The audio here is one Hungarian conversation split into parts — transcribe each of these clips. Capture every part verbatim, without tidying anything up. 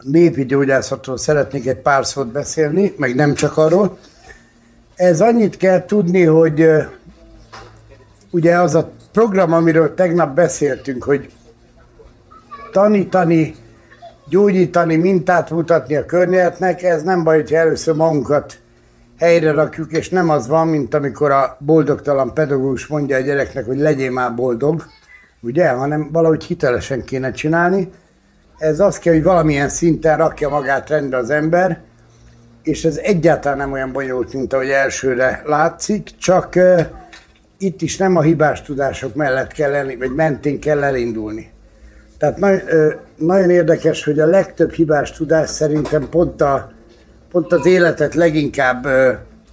népi gyógyászatról szeretnék egy pár szót beszélni, meg nem csak arról. Ez annyit kell tudni, hogy ugye az a program, amiről tegnap beszéltünk, hogy tanítani, gyógyítani, mintát mutatni a környezetnek, ez nem baj, hogyha először magunkat helyre rakjuk, és nem az van, mint amikor a boldogtalan pedagógus mondja a gyereknek, hogy legyél már boldog, ugye, hanem valahogy hitelesen kéne csinálni. Ez azt kell, hogy valamilyen szinten rakja magát rendbe az ember, és ez egyáltalán nem olyan bonyolult, mint ahogy elsőre látszik, csak uh, itt is nem a hibás tudások mellett kell elni, vagy mentén kell elindulni. Tehát na, uh, nagyon érdekes, hogy a legtöbb hibás tudás szerintem pont, a, pont az életet leginkább uh,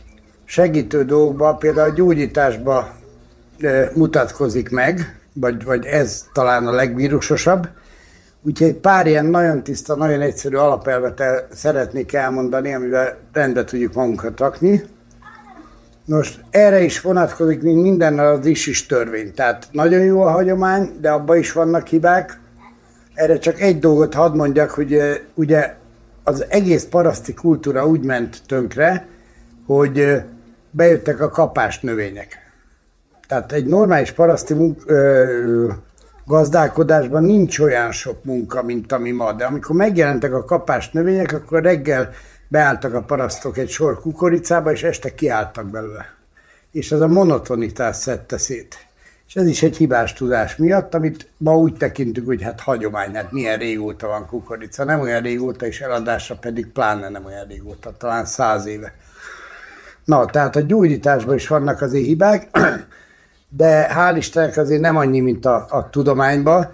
segítő dolgokban, például a gyógyításban uh, mutatkozik meg, vagy, vagy ez talán a legvírusosabb. Úgyhogy pár ilyen nagyon tiszta, nagyon egyszerű alapelvet el, szeretnék elmondani, amivel rendbe tudjuk magunkat rakni. Most erre is vonatkozik, mint mindennel az is-is törvény. Tehát nagyon jó a hagyomány, de abban is vannak hibák. Erre csak egy dolgot hadd mondjak, hogy ugye az egész paraszti kultúra úgy ment tönkre, hogy bejöttek a kapás növények. Tehát egy normális paraszti munk, ö, gazdálkodásban nincs olyan sok munka, mint ami ma, de amikor megjelentek a kapás növények, akkor reggel beálltak a parasztok egy sor kukoricába, és este kiálltak belőle. És ez a monotonitás szedte szét. És ez is egy hibás tudás miatt, amit ma úgy tekintünk, hogy hát hagyomány, hát milyen régóta van kukorica, nem olyan régóta, és eladásra pedig pláne nem olyan régóta, talán száz éve. Na, tehát a gyógyításban is vannak azért hibák, de hál' Istennek azért nem annyi, mint a, a tudományban,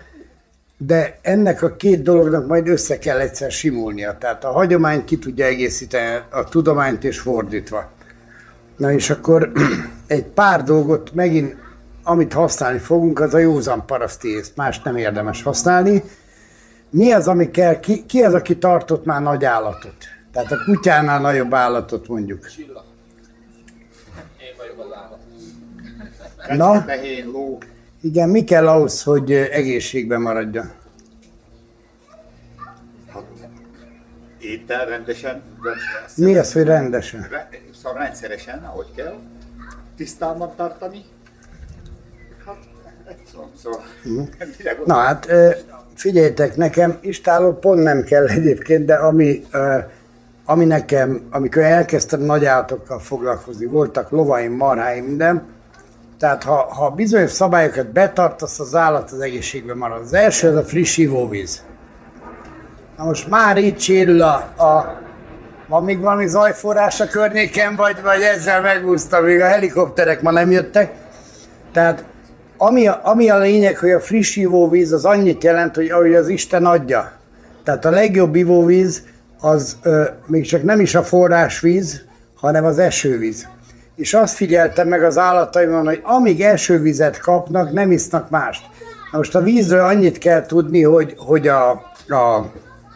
de ennek a két dolognak majd össze kell egyszer simulnia. Tehát a hagyomány ki tudja egészíteni a tudományt és fordítva. Na és akkor egy pár dolgot megint, amit használni fogunk, az a józan paraszti ész, más nem érdemes használni. Mi az, ami kell, ki, ki az, aki tartott már nagy állatot? Tehát a kutyánál nagyobb állatot mondjuk. Csilla. Én vagyok az állat. Na, igen, mi kell ahhoz, hogy egészségben maradjon? Étel rendesen. Mi az, hogy rendesen? Szóval rendszeresen, ahogy kell. Tisztában tartani. Hát, szóval. Uh-huh. Na hát, figyeljetek, nekem istáló pont nem kell egyébként, de ami, ami nekem, amikor elkezdtem nagy állatokkal foglalkozni, voltak lovaim, marháim, minden. Tehát ha, ha bizonyos szabályokat betartasz, az állat az egészségben marad. Az első az a friss ivóvíz. Na most már itt sérül a, a... Van még valami zajforrás a környéken, vagy, vagy ezzel megúsztam, még a helikopterek ma nem jöttek. Tehát ami a, ami a lényeg, hogy a friss ivóvíz az annyit jelent, hogy ahogy az Isten adja. Tehát a legjobb ivóvíz az ö, még csak nem is a forrásvíz, hanem az esővíz. És azt figyeltem meg az állataimon, hogy amíg esővizet kapnak, nem isznak mást. Na most a vízről annyit kell tudni, hogy, hogy a, a,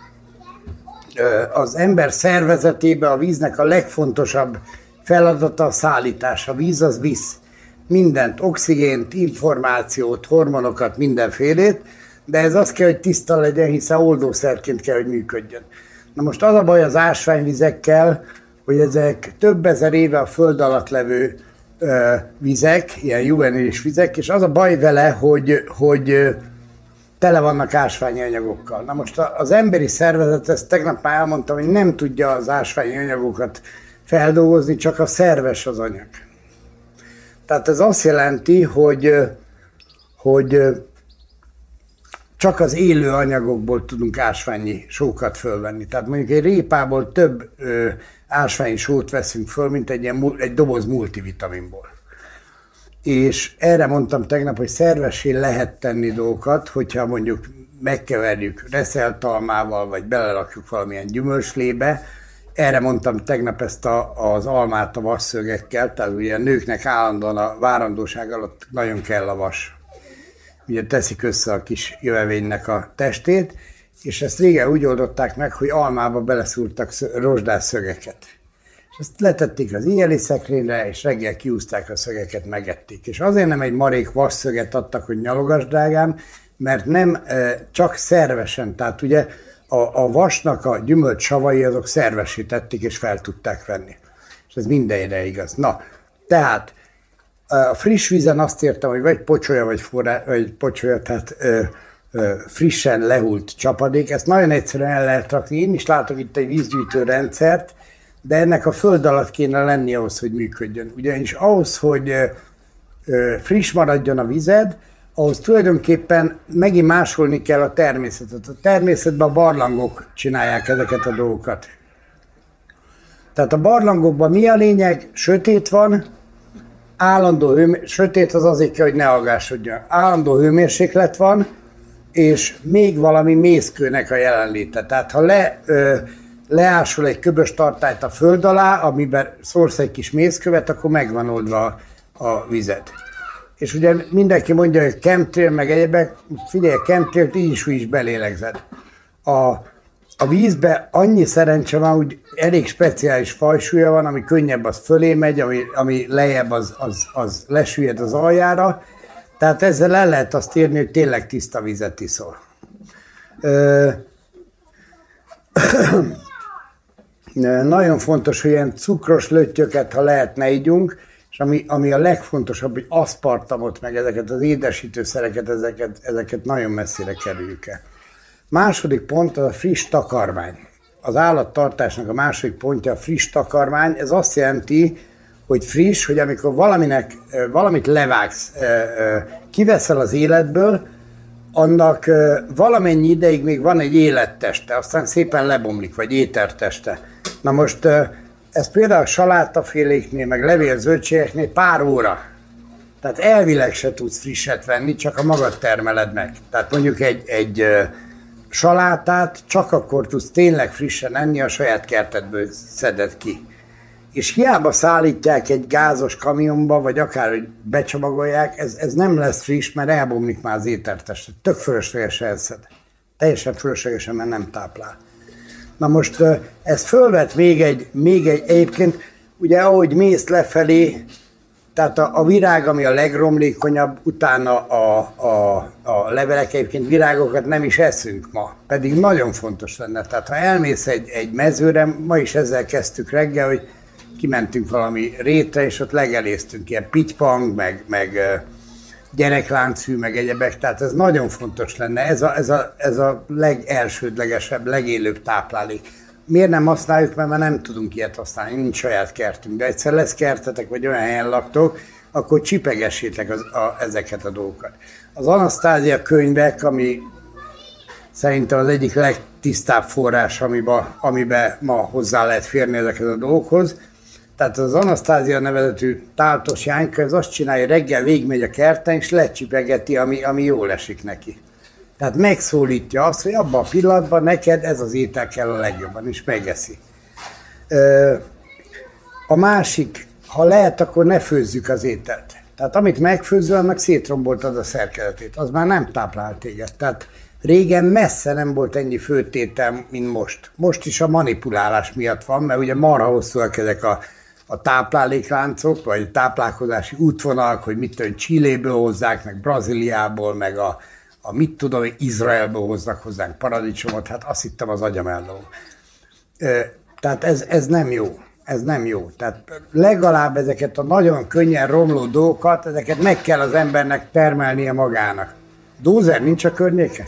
az ember szervezetében a víznek a legfontosabb feladata a szállítás. A víz az visz mindent, oxigént, információt, hormonokat, mindenfélét, de ez az kell, hogy tiszta legyen, hiszen oldószerként kell, hogy működjön. Na most az a baj az ásványvizekkel, hogy ezek több ezer éve a föld alatt levő ö, vizek, ilyen juvenilis vizek, és az a baj vele, hogy, hogy ö, tele vannak ásványi anyagokkal. Na most az emberi szervezet, ezt tegnap már elmondtam, hogy nem tudja az ásványi anyagokat feldolgozni, csak a szerves az anyag. Tehát ez azt jelenti, hogy, hogy csak az élő anyagokból tudunk ásványi sókat fölvenni. Tehát mondjuk egy répából több ö, ásványi sót veszünk föl, mint egy, ilyen, egy doboz multivitaminból. És erre mondtam tegnap, hogy szervessé lehet tenni dolgokat, hogyha mondjuk megkeverjük reszeltalmával, vagy belerakjuk valamilyen gyümölcslébe. Erre mondtam tegnap ezt a, az almát a vasszögekkel, tehát ugye a nőknek állandóan a várandóság alatt nagyon kell a vas. Ugye teszik össze a kis jövevénynek a testét, és ezt régen úgy oldották meg, hogy almába beleszúrtak rozsdás szögeket. És ezt letették az éjjeli szekrényre, és reggel kiúzták a szögeket, megették. És azért nem egy marék vasszöget adtak, hogy nyalogass drágám, mert nem e, csak szervesen, tehát ugye a, a vasnak a gyümölcs savai azok szervesítették és fel tudták venni. És ez mindenre igaz. Na, tehát a friss vízen azt értem, hogy vagy pocsolya, vagy, forrá, vagy pocsolya, tehát ö, ö, frissen lehult csapadék. Ezt nagyon egyszerűen el lehet rakni. Én is látok itt egy vízgyűjtő rendszert, de ennek a föld alatt kéne lenni ahhoz, hogy működjön. Ugyanis ahhoz, hogy ö, ö, friss maradjon a vized, ahhoz tulajdonképpen megint másolni kell a természetet. A természetben a barlangok csinálják ezeket a dolgokat. Tehát a barlangokban mi a lényeg? Sötét van, állandó hőmérséklet, sötét az azért kell, hogy ne algásodjon. Állandó hőmérséklet van, és még valami mészkőnek a jelenléte. Tehát ha le, ö, leásol egy köbös tartályt a föld alá, amiben szórsz egy kis mészkövet, akkor megvan oldva a, a vized. És ugye mindenki mondja, hogy chemtrail, meg egyebek, figyelj, chemtrailt így is, úgy is belélegzed. A, a vízbe annyi szerencse van, hogy elég speciális fajsúlya van, ami könnyebb, az fölé megy, ami, ami lejjebb, az, az, az lesüllyed az aljára. Tehát ezzel el lehet azt érni, hogy tényleg tiszta vizet iszol. Ö, nagyon fontos, hogy ilyen cukros löttyöket, ha lehet, ne ígyunk, és ami, ami a legfontosabb, hogy aszpartamot, meg ezeket az édesítőszereket, ezeket, ezeket nagyon messzire kerüljük el. Második pont az a friss takarmány. Az állattartásnak a második pontja a friss takarmány. Ez azt jelenti, hogy friss, hogy amikor valaminek, valamit levágsz, kiveszel az életből, annak valamennyi ideig még van egy életteste, aztán szépen lebomlik, vagy éterteste. Na most ez például a salátaféléknél, meg levélzöldségeknél pár óra. Tehát elvileg se tudsz frisset venni, csak a magad termeled meg. Tehát mondjuk egy, egy salátát csak akkor tudsz tényleg frissen enni, a saját kertedből szeded ki. És hiába szállítják egy gázos kamionba, vagy akár, hogy becsomagolják, ez, ez nem lesz friss, mert elbomlik már az étertestet. Tök fölöslegesen elszed. Teljesen fölöslegesen, mert nem táplál. Na most ez fölvet még egy, még egy, egyébként, ugye ahogy mész lefelé, tehát a, a virág, ami a legromlékonyabb, utána a, a, a levelek, egyébként virágokat nem is eszünk ma, pedig nagyon fontos lenne. Tehát ha elmész egy, egy mezőre, ma is ezzel kezdtük reggel, hogy kimentünk valami rétre, és ott legeléztünk ilyen pitypang, meg, meg gyerekláncfű, meg egyebek, tehát ez nagyon fontos lenne, ez a, ez a, ez a legelsődlegesebb, legélőbb táplálék. Miért nem használjuk, mert már nem tudunk ilyet használni, nincs saját kertünk, de egyszer lesz kertetek, vagy olyan helyen laktok, akkor csipegessétek az, a, ezeket a dolgokat. Az Anasztázia könyvek, ami szerintem az egyik legtisztább forrás, amiben, amiben ma hozzá lehet férni ezeket a dolgokhoz. Tehát az Anasztázia nevezetű táltos jányka, ez azt csinálja, hogy reggel végigmegy a kerten, és lecsipegeti, ami, ami jól esik neki. Tehát megszólítja azt, hogy abban a pillanatban neked ez az étel kell a legjobban, és megeszi. A másik, ha lehet, akkor ne főzzük az ételt. Tehát amit megfőzöl, annak szétromboltad a szerkezetét, az már nem táplál téged. Tehát régen messze nem volt ennyi főtétel, mint most. Most is a manipulálás miatt van, mert ugye marha hosszúak ezek a, a táplálékláncok, vagy táplálkozási útvonalak, hogy mit tudom, Chiléből hozzák, meg Brazíliából, meg a, a mit tudom, Izraelből hoznak hozzánk paradicsomot, hát azt hittem az agyam elló. Tehát ez, ez nem jó. Ez nem jó. Tehát legalább ezeket a nagyon könnyen romló dolgokat, ezeket meg kell az embernek termelnie magának. Dózer nincs a környéken?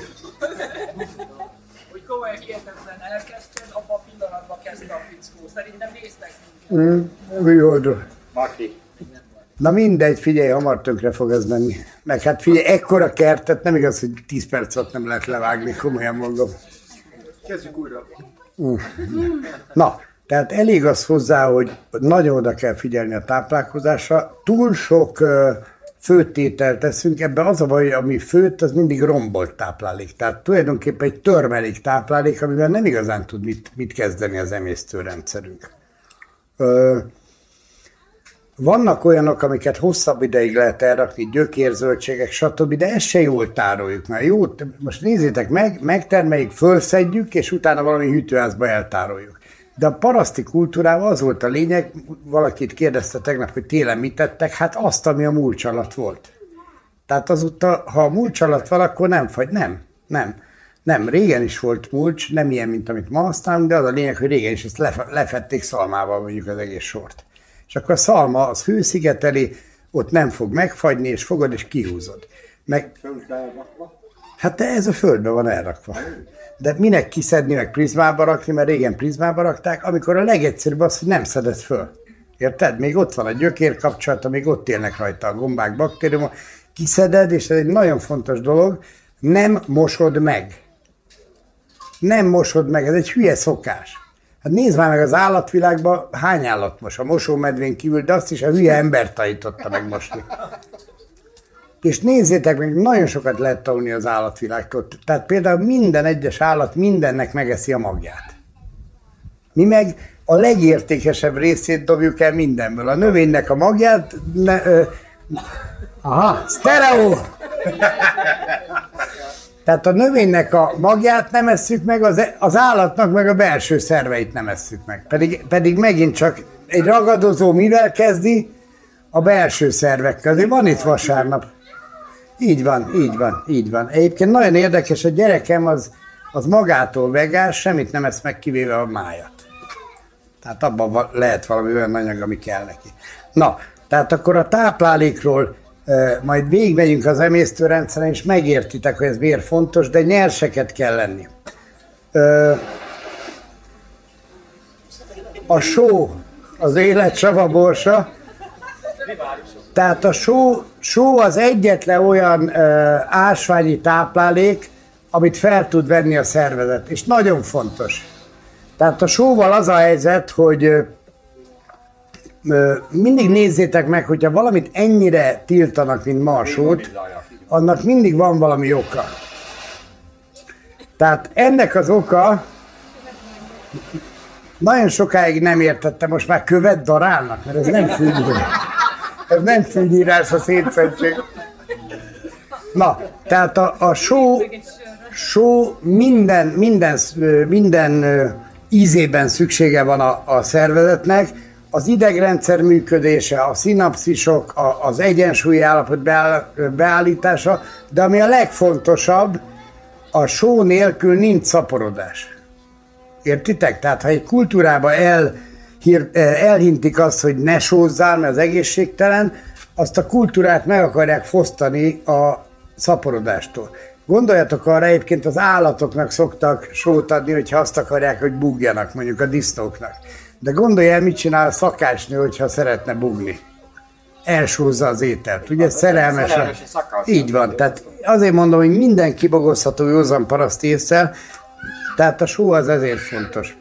Hogy komoly hihetetlen elkezdted, abban a pillanatban kezdte a fickó. Szerintem néztek minket. Mm, jó, Maki. na mindegy, figyelj, hamar tönkre fog ez menni. Meg hát figyelj, ekkora kertet nem igaz, hogy tíz perc alatt nem lehet levágni, komolyan mondom. Kezdjük újra. Mm. Na, tehát elég az hozzá, hogy nagyon oda kell figyelni a táplálkozásra. Túl sok uh, főtételt teszünk, ebben az a baj, hogy ami főtt, az mindig rombolt táplálék. Tehát tulajdonképpen egy törmelék táplálék, amivel nem igazán tud mit, mit kezdeni az emésztőrendszerünk. Uh, vannak olyanok, amiket hosszabb ideig lehet elrakni, gyökérzöldségek, stb., de ezt se jól tároljuk. Mert jó, most nézzétek meg, megtermeljük, fölszedjük, és utána valami hűtőházba eltároljuk. De a paraszti kultúrával az volt a lényeg, valakit kérdezte tegnap, hogy télen mit tettek, hát azt, ami a mulcs alatt volt. Tehát azóta, ha a mulcs alatt van, akkor nem fagy. Nem, nem. Nem, régen is volt mulcs, nem ilyen, mint amit ma használunk, de az a lényeg, hogy régen is ezt lef- lefették szalmával mondjuk az egész sort. És akkor a szalma az hőszigeteli, ott nem fog megfagyni, és fogod és kihúzod. Meg... Hát de ez a földbe van elrakva. De minek kiszedni, meg prizmába rakni, mert régen prizmába rakták, amikor a legegyszerűbb az, hogy nem szeded föl. Érted? Még ott van a gyökér kapcsolata, még ott élnek rajta a gombák, baktériumok. Kiszeded, és ez egy nagyon fontos dolog, nem mosod meg. Nem mosod meg, ez egy hülye szokás. Hát nézd már meg az állatvilágban, hány állat mos a mosómedvén kívül, de azt is a hülye ember tanította meg mosni. És nézzétek meg, nagyon sokat lehet tanulni az állatvilágtól. Tehát például minden egyes állat mindennek megeszi a magját. Mi meg a legértékesebb részét dobjuk el mindenből. A növénynek a magját... Ne, ö, aha, sztereó! Tehát a növénynek a magját nem esszük meg, az, az állatnak meg a belső szerveit nem esszük meg. Pedig, pedig megint csak egy ragadozó mivel kezdi? A belső szervekkel. Azért van itt vasárnap. Így van, így van, így van. Egyébként nagyon érdekes, a gyerekem az, az magától vegás, semmit nem esz meg, kivéve a májat. Tehát abban lehet valami olyan anyag, ami kell neki. Na, tehát akkor a táplálékról e, majd végigmegyünk az emésztőrendszeren, és megértitek, hogy ez miért fontos, de nyerseket kell lenni. E, a só, az élet savaborsa. Tehát a só, só az egyetlen olyan e, ásványi táplálék, amit fel tud venni a szervezet, és nagyon fontos. Tehát a sóval az a helyzet, hogy ö, ö, mindig nézzétek meg, hogyha valamit ennyire tiltanak, mint ma a sót, annak mindig van valami oka. Tehát ennek az oka, nagyon sokáig nem értettem, most már követ darálnak, mert ez nem fűnyírás. Ez nem fűnyírás, a szétszentség. Na, tehát a, a só, só minden, minden, minden ízében szüksége van a, a szervezetnek, az idegrendszer működése, a szinapszisok, a, az egyensúlyi állapot beáll, beállítása, de ami a legfontosabb, a só nélkül nincs szaporodás. Értitek? Tehát ha egy kultúrában el, elhintik azt, hogy ne sózzál, mert az egészségtelen, azt a kultúrát meg akarják fosztani a szaporodástól. Gondoljatok arra, egyébként az állatoknak szoktak sót adni, hogyha azt akarják, hogy bugjanak, mondjuk a disznóknak. De gondolj el, mit csinál a szakácsnő, hogyha szeretne bugni. Elsózza az ételt, ugye? Szerelmes. Szerelmes így van, tehát azért mondom, hogy minden kibogozható józan paraszt ésszel, tehát a só az ezért fontos.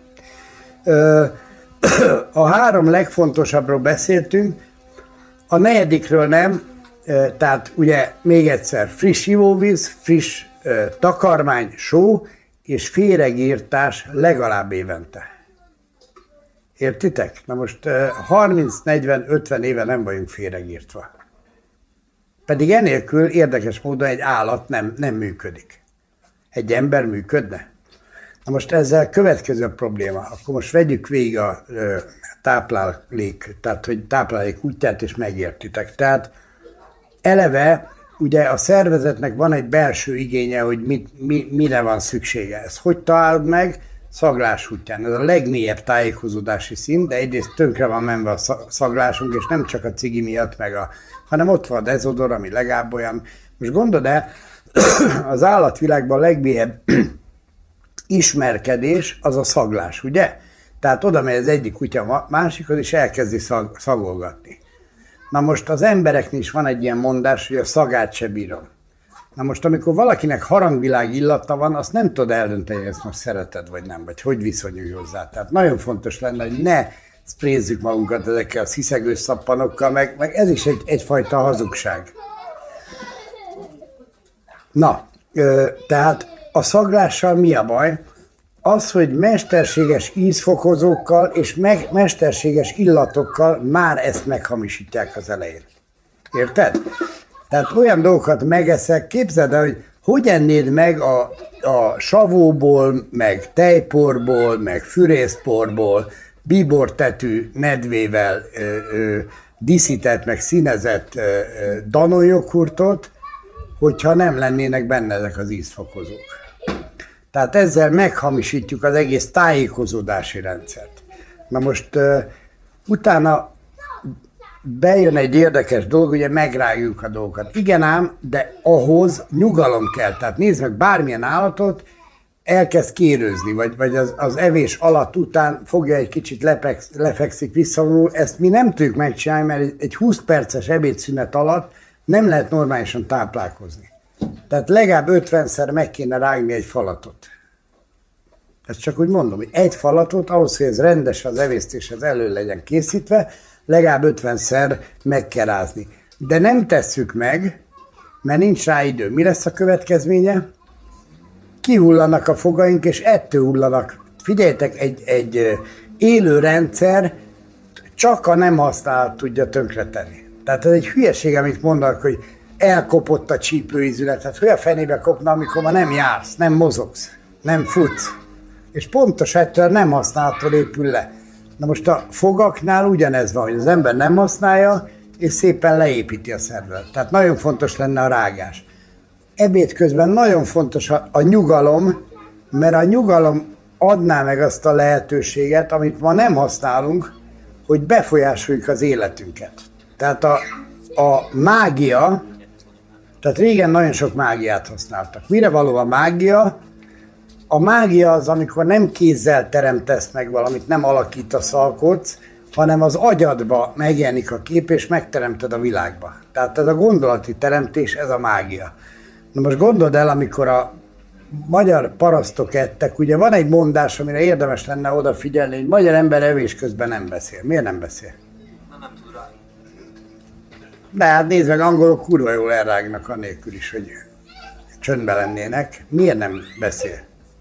A három legfontosabbról beszéltünk, a negyedikről nem, tehát ugye még egyszer friss ivóvíz, friss uh, takarmány, só és féregírtás legalább évente. Értitek? Na most uh, harminc, negyven, ötven éve nem vagyunk féregírtva. Pedig enélkül érdekes módon egy állat nem, nem működik. Egy ember működne? Na most ezzel következő a probléma. Akkor most vegyük végig a uh, táplálék, tehát hogy táplálék útját, és megértitek. Tehát eleve ugye a szervezetnek van egy belső igénye, hogy mit, mi, mire van szüksége. Ez hogy találod meg? Szaglás útján. Ez a legmélyebb tájékozódási szint, de egyrészt tönkre van menve a szaglásunk, és nem csak a cigi miatt, meg a, hanem ott van a dezodor, ami legalább olyan. Most gondold el, az állatvilágban a legmélyebb ismerkedés az a szaglás, ugye? Tehát oda megy az egyik kutya másikhoz, és elkezdi szag, szagolgatni. Na most az embereknél is van egy ilyen mondás, hogy a szagát se bírom. Na most, amikor valakinek harangvilág illata van, azt nem tudod eldönteni, hogy ezt most szereted, vagy nem, vagy hogy viszonyulj hozzá. Tehát nagyon fontos lenne, hogy ne sprézzük magunkat ezekkel a sziszegős szappanokkal, meg, meg ez is egy, egyfajta hazugság. Na, ö, tehát a szaglással mi a baj? Az, hogy mesterséges ízfokozókkal és meg, mesterséges illatokkal már ezt meghamisítják az elején. Érted? Tehát olyan dolgokat megeszek, képzeld el, hogy hogy ennéd meg a, a savóból, meg tejporból, meg fűrészporból, bíbortetű nedvével ö, ö, díszített, meg színezett ö, ö, danonjoghurtot, hogyha nem lennének benne ezek az ízfokozók. Tehát ezzel meghamisítjuk az egész tájékozódási rendszert. Na most uh, utána bejön egy érdekes dolog, ugye megrágjuk a dolgokat. Igen ám, de ahhoz nyugalom kell. Tehát nézd meg, bármilyen állatot elkezd kérőzni, vagy, vagy az, az evés alatt után fogja egy kicsit lepeksz, lefekszik, visszavonul. Ezt mi nem tudjuk megcsinálni, mert egy húsz perces ebédszünet alatt nem lehet normálisan táplálkozni. Tehát legalább ötvenszer meg kéne rágni egy falatot. Ezt csak úgy mondom, hogy egy falatot, ahhoz, hogy ez rendes az evésztéshez elő legyen készítve, legalább ötvenszer meg kell rázni. De nem tesszük meg, mert nincs rá idő. Mi lesz a következménye? Kihullanak a fogaink, és ettől hullanak. Figyeljetek, egy, egy élő rendszer csak a nem használat tudja tönkretenni. Tehát ez egy hülyeség, amit mondanak, hogy elkopott a csípőízület. Hát hogy a fenébe kopna, amikor ma nem jársz, nem mozogsz, nem futsz. És pontos ettől nem használattól épül le. Na most a fogaknál ugyanez van, hogy az ember nem használja, és szépen leépíti a szervet. Tehát nagyon fontos lenne a rágás. Ebéd közben nagyon fontos a, a nyugalom, mert a nyugalom adná meg azt a lehetőséget, amit ma nem használunk, hogy befolyásoljuk az életünket. Tehát a, a mágia, tehát régen nagyon sok mágiát használtak. Mire való a mágia? A mágia az, amikor nem kézzel teremtesz meg valamit, nem alakítasz, alkotsz, hanem az agyadba megjelenik a kép, és megteremted a világba. Tehát ez a gondolati teremtés, ez a mágia. Na most gondold el, amikor a magyar parasztok ettek, ugye van egy mondás, amire érdemes lenne odafigyelni, hogy magyar ember evés közben nem beszél. Miért nem beszél? Na, nem tud rá. De hát nézd meg, angolok kurva jól elrágnak anélkül is, hogy csöndben lennének. Miért nem beszél?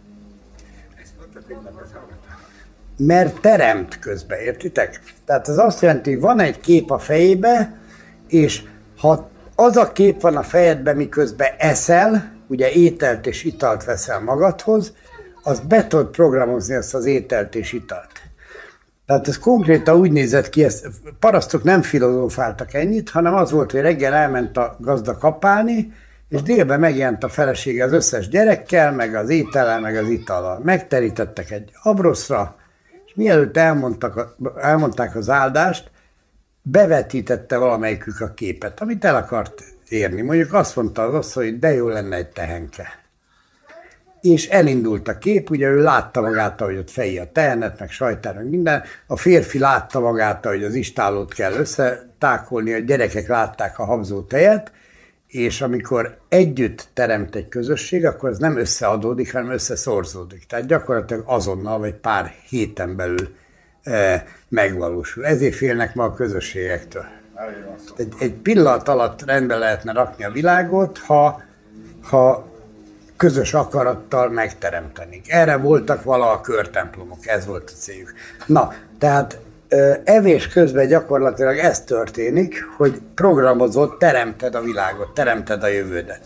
Mert teremt közben, értitek? Tehát ez azt jelenti, hogy van egy kép a fejébe, és ha az a kép van a fejedben, miközben eszel, ugye ételt és italt veszel magadhoz, az be tudod programozni azt az ételt és italt. Tehát ez konkrétan úgy nézett ki, ezt parasztok nem filozófáltak ennyit, hanem az volt, hogy reggel elment a gazda kapálni, és délben megjelent a felesége az összes gyerekkel, meg az étellel, meg az itallal. Megterítettek egy abroszra, és mielőtt elmondtak, elmondták az áldást, bevetítette valamelyikük a képet, amit el akart érni. Mondjuk azt mondta az asszony, hogy de jó lenne egy tehenke. És elindult a kép, ugye ő látta magát, hogy ott fejé a tehenet, meg sajtár, meg minden. A férfi látta magát, hogy az istálót kell összetákolni, a gyerekek látták a habzó tejet, és amikor együtt teremt egy közösség, akkor ez nem összeadódik, hanem összeszorzódik. Tehát gyakorlatilag azonnal, vagy pár héten belül e, megvalósul. Ezért félnek ma a közösségektől. Egy, egy pillanat alatt rendbe lehetne rakni a világot, ha, ha közös akarattal megteremtenik. Erre voltak vala a körtemplomok, ez volt a céljuk. Na, tehát evés közben gyakorlatilag ez történik, hogy programozott, teremted a világot, teremted a jövődet.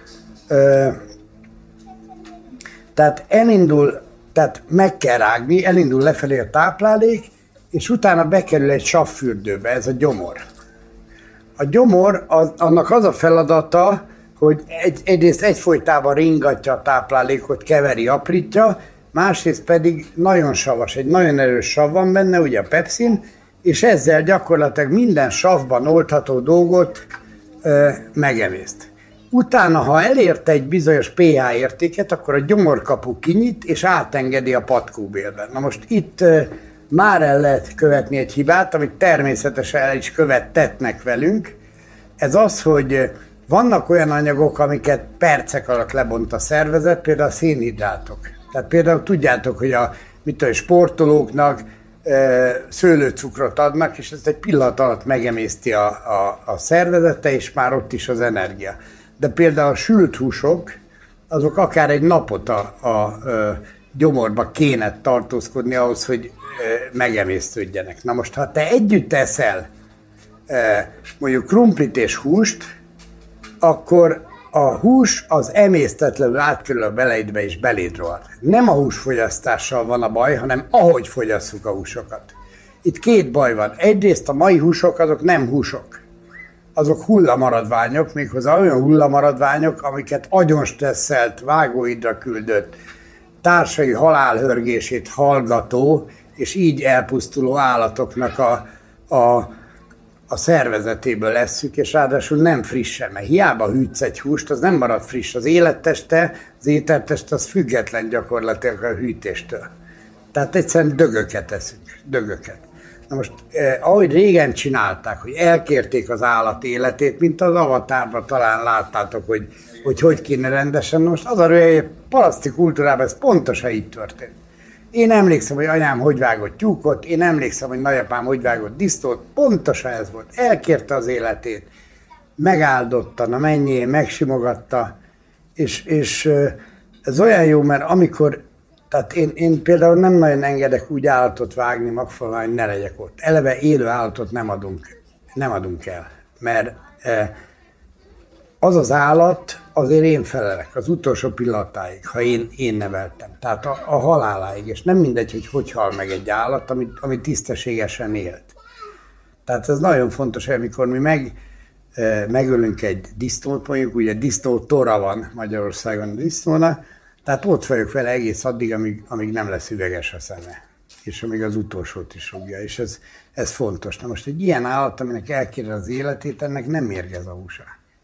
Tehát elindul, tehát meg kell rágni, elindul lefelé a táplálék, és utána bekerül egy savfürdőbe, ez a gyomor. A gyomor, az, annak az a feladata, hogy egy, egyrészt egyfolytában ringatja a táplálékot, keveri, aprítja, másrészt pedig nagyon savas, egy nagyon erős sav van benne, ugye a pepszin, és ezzel gyakorlatilag minden savban oldható dolgot ö, megemészt. Utána, ha elérte egy bizonyos pH értéket, akkor a gyomorkapu kinyit, és átengedi a patkóbélben. Na most itt ö, már el lehet követni egy hibát, amit természetesen el is követtetnek velünk. Ez az, hogy vannak olyan anyagok, amiket percek alatt lebont a szervezet, például a szénhidrátok. Tehát például tudjátok, hogy a mit tudom, sportolóknak e, szőlőcukrot adnak, és ezt egy pillanat alatt megemészti a, a, a szervezete, és már ott is az energia. De például a sült húsok, azok akár egy napot a, a, a gyomorba kéne tartózkodni ahhoz, hogy e, megemésztődjenek. Na most, ha te együtt eszel e, mondjuk krumplit és húst, akkor a hús az emésztetlenül átkerül a beleidbe és beléd rohad. Nem a húsfogyasztással van a baj, hanem ahogy fogyasszuk a húsokat. Itt két baj van. Egyrészt a mai húsok azok nem húsok. Azok hullamaradványok, méghozzá olyan hullamaradványok, amiket agyon stresszelt, vágóidra küldött, társai halálhörgését hallgató, és így elpusztuló állatoknak a, a, a szervezetéből lesszük, és ráadásul nem frissen, mert hiába hűtsz egy húst, az nem marad friss. Az életteste, az ételteste, az független gyakorlatilag a hűtéstől. Tehát egyszerűen dögöket eszünk, dögöket. Na most, eh, ahogy régen csinálták, hogy elkérték az állat életét, mint az Avatárban talán láttátok, hogy hogy, hogy kéne rendesen. Most az a röhely, paraszti kultúrában ez pontosan így történt. Én emlékszem, hogy anyám hogy vágott tyúkot, én emlékszem, hogy nagyapám hogy vágott disznót, pontosan ez volt. Elkérte az életét, megáldotta, na menjél, megsimogatta, és, és ez olyan jó, mert amikor, tehát én, én például nem nagyon engedek úgy állatot vágni, magfalván, hogy ne legyek ott. Eleve élő állatot nem adunk, nem adunk el, mert az az állat, azért én felelek az utolsó pillanatáig, ha én, én neveltem. Tehát a, a haláláig, és nem mindegy, hogy hogy hal meg egy állat, ami, ami tisztességesen élt. Tehát ez nagyon fontos, hogy amikor mi meg, e, megölünk egy disznót, mondjuk ugye disznó tora van Magyarországon a disznónak, tehát ott vagyok vele egész addig, amíg, amíg nem lesz üveges a szeme, és amíg az utolsót is fogja, és ez, ez fontos. Na most egy ilyen állat, aminek elkér az életét, ennek nem mérgez a húsa.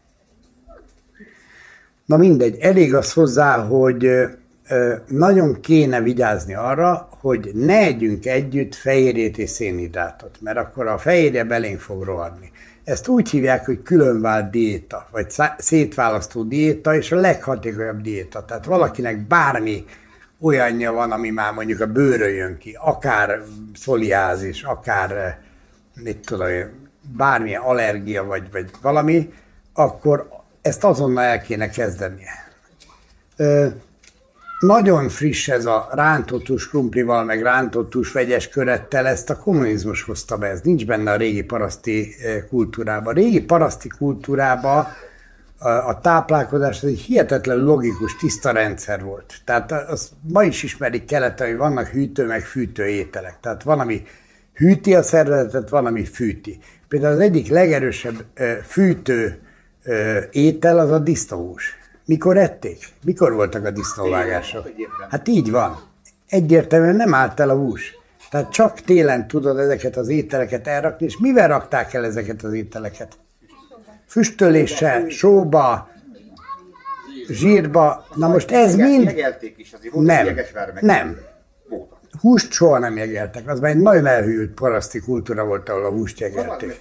Na mindegy, elég az hozzá, hogy nagyon kéne vigyázni arra, hogy ne együnk együtt fehérjét és szénhidrátot, mert akkor a fehérje belénk fog rohadni. Ezt úgy hívják, hogy különvált diéta, vagy szétválasztó diéta, és a leghatékonyabb diéta. Tehát valakinek bármi olyanja van, ami már mondjuk a bőrön jön ki, akár pszoriázis, akár mit tudom, bármilyen allergia, vagy, vagy valami, akkor ezt azonnal el kéne kezdenie. Ö, nagyon friss ez a rántott hús krumplival, meg rántott hús vegyes körettel, ezt a kommunizmus hozta be, ez nincs benne a régi paraszti kultúrában. A régi paraszti kultúrában a, a táplálkozás az egy hihetetlen logikus, tiszta rendszer volt. Tehát azt ma is ismerik keleten, hogy vannak hűtő, meg fűtő ételek. Tehát van, ami hűti a szervezetet, van, ami fűti. Például az egyik legerősebb fűtő étel az a disznóhús. Mikor ették? Mikor voltak a disznóvágások? Hát így van. Egyértelműen nem állt el a hús. Tehát csak télen tudod ezeket az ételeket elrakni, és mivel rakták el ezeket az ételeket? Füstöléssel, sóba, zsírba. Na most ez mind... Jegelték is, azért volt nem, jegesvár meg. nem. Húst soha nem jegeltek. Az már egy nagyon elhűlt paraszti kultúra volt, ahol a húst jegelték.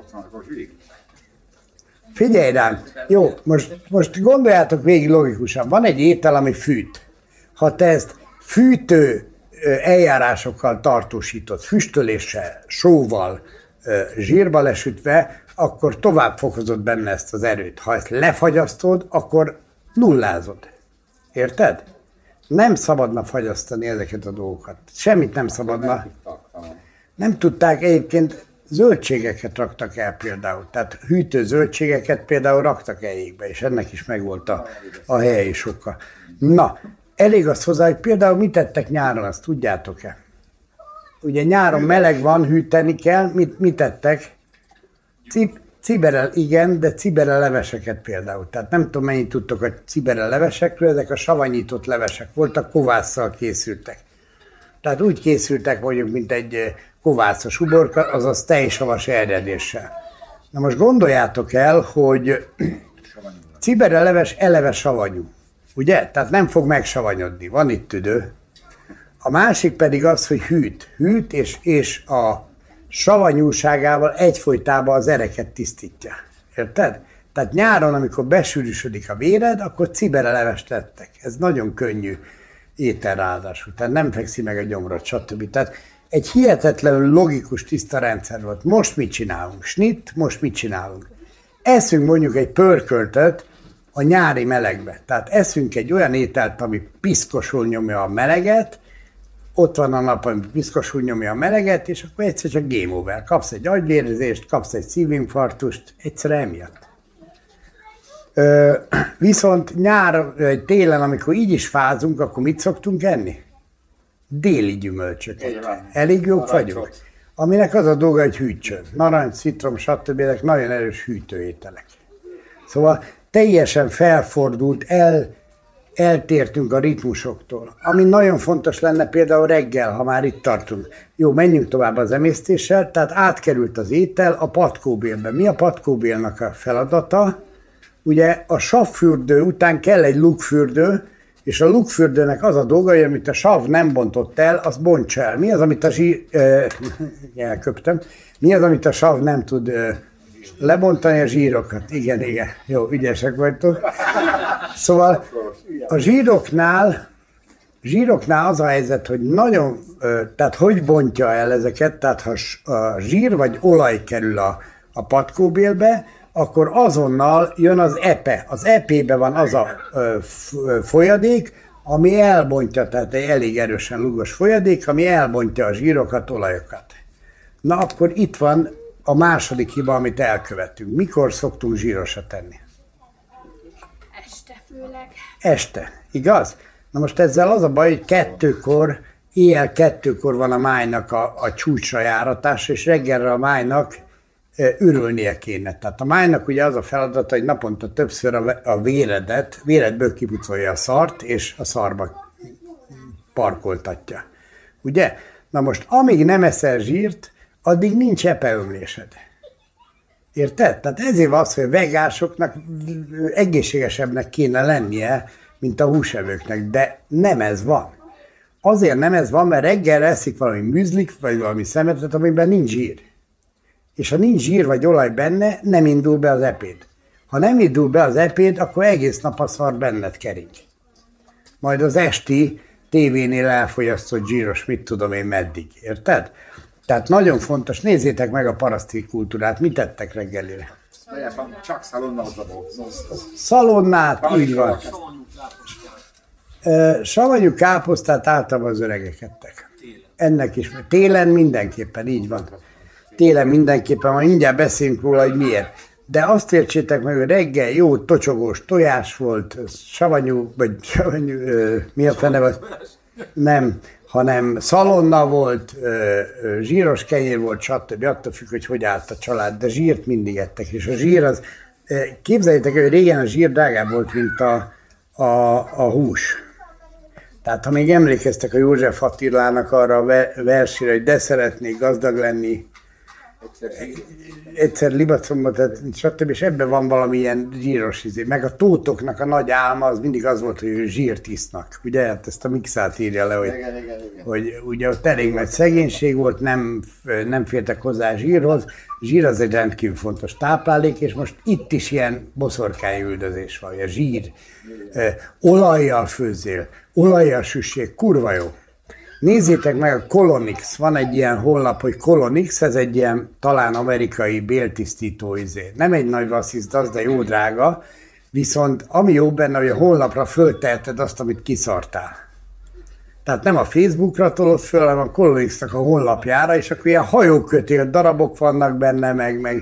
Figyelj rám! Jó, most, most gondoljátok végig logikusan. Van egy étel, ami fűt. Ha te ezt fűtő eljárásokkal tartósítod, füstöléssel, sóval, zsírba lesütve, akkor tovább fokozod benne ezt az erőt. Ha ezt lefagyasztod, akkor nullázod. Érted? Nem szabadna fagyasztani ezeket a dolgokat. Semmit nem szabadna. Nem tudták egyébként... Zöldségeket raktak el például, tehát hűtő zöldségeket például raktak el jégbe, és ennek is megvolt a, a helye is oka. Na, elég az hozzá, hogy például mit tettek nyáron, azt tudjátok-e? Ugye nyáron meleg van, hűteni kell, mit, mit tettek? Cib, ciberel, igen, de ciberel leveseket például. Tehát nem tudom, mennyit tudtok a ciberel levesekről, ezek a savanyított levesek voltak, kovásszal készültek. Tehát úgy készültek mondjuk, mint egy kovászos uborka, azaz tejsavas eredéssel. Na most gondoljátok el, hogy ciberel leves eleve savanyú, ugye? Tehát nem fog megsavanyodni, van itt tüdő. A másik pedig az, hogy hűt. Hűt, és, és a savanyúságával egyfolytában az ereket tisztítja. Érted? Tehát nyáron, amikor besűrűsödik a véred, akkor ciberel levest tettek. Ez nagyon könnyű étel ráadásul. Tehát nem fekszi meg a gyomrot, stb. Tehát egy hihetetlenül logikus, tiszta rendszer volt. Most mit csinálunk? Snit, most mit csinálunk? Eszünk mondjuk egy pörköltöt a nyári melegbe. Tehát eszünk egy olyan ételt, ami piszkosul nyomja a meleget, ott van a nap, ami piszkosul nyomja a meleget, és akkor egyszer csak game over. Kapsz egy agyvérzést, kapsz egy szívinfarktust, egyszer emiatt. Ö, viszont nyár, télen, amikor így is fázunk, akkor mit szoktunk enni? Déli gyümölcsöket. Elég jók vagyunk. Aminek az a dolga, hogy hűtsön. Narancs, citrom, stb. Ezek nagyon erős hűtőételek. Szóval teljesen felfordult, el eltértünk a ritmusoktól. Ami nagyon fontos lenne például reggel, ha már itt tartunk. Jó, menjünk tovább az emésztéssel, tehát átkerült az étel a patkóbélbe. Mi a patkóbélnak a feladata? Ugye a savfürdő után kell egy lukfürdő, és a lukfürdőnek az a dolga, hogy amit a sav nem bontott el, azt bontsa el. Mi az, amit a zsír... Eh, elköptem. Mi az, amit a sav nem tud eh, lebontani? A zsírokat. Igen, igen. Jó, ügyesek vagytok. Szóval a zsíroknál, zsíroknál az a helyzet, hogy nagyon, eh, tehát hogy bontja el ezeket, tehát ha a zsír vagy olaj kerül a, a patkóbélbe, akkor azonnal jön az epe. Az epébe van az a ö, folyadék, ami elbontja, tehát egy elég erősen lugos folyadék, ami elbontja a zsírokat, olajokat. Na akkor itt van a második hiba, amit elkövetünk. Mikor szoktunk zsírosat tenni? Este főleg. Este, igaz? Na most ezzel az a baj, hogy kettőkor, éjjel kettőkor van a májnak a, a csúcsra járatása, és reggelre a májnak ürülnie kéne. Tehát a májnak ugye az a feladata, hogy naponta többször a, a véredet, véredből kipucolja a szart, és a szarba parkoltatja. Ugye? Na most, amíg nem eszel zsírt, addig nincs epeömlésed. Érted? Tehát ezért van az, hogy a vegásoknak egészségesebbnek kéne lennie, mint a húsevőknek, de nem ez van. Azért nem ez van, mert reggel eszik valami műzlik, vagy valami szemetet, amiben nincs zsír. És ha nincs zsír vagy olaj benne, nem indul be az epéd. Ha nem indul be az epéd, akkor egész nap a szar benned kering. Majd az esti tévénél elfogyasztott zsíros, mit tudom én meddig, érted? Tehát nagyon fontos, nézzétek meg a paraszti kultúrát, mit tettek reggelire? Csak szalonnázza volt. Szalonnát, így van. Savanyú káposztát általában az öregek ettek. Ennek is, télen mindenképpen, így van. Télen mindenképpen, majd mindjárt beszélünk róla, hogy miért. De azt értsétek meg, hogy reggel jó tocsogós tojás volt, savanyú, vagy savanyú, ö, mi a fene volt? Nem, hanem szalonna volt, ö, ö, zsíros kenyér volt, stb. Attól függ, hogy hogy állt a család, de zsírt mindig ettek. És a zsír az, képzeljétek, hogy régen a zsír drágább volt, mint a, a, a hús. Tehát ha még emlékeztek a József Attilának arra a versére, hogy de szeretnék gazdag lenni, egyszer Libacomba, tehát stb. És ebben van valamilyen zsíros izé. Meg a tótoknak a nagy álma az mindig az volt, hogy zsírt isznak. Ugye, hát ezt a Mixát írja le, hogy, igen, igen, igen. hogy ugye ott elég nagy szegénység volt, nem, nem fértek hozzá zsírhoz. Zsír az egy rendkívül fontos táplálék, és most itt is ilyen boszorkányüldözés van, hogy a zsír, eh, olajjal főzzél, olajjal süssék, kurva jó. Nézzétek meg a Colonix, van egy ilyen honlap, hogy Colonix, ez egy ilyen talán amerikai béltisztító izé. Nem egy nagy vasszizd az, de jó drága, viszont ami jó benne, hogy a honlapra fölteheted azt, amit kiszartál. Tehát nem a Facebookra tolod föl, hanem a Colonixnak a honlapjára, és akkor ilyen hajókötél darabok vannak benne, meg, meg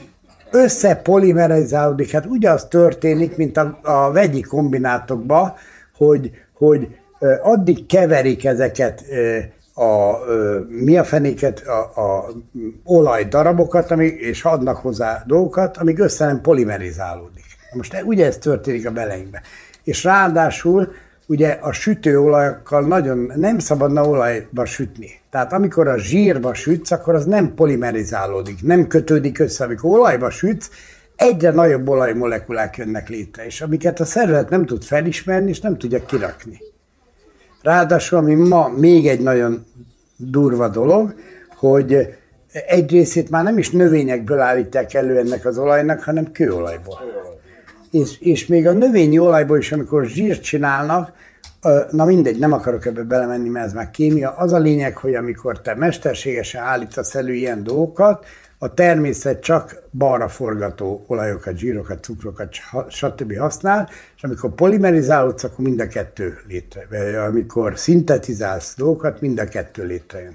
összepolimerizálódik. Hát ugyanaz történik, mint a, a vegyi kombinátokban, hogy, hogy addig keverik ezeket a, mi a fenéket, a, a olajdarabokat, amíg, és adnak hozzá dolgokat, amíg össze nem polimerizálódik. Most ugye ez történik a beleinkben. És ráadásul ugye a sütőolajakkal nagyon nem szabadna olajba sütni. Tehát amikor a zsírba sütsz, akkor az nem polimerizálódik, nem kötődik össze. Amikor olajba sütsz, egyre nagyobb olajmolekulák jönnek létre, és amiket a szervezet nem tud felismerni, és nem tudja kirakni. Ráadásul, ami ma még egy nagyon durva dolog, hogy egy részét már nem is növényekből állítják elő ennek az olajnak, hanem kőolajból. És, és még a növényi olajból is, amikor zsírt csinálnak, na mindegy, nem akarok ebbe belemenni, mert ez már kémia. Az a lényeg, hogy amikor te mesterségesen állítasz elő ilyen dolgokat, a természet csak balra forgató olajokat, zsírokat, cukrokat, stb. Használ, és amikor polimerizálódsz, akkor mind a kettő létre. Amikor szintetizálsz dolgokat, mind a kettő létrejön.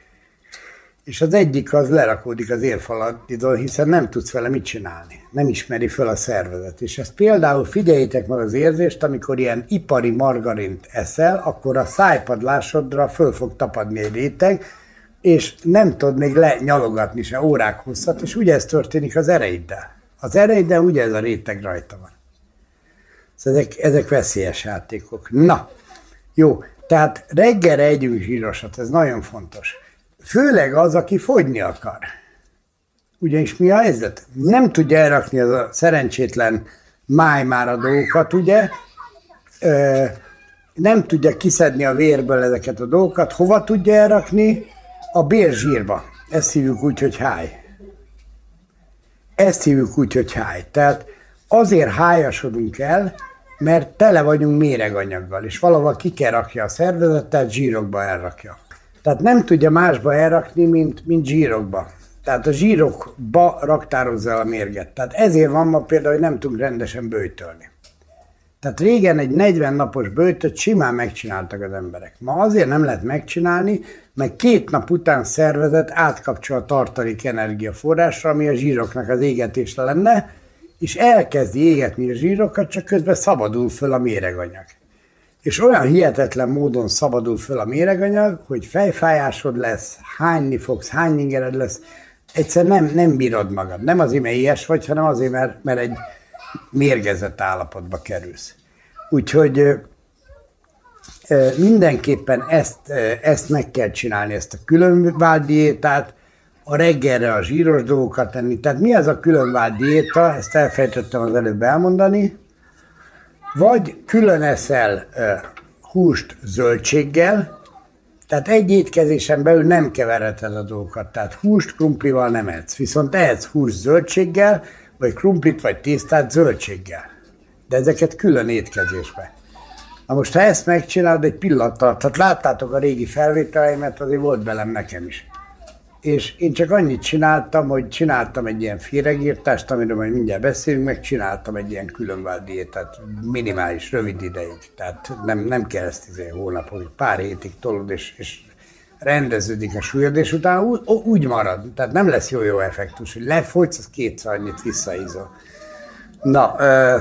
És az egyik az lerakódik az érfaladidon, hiszen nem tudsz vele mit csinálni. Nem ismeri fel a szervezet. És ezt például figyeljétek meg az érzést, amikor ilyen ipari margarint eszel, akkor a szájpadlásodra föl fog tapadni egy réteg, és nem tudod még lenyalogatni se órák hosszat, és ugye ez történik az ereiddel. Az ereiddel ugye ez a réteg rajta van. Ezek, ezek veszélyes játékok. Na, jó, tehát reggelre együnk zsírosat, ez nagyon fontos. Főleg az, aki fogyni akar. Ugyanis mi a helyzet? Nem tudja elrakni az a szerencsétlen máj már a dolgokat, ugye? Ö, nem tudja kiszedni a vérből ezeket a dolgokat. Hova tudja elrakni? A bérzsírba. Ezt hívjuk úgy, hogy háj. Ezt hívjuk úgy, hogy háj. Tehát azért hájasodunk el, mert tele vagyunk méreganyaggal, és valahol ki kell rakja a szervezet, tehát zsírokba elrakja. Tehát nem tudja másba elrakni, mint, mint zsírokba. Tehát a zsírokba raktározza el a mérget. Tehát ezért van ma például, hogy nem tudunk rendesen böjtölni. Tehát régen egy negyven napos böjtöt simán megcsináltak az emberek. Ma azért nem lehet megcsinálni, mert két nap után szervezet átkapcsol a tartalék energiaforrásra, ami a zsíroknak az égetésre lenne, és elkezdi égetni a zsírokat, csak közben szabadul föl a méreganyag. És olyan hihetetlen módon szabadul föl a méreganyag, hogy fejfájásod lesz, hányni fogsz, hányingered lesz, egyszer nem, nem bírod magad. Nem azért, mert ilyes vagy, hanem azért, mert, mert egy mérgezett állapotba kerülsz. Úgyhogy ö, ö, mindenképpen ezt, ö, ezt meg kell csinálni, ezt a különvált diétát, a reggelre a zsíros dolgokat tenni. Tehát mi az a különvált diéta, ezt elfelejtettem az előbb elmondani, vagy külön eszel ö, húst zöldséggel, tehát egy étkezésen belül nem keverheted a dolgokat, tehát húst krumplival nem etsz, viszont ehetsz húst zöldséggel, vagy krumplit, vagy tésztát zöldséggel. De ezeket külön étkezésbe. Na most, ha ezt megcsinálod egy pillanattal, tehát láttátok a régi felvételeimet, azért volt belem nekem is. És én csak annyit csináltam, hogy csináltam egy ilyen féregírtást, amiről majd mindjárt beszélünk, meg csináltam egy ilyen különvált diétát, minimális, rövid ideig. Tehát nem, nem kell ezt izé hónapokig, pár hétig tolod, és, és rendeződik a súlyod, és utána úgy, úgy marad. Tehát nem lesz jó-jó effektus, hogy lefogysz, az kétszer annyit visszaizol. Na, ö,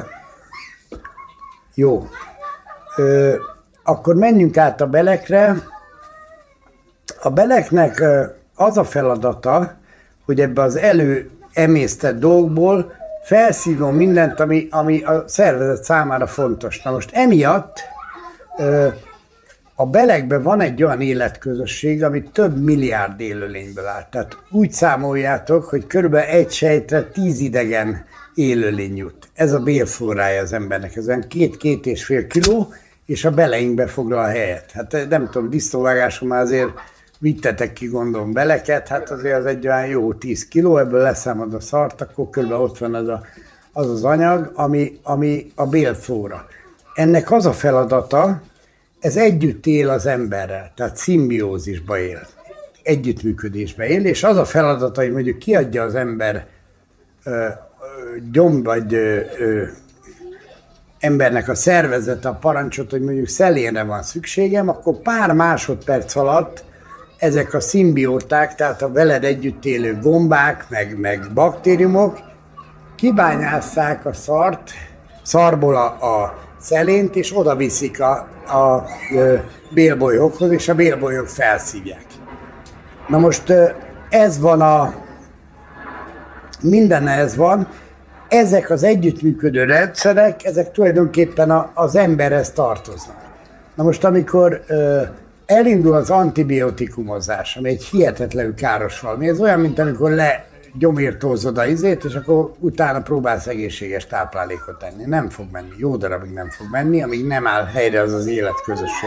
jó. Ö, akkor menjünk át a belekre. A beleknek ö, az a feladata, hogy ebbe az előemésztett dolgból felszívom mindent, ami, ami a szervezet számára fontos. Na most emiatt ö, a belekben van egy olyan életközösség, ami több milliárd élőlényből áll. Tehát úgy számoljátok, hogy körülbelül egy sejtre tíz idegen élőlény jut. Ez a bélflórája az embernek. Ez olyan két-két és fél kiló, és a beleinkbe foglal a helyet. Hát nem tudom, disznóvágáson már azért vittetek ki, gondolom, beleket, hát azért az egy olyan jó tíz kiló, ebből leszámod a szart, akkor körülbelül ott van az a, az, az anyag, ami, ami a bélflóra. Ennek az a feladata, ez együtt él az emberrel, tehát szimbiózisba él, együttműködésbe él, és az a feladata, hogy mondjuk kiadja az ember ö, ö, gyom vagy ö, ö, embernek a szervezete a parancsot, hogy mondjuk szelénre van szükségem, akkor pár másodperc alatt ezek a szimbióták, tehát a veled együtt élő gombák, meg, meg baktériumok kibányásszák a szart, szarból a, a szelént, és oda viszik a, a, a bélbolyókhoz, és a bélbolyók felszívják. Na most ez van a, minden ez van, ezek az együttműködő rendszerek, ezek tulajdonképpen a, az emberhez tartoznak. Na most amikor ö, elindul az antibiotikumozás, ami egy hihetetlenül káros valami, ez olyan, mint amikor legyomírtózod a izét, és akkor utána próbálsz egészséges táplálékot enni. Nem fog menni, jó darabig nem fog menni, amíg nem áll helyre az az életközösség.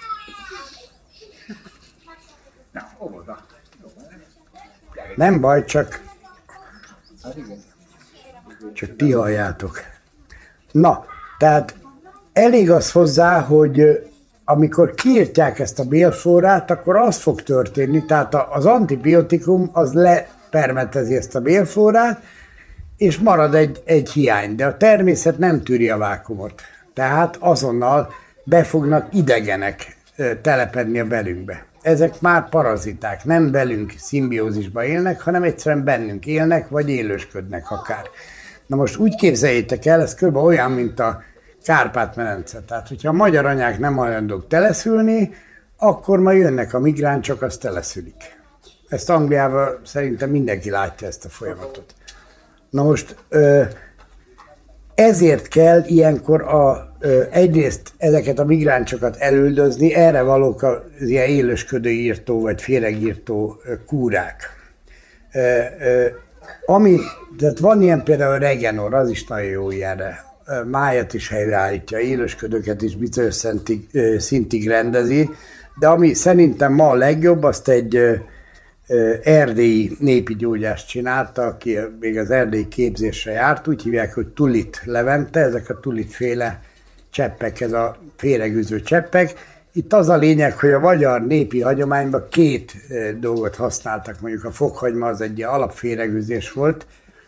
Na, óvoda. Nem baj, csak, csak ti halljátok. Na, tehát elég az hozzá, hogy amikor kiírtják ezt a bélflórát, akkor az fog történni, tehát az antibiotikum az lepermetezi ezt a bélflórát, és marad egy, egy hiány, de a természet nem tűri a vákumot. Tehát azonnal be fognak idegenek telepedni a belünkbe. Ezek már paraziták, nem velünk szimbiózisban élnek, hanem egyszerűen bennünk élnek, vagy élősködnek akár. Na most úgy képzeljétek el, ez kb. Olyan, mint a Kárpát-medence. Tehát, hogyha a magyar anyák nem hajlandók teleszülni, akkor ma jönnek a migráncsok, azt teleszülik. Ezt Angliában szerintem mindenki látja ezt a folyamatot. Na most ö, ezért kell ilyenkor a, ö, egyrészt ezeket a migráncsokat elüldözni, erre valók az ilyen élősködő írtó vagy féregírtó ö, kúrák. Ö, ö, ami, tehát van ilyen például Regenor, az is nagyon jó ilyenre. Májat is helyreállítja, élősködőket is bizonyos szintig, szintig rendezi, de ami szerintem ma a legjobb, azt egy erdélyi népi gyógyást csinálta, aki még az erdélyi képzésre járt, úgy hívják, hogy Tulit Levente, ezek a Tulit féle cseppek, ez a féregűző cseppek. Itt az a lényeg, hogy a magyar népi hagyományban két dolgot használtak, mondjuk a fokhagyma az egy alapféregűzés volt,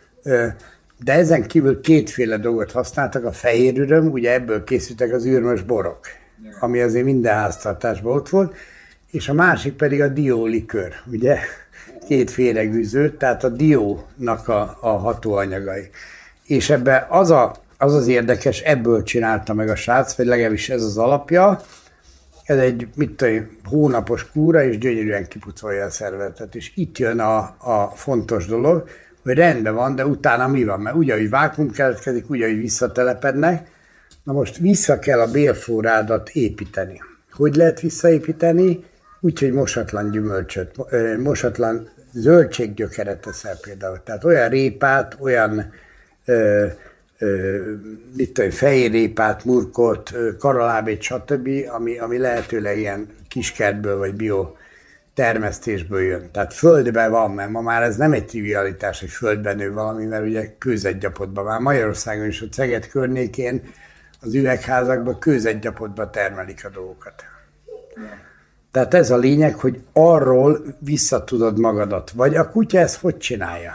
de ezen kívül kétféle dolgot használtak, a fehér üröm, ugye ebből készültek az ürmös borok, ami azért minden háztartásban ott volt, és a másik pedig a diólikör, ugye, két féregűző, tehát a diónak a, a hatóanyagai. És ebbe az, a, az az érdekes, ebből csinálta meg a srác, vagy legalábbis ez az alapja, ez egy, mit tudom, hónapos kúra, és gyönyörűen kipucolja a szervezetet, és itt jön a, a fontos dolog, hogy rendben van, de utána mi van? Mert ugye, hogy vákum keletkezik, ugye, hogy visszatelepednek. Na most vissza kell a bélflórádat építeni. Hogy lehet visszaépíteni? Úgyhogy mosatlan gyümölcsöt, mosatlan zöldséggyökeret teszel például. Tehát olyan répát, olyan ö, ö, mit tudom, fehérrépát, murkot, karalábét, stb., ami, ami lehetőleg ilyen kiskertből vagy bio termesztésből jön. Tehát földben van, mert ma már ez nem egy trivialitás, hogy földben nő valami, mert ugye kőzetgyapotban már Magyarországon is, a Szeged környékén az üvegházakban kőzetgyapotban termelik a dolgokat. Tehát ez a lényeg, hogy arról visszatudod magadat. Vagy a kutya ezt hogy csinálja?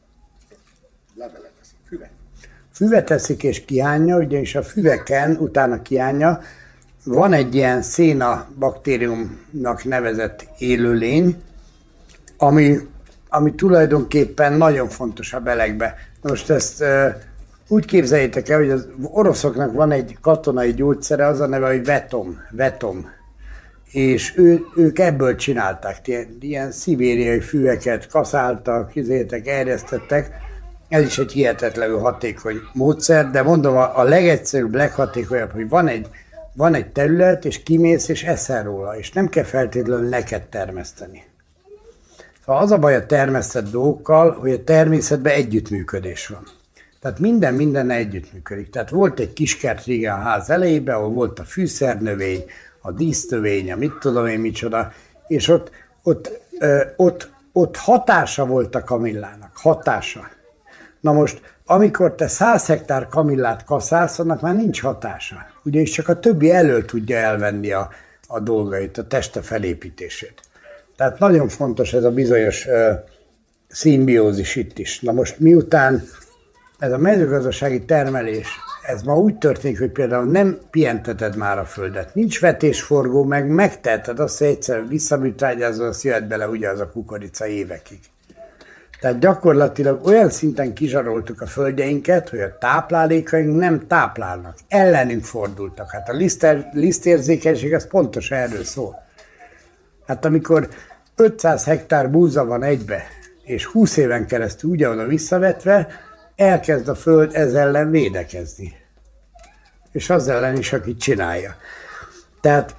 Levelet eszik, füvet. Füvet eszik és kihányja, ugyanis a füveken utána kihányja. Van egy ilyen széna baktériumnak nevezett élőlény, ami, ami tulajdonképpen nagyon fontos a belegbe. Most ezt uh, úgy képzeljétek el, hogy az oroszoknak van egy katonai gyógyszere, az a neve, hogy vetom, vetom. És ő, ők ebből csinálták, ilyen, ilyen szibériai füveket kaszáltak, izéltek, erjesztettek. Ez is egy hihetetlenül hatékony módszer, de mondom, a, a legegyszerűbb, leghatékonyabb, hogy van egy Van egy terület, és kimész, és eszel róla, és nem kell feltétlenül neked termeszteni. Szóval az a baj a termesztett dolgokkal, hogy a természetben együttműködés van. Tehát minden minden együttműködik. Tehát volt egy kiskert régen a ház elejében, ahol volt a fűszernövény, a dísznövény, a mit tudom én micsoda, és ott, ott, ö, ott, ott hatása volt a kamillának, hatása. Na most, amikor te száz hektár kamillát kaszálsz, annak már nincs hatása. Ugyanis csak a többi elől tudja elvenni a, a dolgait, a teste felépítését. Tehát nagyon fontos ez a bizonyos uh, szimbiózis itt is. Na most miután ez a mezőgazdasági termelés, ez ma úgy történik, hogy például nem pihenteted már a földet. Nincs vetésforgó, meg megteheted azt, hogy egyszerűen visszaműtrágyázol, azt jöhet bele ugye az a kukorica évekig. Tehát gyakorlatilag olyan szinten kizsaroltuk a földjeinket, hogy a táplálékaink nem táplálnak. Ellenünk fordultak. Hát a liszter, lisztérzékenység az pontosan erről szól. Hát amikor ötszáz hektár búza van egybe, és húsz éven keresztül ugyanoda visszavetve, elkezd a föld ez ellen védekezni. És az ellen is, aki csinálja. Tehát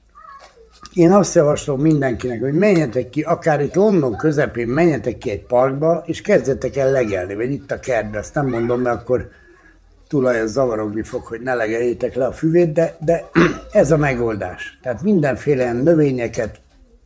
én azt javaslom mindenkinek, hogy menjetek ki, akár itt London közepén, menjetek ki egy parkba, és kezdjetek el legelni, vagy itt a kertbe, ezt nem mondom, mert akkor tulajos zavarogni fog, hogy ne legeljétek le a füvét, de, de ez a megoldás. Tehát mindenféle növényeket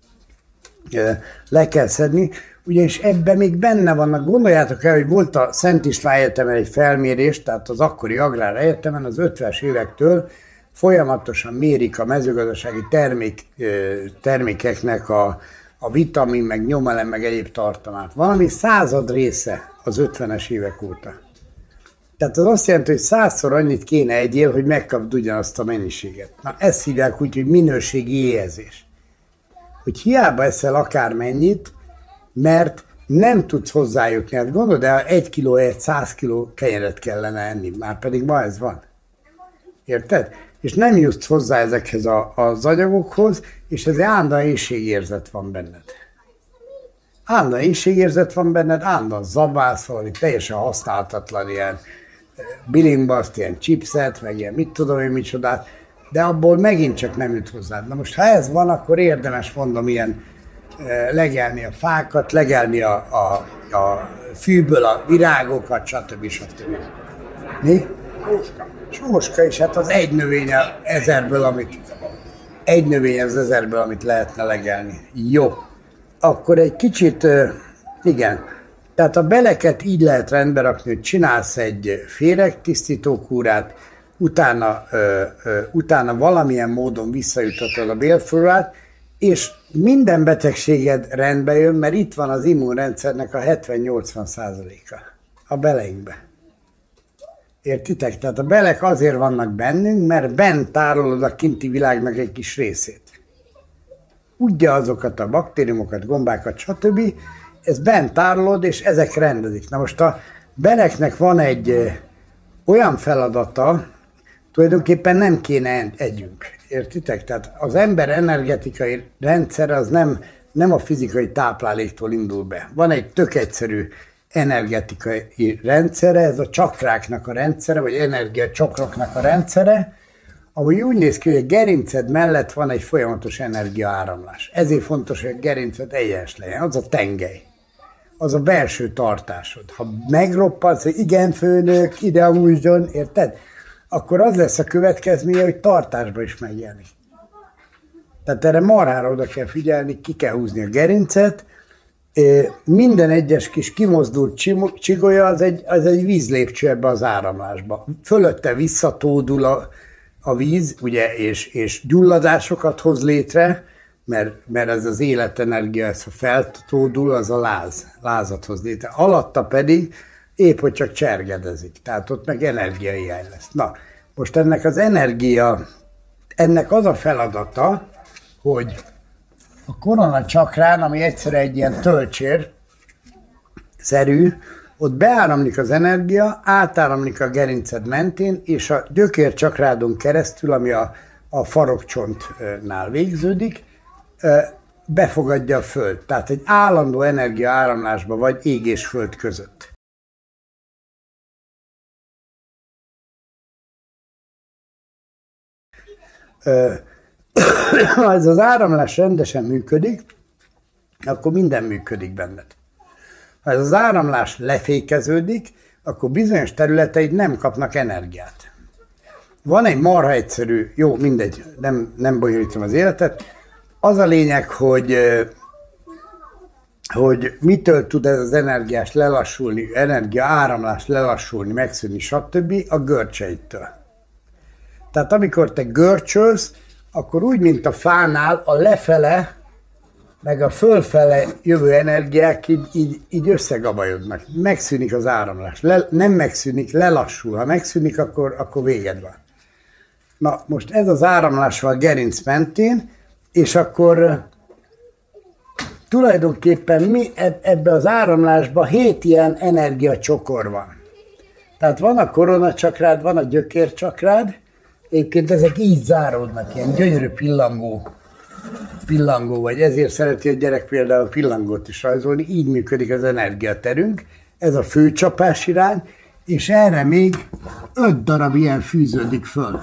le kell szedni, ugyanis ebben még benne vannak, gondoljátok el, hogy volt a Szent István Egyetemen egy felmérés, tehát az akkori Agrár Egyetemen az ötvenes évektől folyamatosan mérik a mezőgazdasági termék, termékeknek a, a vitamin, meg nyomelem, meg egyéb tartalmát. Valami század része az ötvenes évek óta. Tehát az azt jelenti, hogy százszor annyit kéne egyél, hogy megkapd ugyanazt a mennyiséget. Na ezt hívják úgy, hogy minőségi éhezés. Hogy hiába eszel akármennyit, mert nem tudsz hozzájutni. Hát gondolod, de egy kiló, egy száz kiló kenyeret kellene enni, már pedig ma ez van. Érted? És nem jutsz hozzá ezekhez a, az anyagokhoz, és ez állandóan éhségérzet van benned. Állandóan éhségérzet van benned, állandóan zabálsz valami teljesen használhatatlan ilyen bilimbaszt, ilyen chipset, meg ilyen mit tudom én micsodát, de abból megint csak nem jut hozzád. Na most ha ez van, akkor érdemes mondom ilyen legelni a fákat, legelni a, a, a fűből a virágokat, stb. stb. Mi? Sóska. Sóska is, hát az egy növény ezerből, amit egy növény az ezerből, amit lehetne legelni. Jó. Akkor egy kicsit, igen, tehát a beleket így lehet rendbe rakni, hogy csinálsz egy féregtisztító kúrát, utána, ö, ö, utána valamilyen módon visszajutatod a bélflórát, és minden betegséged rendbe jön, mert itt van az immunrendszernek a hetven-nyolcvan százaléka a beleinkbe. Értitek? Tehát a belek azért vannak bennünk, mert bent tárolod a kinti világnak egy kis részét. Udja azokat a baktériumokat, gombákat, stb. Ez bent tárolod, és ezek rendezik. Na most a beleknek van egy ö, olyan feladata, tulajdonképpen nem kéne együnk. Értitek? Tehát az ember energetikai rendszer az nem, nem a fizikai tápláléktól indul be. Van egy tök egyszerű energetikai rendszere, ez a csakráknak a rendszere, vagy energiacsakroknak a rendszere, ahogy úgy néz ki, hogy a gerinced mellett van egy folyamatos energiaáramlás. Ezért fontos, hogy a gerinced egyens legyen, az a tengely. Az a belső tartásod. Ha megroppansz, hogy igen, főnök, ide a húzson, érted? Akkor az lesz a következménye, hogy tartásba is megjelenik. Tehát erre marhára oda kell figyelni, ki kell húzni a gerincet. Minden egyes kis kimozdult csigolya az egy, az egy vízlépcső ebbe az áramlásba. Fölötte visszatódul a, a víz, ugye, és, és gyulladásokat hoz létre, mert, mert ez az életenergia, ez ha feltódul, az a láz, lázat hoz létre. Alatta pedig épp, hogy csak csergedezik. Tehát ott meg energiahiány lesz. Na, most ennek az energia, ennek az a feladata, hogy a korona csakrán, ami egyszerűen egy ilyen tölcsér szerű, ott beáramlik az energia, átáramlik a gerinced mentén, és a gyökér csakrádon keresztül, ami a, a farokcsontnál végződik, befogadja a föld. Tehát egy állandó energia áramlásban vagy ég és föld között. Ha ez az áramlás rendesen működik, akkor minden működik benned. Ha ez az áramlás lefékeződik, akkor bizonyos területeid nem kapnak energiát. Van egy marha egyszerű, jó, mindegy, nem, nem bonyolítom az életet. Az a lényeg, hogy, hogy mitől tud ez az energiás lelassulni, energia áramlás lelassulni, megszűnni, stb. A görcseittől. Tehát amikor te görcsölsz, akkor úgy, mint a fánál, a lefele, meg a fölfele jövő energiák így, így, így összegabajodnak. Megszűnik az áramlás. Le, nem megszűnik, lelassul. Ha megszűnik, akkor, akkor véged van. Na, most ez az áramlás van a gerinc mentén, és akkor tulajdonképpen mi ebbe az áramlásban hét ilyen energiacsokor van. Tehát van a koronacsakrád, van a gyökércsakrád, egyébként ezek így záródnak, ilyen gyönyörű pillangó, pillangó vagy, ezért szereti a gyerek például pillangót is rajzolni, így működik az energiaterünk, ez a főcsapás irány, és erre még öt darab ilyen fűződik föl.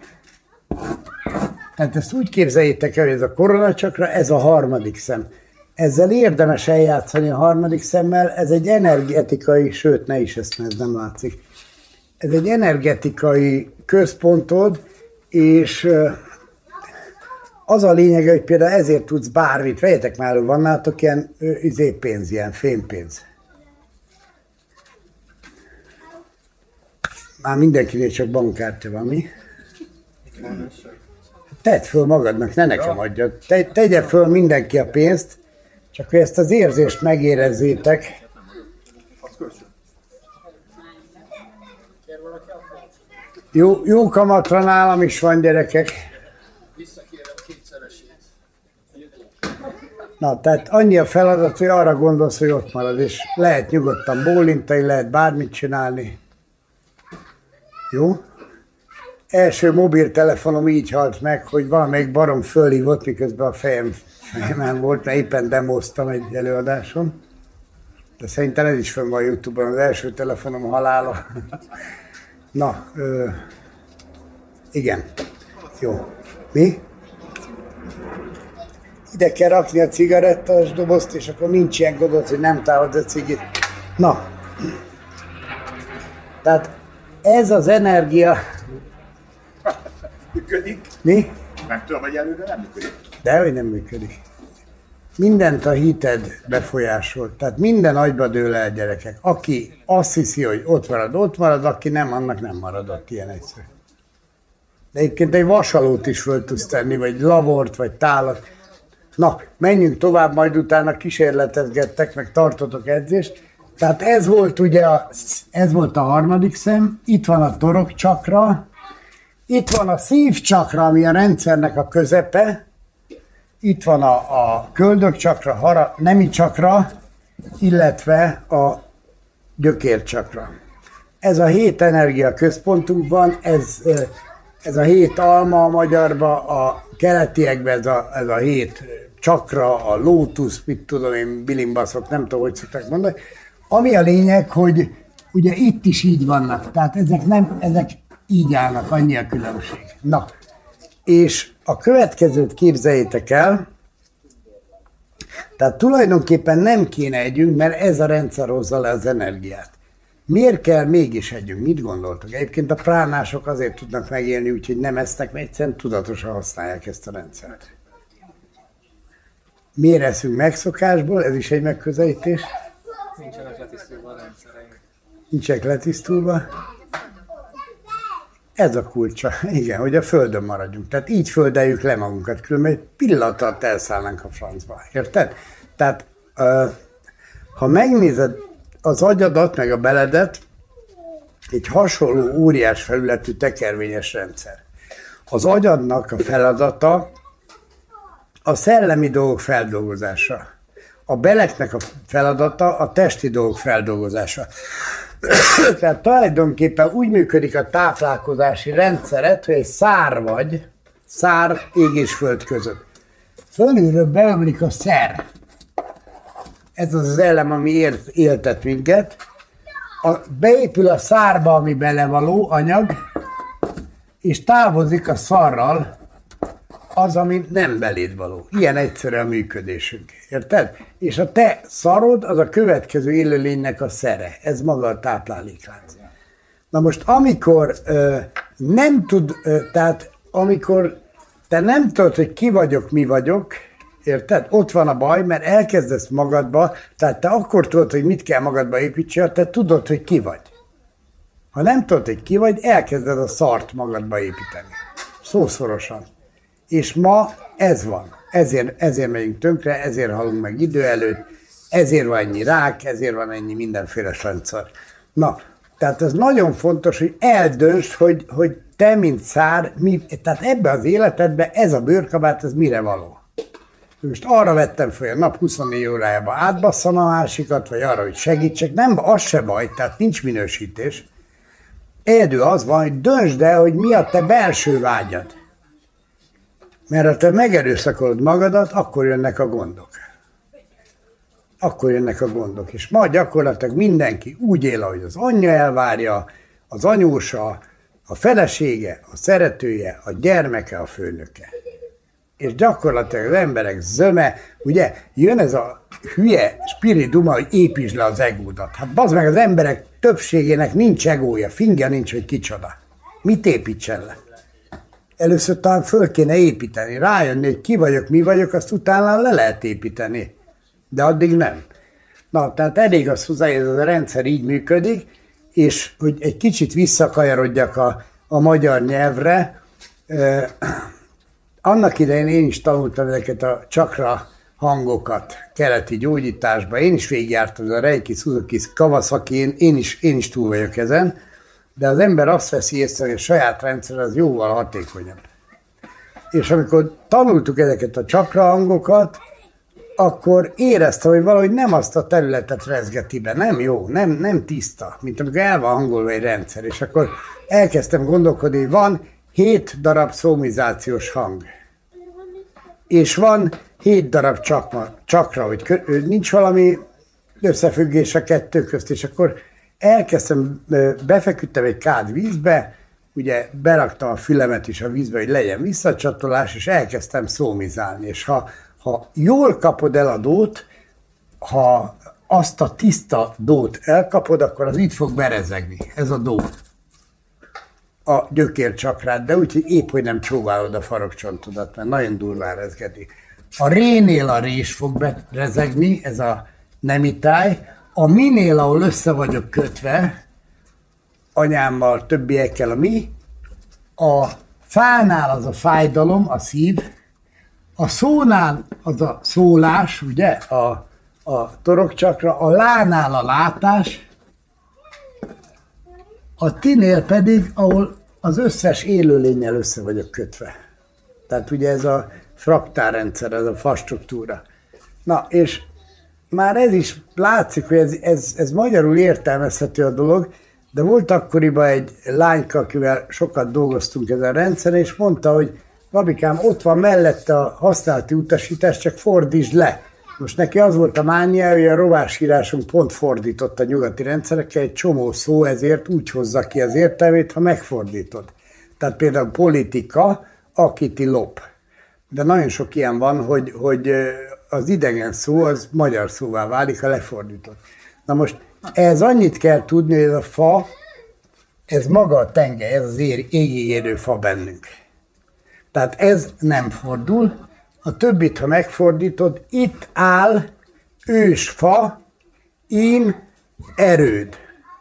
Tehát ezt úgy képzeljétek el, hogy ez a koronacsakra, ez a harmadik szem. Ezzel érdemes eljátszani a harmadik szemmel, ez egy energetikai, sőt ne is ezt, mert ez nem látszik. Ez egy energetikai központod, és az a lényege, hogy például ezért tudsz bármit, vegyetek már elő, van nálatok ilyen izé pénz, ilyen fémpénz. Már mindenkinél csak bankkártya van, mi? Tedd föl magadnak, ne nekem adjad. Te, tegye föl mindenki a pénzt, csak hogy ezt az érzést megérezzétek. Jó, jó kamatra nálam is van, gyerekek. Visszakérem kétszeresét. Na, tehát annyi a feladat, hogy arra gondolsz, hogy ott marad, és lehet nyugodtan bólintani, lehet bármit csinálni. Jó? Első mobiltelefonom így halt meg, hogy valamelyik barom fölhívott, miközben a fejem fejemen volt, mert éppen demoztam egy előadáson. De szerintem ez is fönn van a YouTube-on, az első telefonom halála. Na, ö, igen. Jó. Mi? Ide kell rakni a cigarettás dobozt, és akkor nincs ilyen gondot, hogy nem távod a cigit. Na. Tehát ez az energia... Működik? Mi? Nem tudom, hogy előre nem működik. Dehogy nem működik. Mindent a hited befolyásol. Tehát minden agyba dől el, gyerekek. Aki azt hiszi, hogy ott marad, ott marad, aki nem, annak nem marad ott, ilyen egyszerű. De egyébként egy vasalót is föl tudsz tenni, vagy lavort, vagy tálat. Na, menjünk tovább, majd utána kísérletezgettek, meg tartotok edzést. Tehát ez volt ugye, a, ez volt a harmadik szem, itt van a torokcsakra, itt van a szívcsakra, ami a rendszernek a közepe, itt van a, a köldökcsakra, hara, nemi csakra, illetve a gyökércsakra. Ez a hét energia központunk van, ez, ez a hét alma a magyarba, a keletiekben ez a, ez a hét csakra, a lótusz, mit tudom én, bilimbaszok, nem tudom, hogy szokták mondani. Ami a lényeg, hogy ugye itt is így vannak, tehát ezek nem, ezek így állnak, annyi a különbség. Na, és a következőt képzeljétek el, tehát tulajdonképpen nem kéne együnk, mert ez a rendszer hozza le az energiát. Miért kell mégis együnk? Mit gondoltok? Egyébként a pránások azért tudnak megélni, úgyhogy nem esznek, mert egyszerűen tudatosan használják ezt a rendszert. Miért eszünk megszokásból? Ez is egy megközelítés. Nincsenek letisztulva a rendszereink. Nincsenek letisztulva. Ez a kulcsa, igen, hogy a földön maradjunk. Tehát így földeljük le magunkat, különben egy pillanat alatt elszállnánk a francba. Érted? Tehát, ha megnézed az agyadat, meg a beledet, egy hasonló óriás felületű tekervényes rendszer. Az agyadnak a feladata a szellemi dolgok feldolgozása. A beleknek a feladata a testi dolgok feldolgozása. Tehát tulajdonképpen úgy működik a táplálkozási rendszeret, hogy egy szár vagy, szár ég és föld között. Fölülről beömlik a szer. Ez az az elem, ami ért, éltet minket. A, beépül a szárba, ami belevaló anyag, és távozik a szarral az, ami nem beléd való. Ilyen egyszerű a működésünk. Érted? És a te szarod az a következő élőlénynek a szere. Ez maga a tápláléklánc. Na most, amikor ö, nem tud, ö, tehát amikor te nem tudod, hogy ki vagyok, mi vagyok, érted? Ott van a baj, mert elkezdesz magadba, tehát te akkor tudod, hogy mit kell magadba építsél, te tudod, hogy ki vagy. Ha nem tudod, hogy ki vagy, elkezded a szart magadba építeni. Szószorosan. És ma ez van. Ezért, ezért megyünk tönkre, ezért halunk meg idő előtt, ezért van ennyi rák, ezért van ennyi mindenféle sancszar. Na, tehát ez nagyon fontos, hogy eldöntsd, hogy, hogy te, mint szár, mi, tehát ebbe az életedbe ez a bőrkabát, ez mire való. Most arra vettem fel, a nap huszonnégy órájában átbasszam a másikat, vagy arra, hogy segítsek, nem, az se baj, tehát nincs minősítés. Egyedül az van, hogy döntsd el, hogy mi a te belső vágyad. Mert ha te megerőszakolod magadat, akkor jönnek a gondok. Akkor jönnek a gondok. És ma gyakorlatilag mindenki úgy él, ahogy az anyja elvárja, az anyósa, a felesége, a szeretője, a gyermeke, a főnöke. És gyakorlatilag az emberek zöme, ugye, jön ez a hülye spiriduma, hogy építsd le az egódat. Hát bazd meg, az emberek többségének nincs egója, fingja nincs, hogy kicsoda. Mit építsen le? Először talán föl kéne építeni, rájönni, hogy ki vagyok, mi vagyok, azt utána le lehet építeni. De addig nem. Na, tehát elég az hozzá, hogy ez a rendszer így működik, és hogy egy kicsit visszakajarodjak a, a magyar nyelvre, eh, annak idején én is tanultam ezeket a csakra hangokat keleti gyógyításban. Én is végigjártam a Reiki, Suzuki, Kawasaki, én, én, is, én is túl vagyok ezen, de az ember azt veszi észre, hogy a saját rendszer az jóval hatékonyabb. És amikor tanultuk ezeket a csakra hangokat, akkor éreztem, hogy valahogy nem azt a területet rezgeti be, nem jó, nem, nem tiszta, mint amikor el van hangolva egy rendszer. És akkor elkezdtem gondolkodni, hogy van hét darab szómizációs hang. És van hét darab csakma, csakra, hogy nincs valami összefüggés a kettő közt, és akkor elkezdtem, befeküdtem egy kád vízbe, ugye beraktam a fülemet is a vízbe, hogy legyen visszacsatolás, és elkezdtem szómizálni. És ha, ha jól kapod el a dót, ha azt a tiszta dót elkapod, akkor az itt fog berezegni, ez a dó. A gyökércsakrát, de úgyhogy épp, hogy nem csóválod a farokcsontodat, mert nagyon durván rezgedi. A rénél a rés fog berezegni, ez a nemitáj. A minél, ahol össze vagyok kötve, anyámmal, többiekkel a mi, a fánál az a fájdalom, a szív, a szónál az a szólás, ugye, a, a torokcsakra, a lánál a látás, a tinél pedig, ahol az összes élőlénnyel össze vagyok kötve. Tehát ugye ez a fraktálrendszer, ez a fastruktúra. Na, és már ez is látszik, hogy ez, ez, ez magyarul értelmezhető a dolog, de volt akkoriban egy lányka, akivel sokat dolgoztunk ezen a rendszeren, és mondta, hogy Gabikám, ott van mellette a használati utasítás, csak fordítsd le. Most neki az volt a mánia, hogy a rovásírásunk pont fordított a nyugati rendszerekkel, egy csomó szó ezért úgy hozza ki az értelmét, ha megfordítod. Tehát például politika, akiti lop. De nagyon sok ilyen van, hogy, hogy az idegen szó az magyar szóvá válik, ha lefordított. Na most ez annyit kell tudni, hogy ez a fa, ez maga a tengely, ez az égig érő fa bennünk. Tehát ez nem fordul, a többit, ha megfordítod, itt áll ős fa, ím erőd.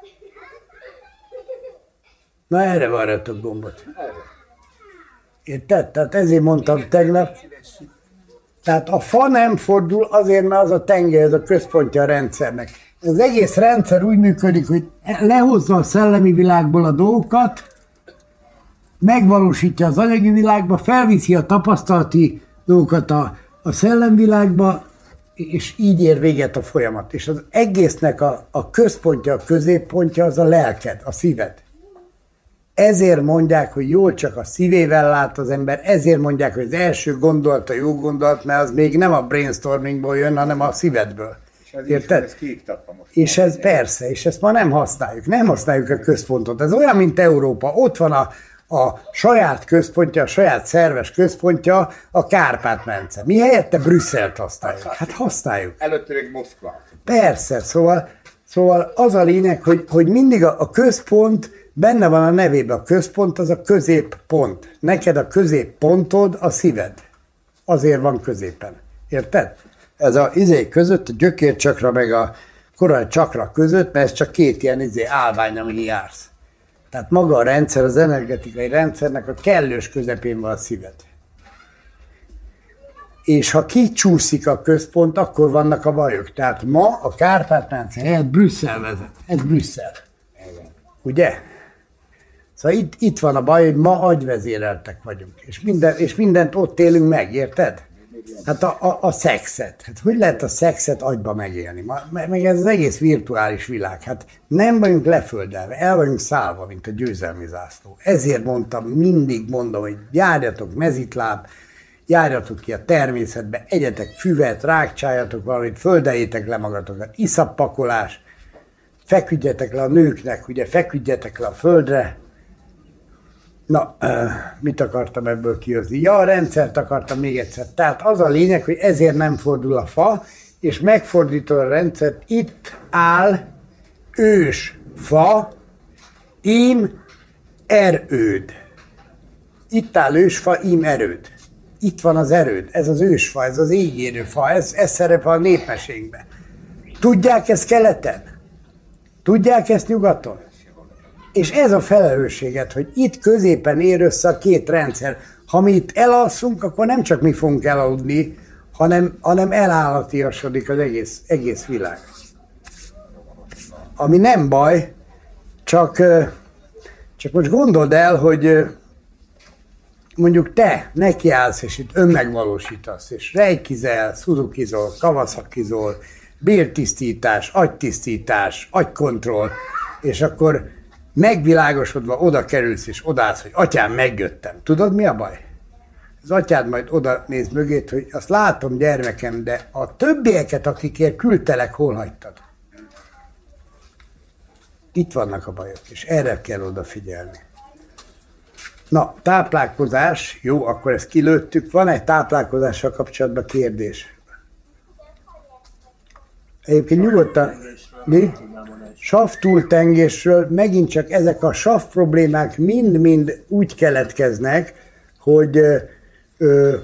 Na erre varratok gombot. Érted? Tehát ezért mondtam tegnap. Tehát a fa nem fordul azért, mert az a tengely, ez a központja a rendszernek. Az egész rendszer úgy működik, hogy lehozza a szellemi világból a dolgokat, megvalósítja az anyagi világba, felviszi a tapasztalati dolgokat a, a szellemvilágba, és így ér véget a folyamat. És az egésznek a, a központja, a középpontja az a lelked, a szíved. Ezért mondják, hogy jól csak a szívével lát az ember, ezért mondják, hogy az első gondolat a jó gondolat, mert az még nem a brainstormingból jön, hanem a szívedből. Érted? Ez kiiktatta most. És ez persze, és ezt ma nem használjuk. Nem használjuk a központot. Ez olyan, mint Európa. Ott van a, a saját központja, a saját szerves központja, a Kárpát-medence. Mi helyette Brüsszelt használjuk? Hát használjuk. Előtte még Moszkva. Persze, szóval, szóval az a lényeg, hogy, hogy mindig a, a központ, benne van a nevében, a központ az a középpont. Neked a középpontod a szíved. Azért van középen. Érted? Ez a izé között, a gyökércsakra meg a korai csakra között, mert ez csak két ilyen izé állvány, amin jársz. Tehát maga a rendszer, az energetikai rendszernek a kellős közepén van a szíved. És ha kicsúszik a központ, akkor vannak a bajok. Tehát ma a Kárpát-medence helyett Brüsszel vezet. Ez Brüsszel. Ugye? Szóval itt, itt van a baj, hogy ma agyvezéreltek vagyunk. És, minden, és mindent ott élünk meg, érted? Hát a, a, a szexet. Hát hogy lehet a szexet agyba megélni? Ma, meg ez az egész virtuális világ. Hát nem vagyunk leföldelve, el vagyunk szállva, mint a győzelmi zászló. Ezért mondtam, mindig mondom, hogy járjatok mezitláb, járjatok ki a természetbe, egyetek füvet, rákcsáljatok valamit, földeljétek le magatokat, iszappakolás, feküdjetek le a nőknek, ugye feküdjetek le a földre. Na, mit akartam ebből kihozni? Ja, a rendszert akartam még egyszer. Tehát az a lényeg, hogy ezért nem fordul a fa, és megfordítod a rendszert, itt áll ős fa, ím erőd. Itt áll ősfa, ím erőd. Itt van az erőd, ez az ősfa, ez az égérő fa, ez, ez szerepel a népmesénkben. Tudják ezt keleten? Tudják ezt nyugaton? És ez a felelősséget, hogy itt középen ér össze a két rendszer. Ha mi itt elalszunk, akkor nem csak mi fogunk elaludni, hanem, hanem elállatiasodik az egész, egész világ. Ami nem baj, csak, csak most gondold el, hogy mondjuk te nekiállsz, és itt önmegvalósítasz, és rejkizel, szuzukizol, kavaszakizol, béltisztítás, agytisztítás, agykontroll, és akkor megvilágosodva oda kerülsz, és odaállsz, hogy atyám, megjöttem. Tudod, mi a baj? Az atyád majd oda néz mögét, hogy azt látom, gyermekem, de a többieket, akikért küldtelek, hol hagytad? Itt vannak a bajok, és erre kell odafigyelni. Na, táplálkozás, jó, akkor ezt kilőttük. Van egy táplálkozással kapcsolatban kérdés? Egyébként nyugodtan, mi? Savtúltengésről megint csak ezek a sav problémák mind-mind úgy keletkeznek, hogy ö, ö,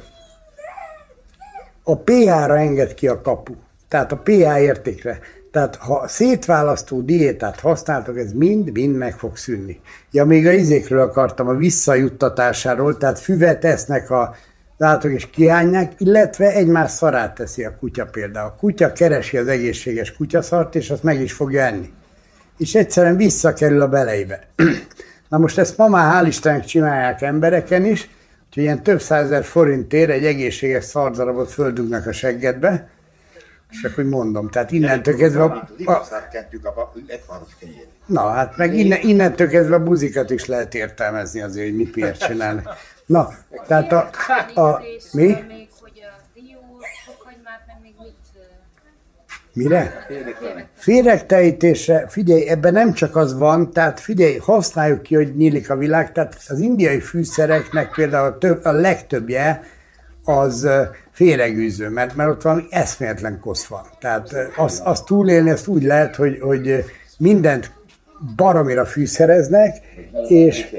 a pé há-ra enged ki a kapu. Tehát a pé há értékre. Tehát ha szétválasztó diétát használtok, ez mind-mind meg fog szűnni. Ja, még a izékről akartam, a visszajuttatásáról, tehát füvet esznek a látok és kihányják, illetve egymás szarát teszi a kutya például. A kutya keresi az egészséges kutyaszart, és azt meg is fogja enni. És egyszerűen visszakerül a beleibe. Na most ezt ma már hál' Istennek csinálják embereken is, úgyhogy ilyen több százezer forintért egy egészséges szardarabot földugnak a seggedbe, és akkor mondom, tehát innentől kezdve a... a na, hát meg innen, innentől kezdve a buzikat is lehet értelmezni azért, hogy mit miért csinálni. Na, tehát a... a mi? Még, hogy a dió, fokhagymát, meg még mit... Mire? Félregtelítésre, figyelj, ebben nem csak az van, tehát figyelj, használjuk ki, hogy nyílik a világ, tehát az indiai fűszereknek például a, több, a legtöbbje az féregűző, mert, mert ott valami eszméletlen kosz van. Tehát azt, azt túlélni, ezt úgy lehet, hogy, hogy mindent baromira fűszereznek, és,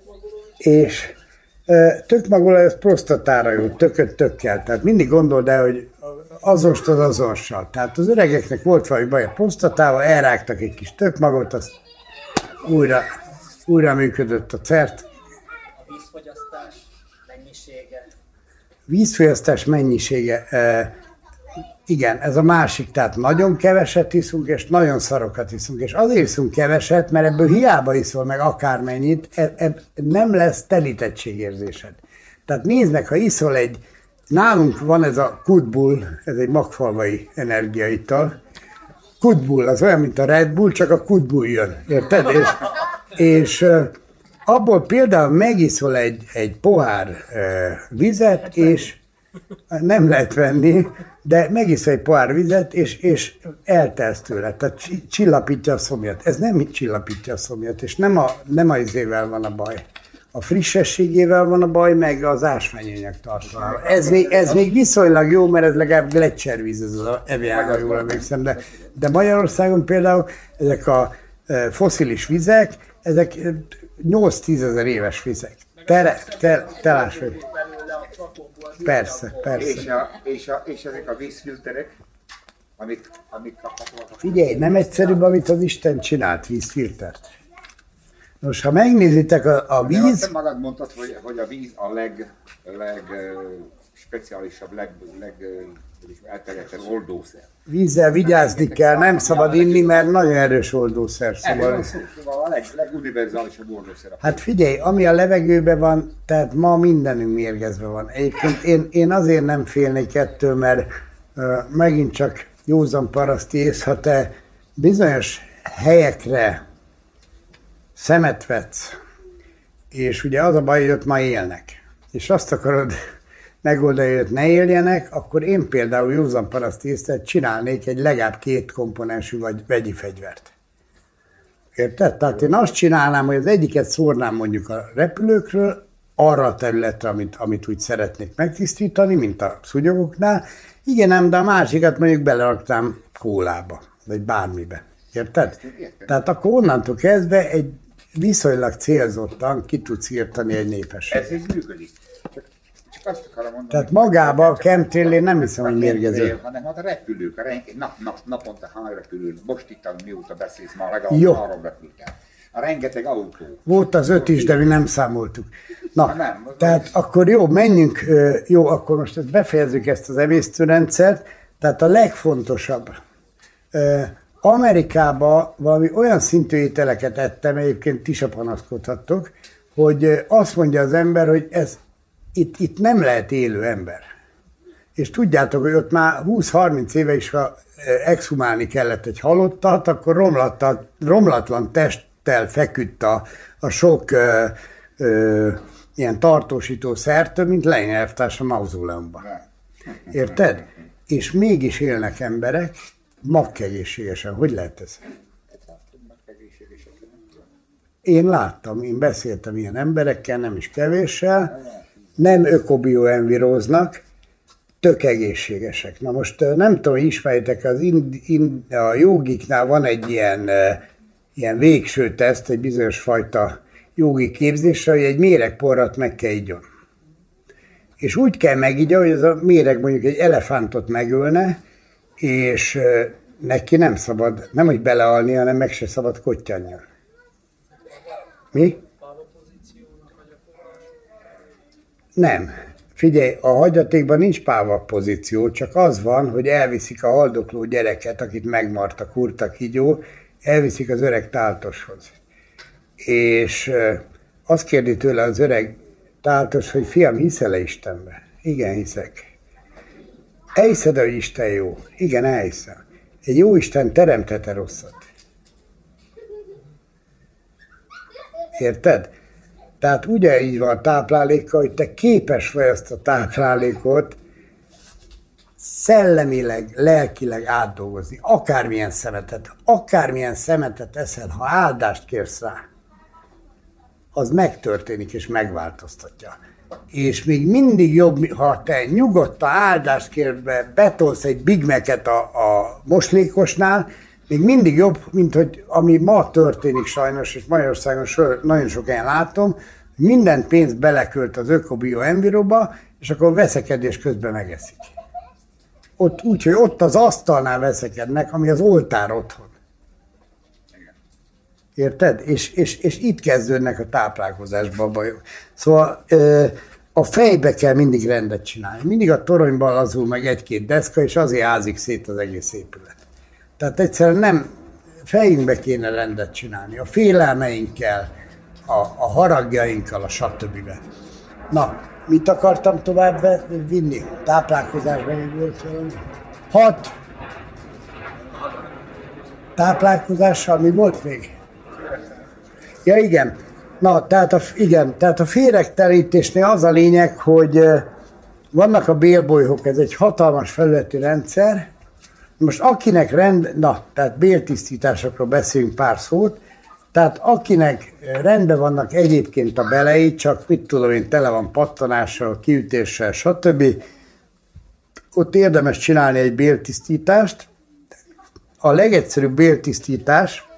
és tökmagolaj az prostatára jó, tököt tökkel. Tehát mindig gondold el, hogy azost az azossal. Tehát az öregeknek volt valami baj a prostatával, elrágtak egy kis tökmagot, azt újra, újra működött a cert. A vízfogyasztás mennyisége. Vízfogyasztás mennyisége, e, igen, ez a másik, tehát nagyon keveset iszunk, és nagyon szarokat iszunk, és azért iszunk keveset, mert ebből hiába iszol meg akármennyit, e, e, nem lesz telítettségérzésed. Tehát nézd meg, ha iszol egy, nálunk van ez a Kutbull, ez egy magfalvai energiaital. Kutbull, az olyan, mint a Red Bull, csak a Kutbull jön, érted? És, és abból például megiszol egy, egy pohár e, vizet, és nem lehet venni, de megiszol egy pohár vizet, és, és eltelsz tőle, tehát csillapítja a szomjat. Ez nem csillapítja a szomjat, és nem a, nem a izével van a baj. A frissességével van a baj, meg az ásványanyag tartalmával. Ez még, ez még viszonylag jó, mert ez legalább gletszervíz, ez az Evian, ha jól emlékszem, de, de Magyarországon például ezek a fosszilis vizek, ezek nyolc-tízezer éves vizek. Tere, te, telás vagy. Persze, persze. És, a, és, a, és ezek a vízfilterek, amik, amik kaphatóak. Figyelj, nem egyszerűbb, amit az Isten csinált, vízfiltert. Most, ha megnézitek a, a víz... Te magad mondtad, hogy, hogy a víz a leg, leg uh, speciálisabb, leg, leg uh, elterjedtebb oldószer. Vízzel vigyázni kell, nem szabad inni, mert nagyon erős oldószer. Szóval... Szóval a leg, leguniverzálisabb oldószer. Hát figyelj, ami a levegőben van, tehát ma mindenünk mérgezve van. Egyébként én, én azért nem félnék ettől, mert uh, megint csak józan paraszti ész, ha te bizonyos helyekre szemet vetsz, és ugye az a baj, hogy ott ma élnek, és azt akarod megoldani, hogy ott ne éljenek, akkor én például józan paraszti észre csinálnék egy legalább két komponensű vagy vegyi fegyvert. Érted? Tehát én azt csinálnám, hogy az egyiket szórnám mondjuk a repülőkről, arra a területre, amit, amit úgy szeretnék megtisztítani, mint a szúnyogoknál. Igen, ám, de a másikat mondjuk beleraktam kólába, vagy bármibe. Érted? Tehát akkor onnantól kezdve egy viszonylag célzottan ki tudsz írtani egy népességet. Ez így működik. Csak, csak azt akarom mondani. Tehát magába a chemtrail én nem hiszem, hogy mérgező. Hanem hát a repülők, a rengeteg, nap, nap, naponta hány repülő, most itt, mióta beszélsz, már legalább Jó. három repültel. A rengeteg autó. Volt az öt is, de mi nem számoltuk. Na, Na nem, tehát akkor jó, menjünk, jó, akkor most ezt befejezzük ezt az emésztőrendszert. Tehát a legfontosabb, Amerikában valami olyan szintű ételeket ettem, egyébként ti se panaszkodhattok, hogy azt mondja az ember, hogy ez, itt, itt nem lehet élő ember. És tudjátok, hogy ott már húsz-harminc éve is, ha exhumálni kellett egy halottat, akkor romlatlan, romlatlan testtel feküdt a, a sok ö, ö, ilyen tartósító szertől, mint Lenin elvtárs a mauzóleumban. Érted? És mégis élnek emberek, magkegészségesen. Hogy lehet ez? én láttam, én beszéltem ilyen emberekkel, nem is kevéssel, nem ökobioenviroznak, tök egészségesek. Na most nem tudom, hogy ismeritek, az ind, ind, a jogiknál van egy ilyen, ilyen végső teszt, egy bizonyos fajta jogi képzésre, hogy egy méregporrat meg kell igyon. És úgy kell megigya, hogy ez a méreg mondjuk egy elefántot megölne, és neki nem szabad, nem hogy belealni, hanem meg se szabad kottyannia. Mi? Nem. Figyelj, a hagyatékban nincs páva pozíció, csak az van, hogy elviszik a haldokló gyereket, akit megmarta, kurta kígyó, elviszik az öreg táltoshoz. És azt kérdi tőle az öreg táltos, hogy fiam, hiszel-e Istenbe? Igen, hiszek. Elhiszed, hogy Isten jó? Igen, elhiszem. Egy jó Isten teremtette rosszat. Érted? Tehát ugyanígy van a táplálékkal, hogy te képes vagy azt a táplálékot szellemileg, lelkileg átdolgozni. Akármilyen szemetet, akármilyen szemetet eszel, ha áldást kérsz rá, az megtörténik és megváltoztatja. És még mindig jobb, ha te nyugodtan áldást kérve betolsz egy Big Mac-et a, a moslékosnál, még mindig jobb, mint hogy ami ma történik sajnos, és Magyarországon so, nagyon sok helyen látom, minden pénzt belekölt az ökobioenviróba, és akkor veszekedés közben megeszik. Ott úgy, hogy ott az asztalnál veszekednek, ami az oltár otthon. Érted? És, és, és itt kezdődnek a táplálkozásban a bajok. Szóval a fejbe kell mindig rendet csinálni. Mindig a toronyban lazul meg egy-két deszka, és azért ázik szét az egész épület. Tehát egyszerűen nem fejünkbe kéne rendet csinálni. A félelmeinkkel, a, a haragjainkkal, a stb. Na, mit akartam tovább vinni? Táplálkozásban volt valami? Hat. Táplálkozással mi volt még? Ja, igen. Na, tehát a, igen, tehát a féregtelítésnél az a lényeg, hogy vannak a bélbolyhok, ez egy hatalmas felületű rendszer. Most akinek rend, na, tehát béltisztításokról beszélünk pár szót, tehát akinek rendben vannak egyébként a belei, csak mit tudom én, tele van pattanással, kiütéssel, stb. Ott érdemes csinálni egy béltisztítást. A legegyszerűbb béltisztítás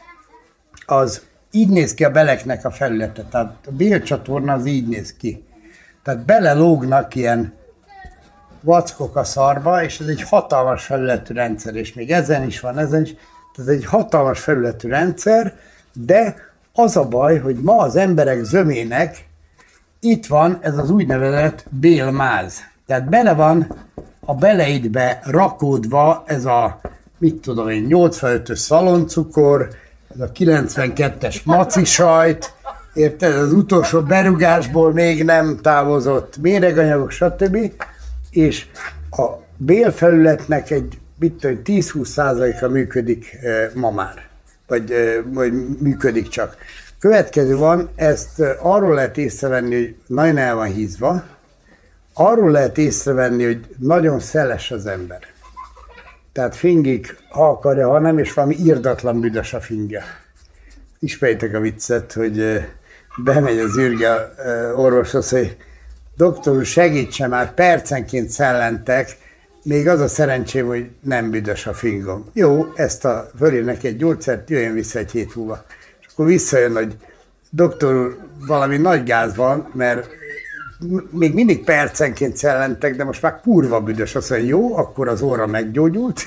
az így néz ki a beleknek a felülete, tehát a bélcsatorna az így néz ki. Tehát belelógnak ilyen vackok a szarba, és ez egy hatalmas felületű rendszer, és még ezen is van, ezen is. Ez egy hatalmas felületű rendszer, de az a baj, hogy ma az emberek zömének itt van ez az úgynevezett bélmáz. Tehát bele van a beleidbe rakódva ez a, mit tudom én, nyolcvanötös szaloncukor, ez a kilencvenkettes maci sajt, érted? Az utolsó berugásból még nem távozott méreganyagok, stb. És a bélfelületnek egy tíz-húsz százaléka működik e, ma már, vagy, e, vagy működik csak. Következő van, ezt e, arról lehet észrevenni, hogy nagyon el van hízva, arról lehet észrevenni, hogy nagyon szeles az ember. Tehát fingik, ha akarja, ha nem, és valami irdatlan büdös a fingja. Ismerjétek a viccet, hogy e, bemegy az űrge e, orvoshoz, hogy doktor úr, segítse már, percenként szellentek, még az a szerencsém, hogy nem büdös a fingom. Jó, ezt a fölírnek egy gyógyszert, jöjjön vissza egy hét múlva. És akkor visszajön, hogy doktor úr, valami nagy gáz van, mert még mindig percenként szellentek, de most már kurva büdös. Azt mondja, jó, akkor az óra meggyógyult.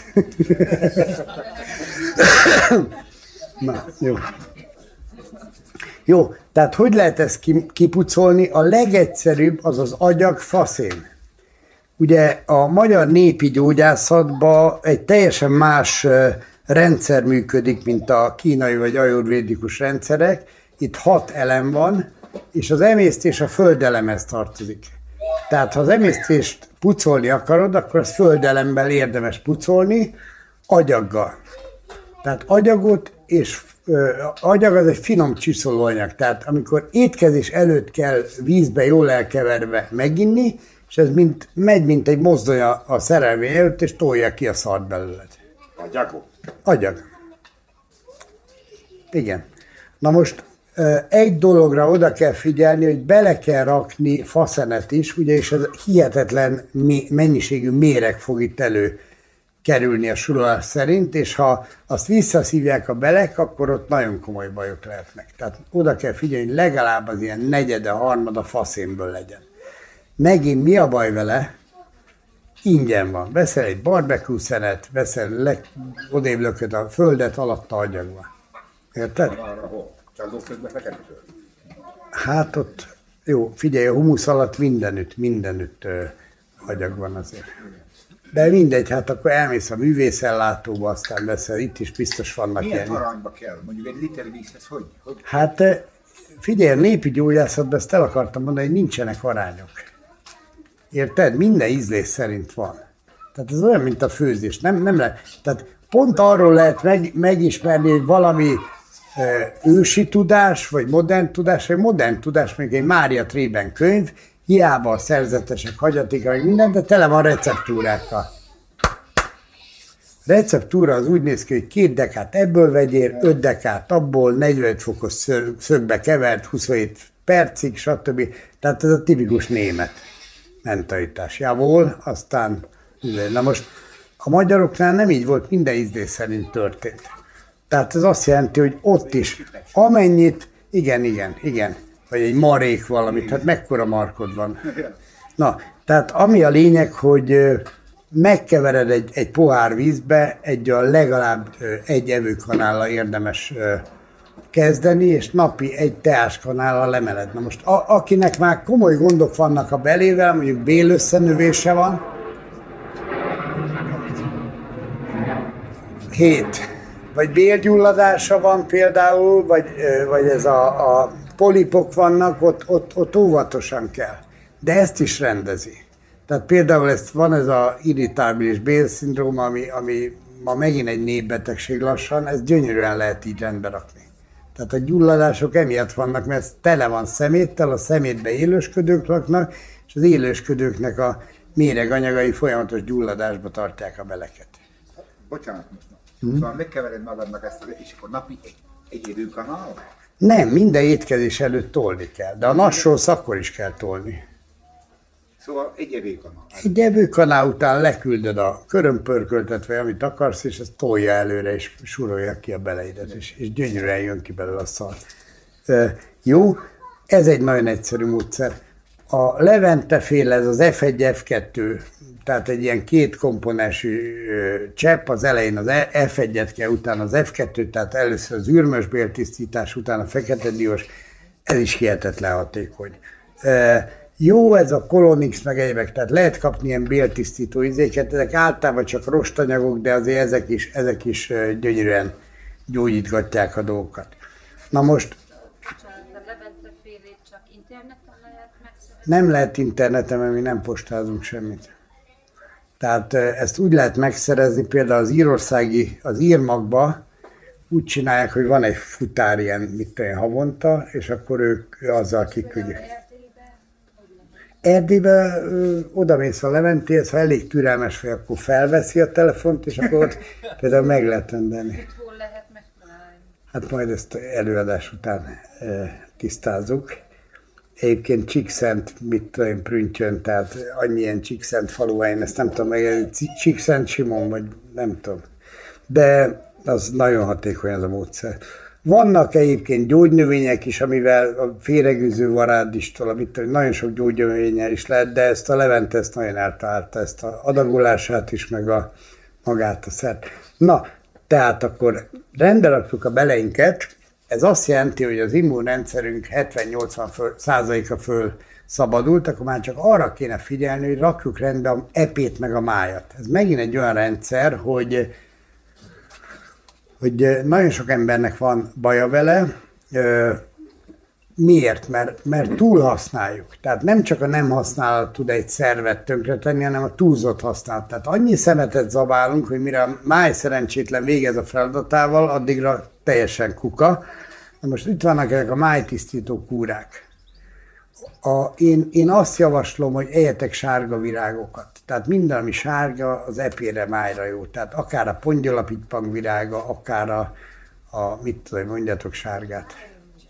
Na, jó. Jó, tehát hogy lehet ezt kipucolni? A legegyszerűbb az az agyag faszén. Ugye a magyar népi gyógyászatban egy teljesen más rendszer működik, mint a kínai vagy ajurvédikus rendszerek. Itt hat elem van, és az emésztés a földelemhez tartozik. Tehát ha az emésztést pucolni akarod, akkor az földelemmel érdemes pucolni, agyaggal. Tehát agyagot és ö, agyag az egy finom csiszolóanyag. Tehát amikor étkezés előtt kell vízbe jól elkeverve meginni, és ez mint, megy, mint egy mozdony a, a szerelvény előtt, és tolja ki a szart belőled. Agyagot? Agyag. Igen. Na most Egy dologra oda kell figyelni, hogy bele kell rakni faszenet is, ugye, és ez hihetetlen mennyiségű méreg fog itt elő kerülni a surolás szerint, és ha azt visszaszívják a belek, akkor ott nagyon komoly bajok lehetnek. Tehát oda kell figyelni, hogy legalább az ilyen negyede, harmada faszénből legyen. Megint mi a baj vele? Ingyen van. Veszel egy barbecue szenet, veszel le, odébb lököd a földet, alatta agyag van. Érted? Arra hol? Csazóföldbe feketítő? Hát ott, jó, figyelj, a humusz alatt mindenütt, mindenütt ö, agyag van azért. De mindegy, hát akkor elmész a művészellátóba, aztán veszel, itt is biztos vannak Milyen ilyen. aranyba kell? Mondjuk egy liter vízhez hogy? hogy? Hát figyelj, a népi gyógyászatban ezt el akartam mondani, hogy nincsenek arányok. Érted? Minden ízlés szerint van. Tehát ez olyan, mint a főzés. Nem, nem lehet. Tehát pont arról lehet meg, megismerni, hogy valami e, ősi tudás, vagy modern tudás, vagy modern tudás, mondjuk egy Mária Trében könyv, hiába a szerzetesek, hagyatéka, meg minden, de tele van receptúrákkal. Receptúra az úgy néz ki, hogy két dekát ebből vegyél, öt dekát abból, negyvenöt fokos szögbe kevert, huszonhét percig, stb. Tehát ez a tipikus német mentalitás. Javol, aztán... Na most a magyaroknál nem így volt, minden ízlés szerint történt. Tehát ez azt jelenti, hogy ott is amennyit, igen, igen, igen, vagy egy marék valamit, hát mekkora markod van. Na, tehát ami a lényeg, hogy megkevered egy, egy pohár vízbe, egy a legalább egy evőkanállal érdemes kezdeni, és napi egy teáskanállal lemeled. Na most a, akinek már komoly gondok vannak a belével, mondjuk bélösszenövése van, hét, vagy bélgyulladása van például, vagy, vagy ez a, a polipok vannak, ott, ott, ott óvatosan kell. De ezt is rendezi. Tehát például ezt van ez a irritábilis bélszindróma, ami, ami ma megint egy népbetegség lassan, ezt gyönyörűen lehet így rendbe rakni. Tehát a gyulladások emiatt vannak, mert ez tele van szeméttel, a szemétbe élősködők laknak, és az élősködőknek a méreganyagai folyamatos gyulladásba tartják a beleket. Bocsánat most. Hmm. Szóval megkevered magadnak ezt, és akkor napi egy, egy évőkanál? Nem, minden étkezés előtt tolni kell, de a nassósz akkor is kell tolni. Szóval egy evőkanál. Egy evőkanál után leküldöd a körömpörköltet, vagy amit akarsz, és ezt tolja előre, és surolja ki a beleidet, és, és gyönyörűen jön ki belőle a szar. E, jó, ez egy nagyon egyszerű módszer. A Levente féle, ez az ef egy ef kettő, tehát egy ilyen két komponensű csepp, az elején az ef egyet kell, utána az ef kettőt, tehát először az űrmös béltisztítás, utána a fekete diós, ez is hihetetlen hatékony. E, jó ez a Kolonix meg egyebek, tehát lehet kapni ilyen béltisztító izéket, ezek általában csak rostanyagok, de azért ezek is, ezek is gyönyörűen gyógyítgatják a dolgokat. Na most... Nem lehet interneten, mert mi nem postázunk semmit. Tehát ezt úgy lehet megszerezni, például az írországi, az írmagba úgy csinálják, hogy van egy futár ilyen, mit tudom, havonta, és akkor ők azzal kiküldjük. Erdélybe odamész a Leventéhez, ha elég türelmes vagy, akkor felveszi a telefont, és akkor ott például meg lehet rendelni. Hol lehet megtalálni? Hát majd ezt előadás után e, tisztázzuk. Egyébként Csíkszent, mit tudom, Prüntjön, tehát annyi ilyen Csíkszent falu, én ezt nem tudom, meg Csíkszent Simon, vagy nem tudom. De az nagyon hatékony ez a módszer. Vannak egyébként gyógynövények is, amivel a féregűző varádistól, amit nagyon sok gyógynövényel is lehet, de ezt a Levente ezt nagyon eltalálta, ezt a adagolását is, meg a magát a szert. Na, tehát akkor rendbe raktuk a beleinket, ez azt jelenti, hogy az immunrendszerünk hetven-nyolcvan százaléka föl szabadult, akkor már csak arra kéne figyelni, hogy rakjuk rendbe a epét meg a májat. Ez megint egy olyan rendszer, hogy hogy nagyon sok embernek van baja vele. Miért? Mert, mert túlhasználjuk. Tehát nem csak a nem használat tud egy szervet tönkretenni, hanem a túlzott használat. Tehát annyi szemetet zabálunk, hogy mire a máj szerencsétlen végez a feladatával, addigra teljesen kuka. Na most itt vannak ezek a májtisztító kúrák. A, én, én azt javaslom, hogy egyetek sárga virágokat. Tehát minden, ami sárga, az epére, májra jó. Tehát akár a pongyolapitpang virága, akár a, a mit tudom, mondjatok sárgát.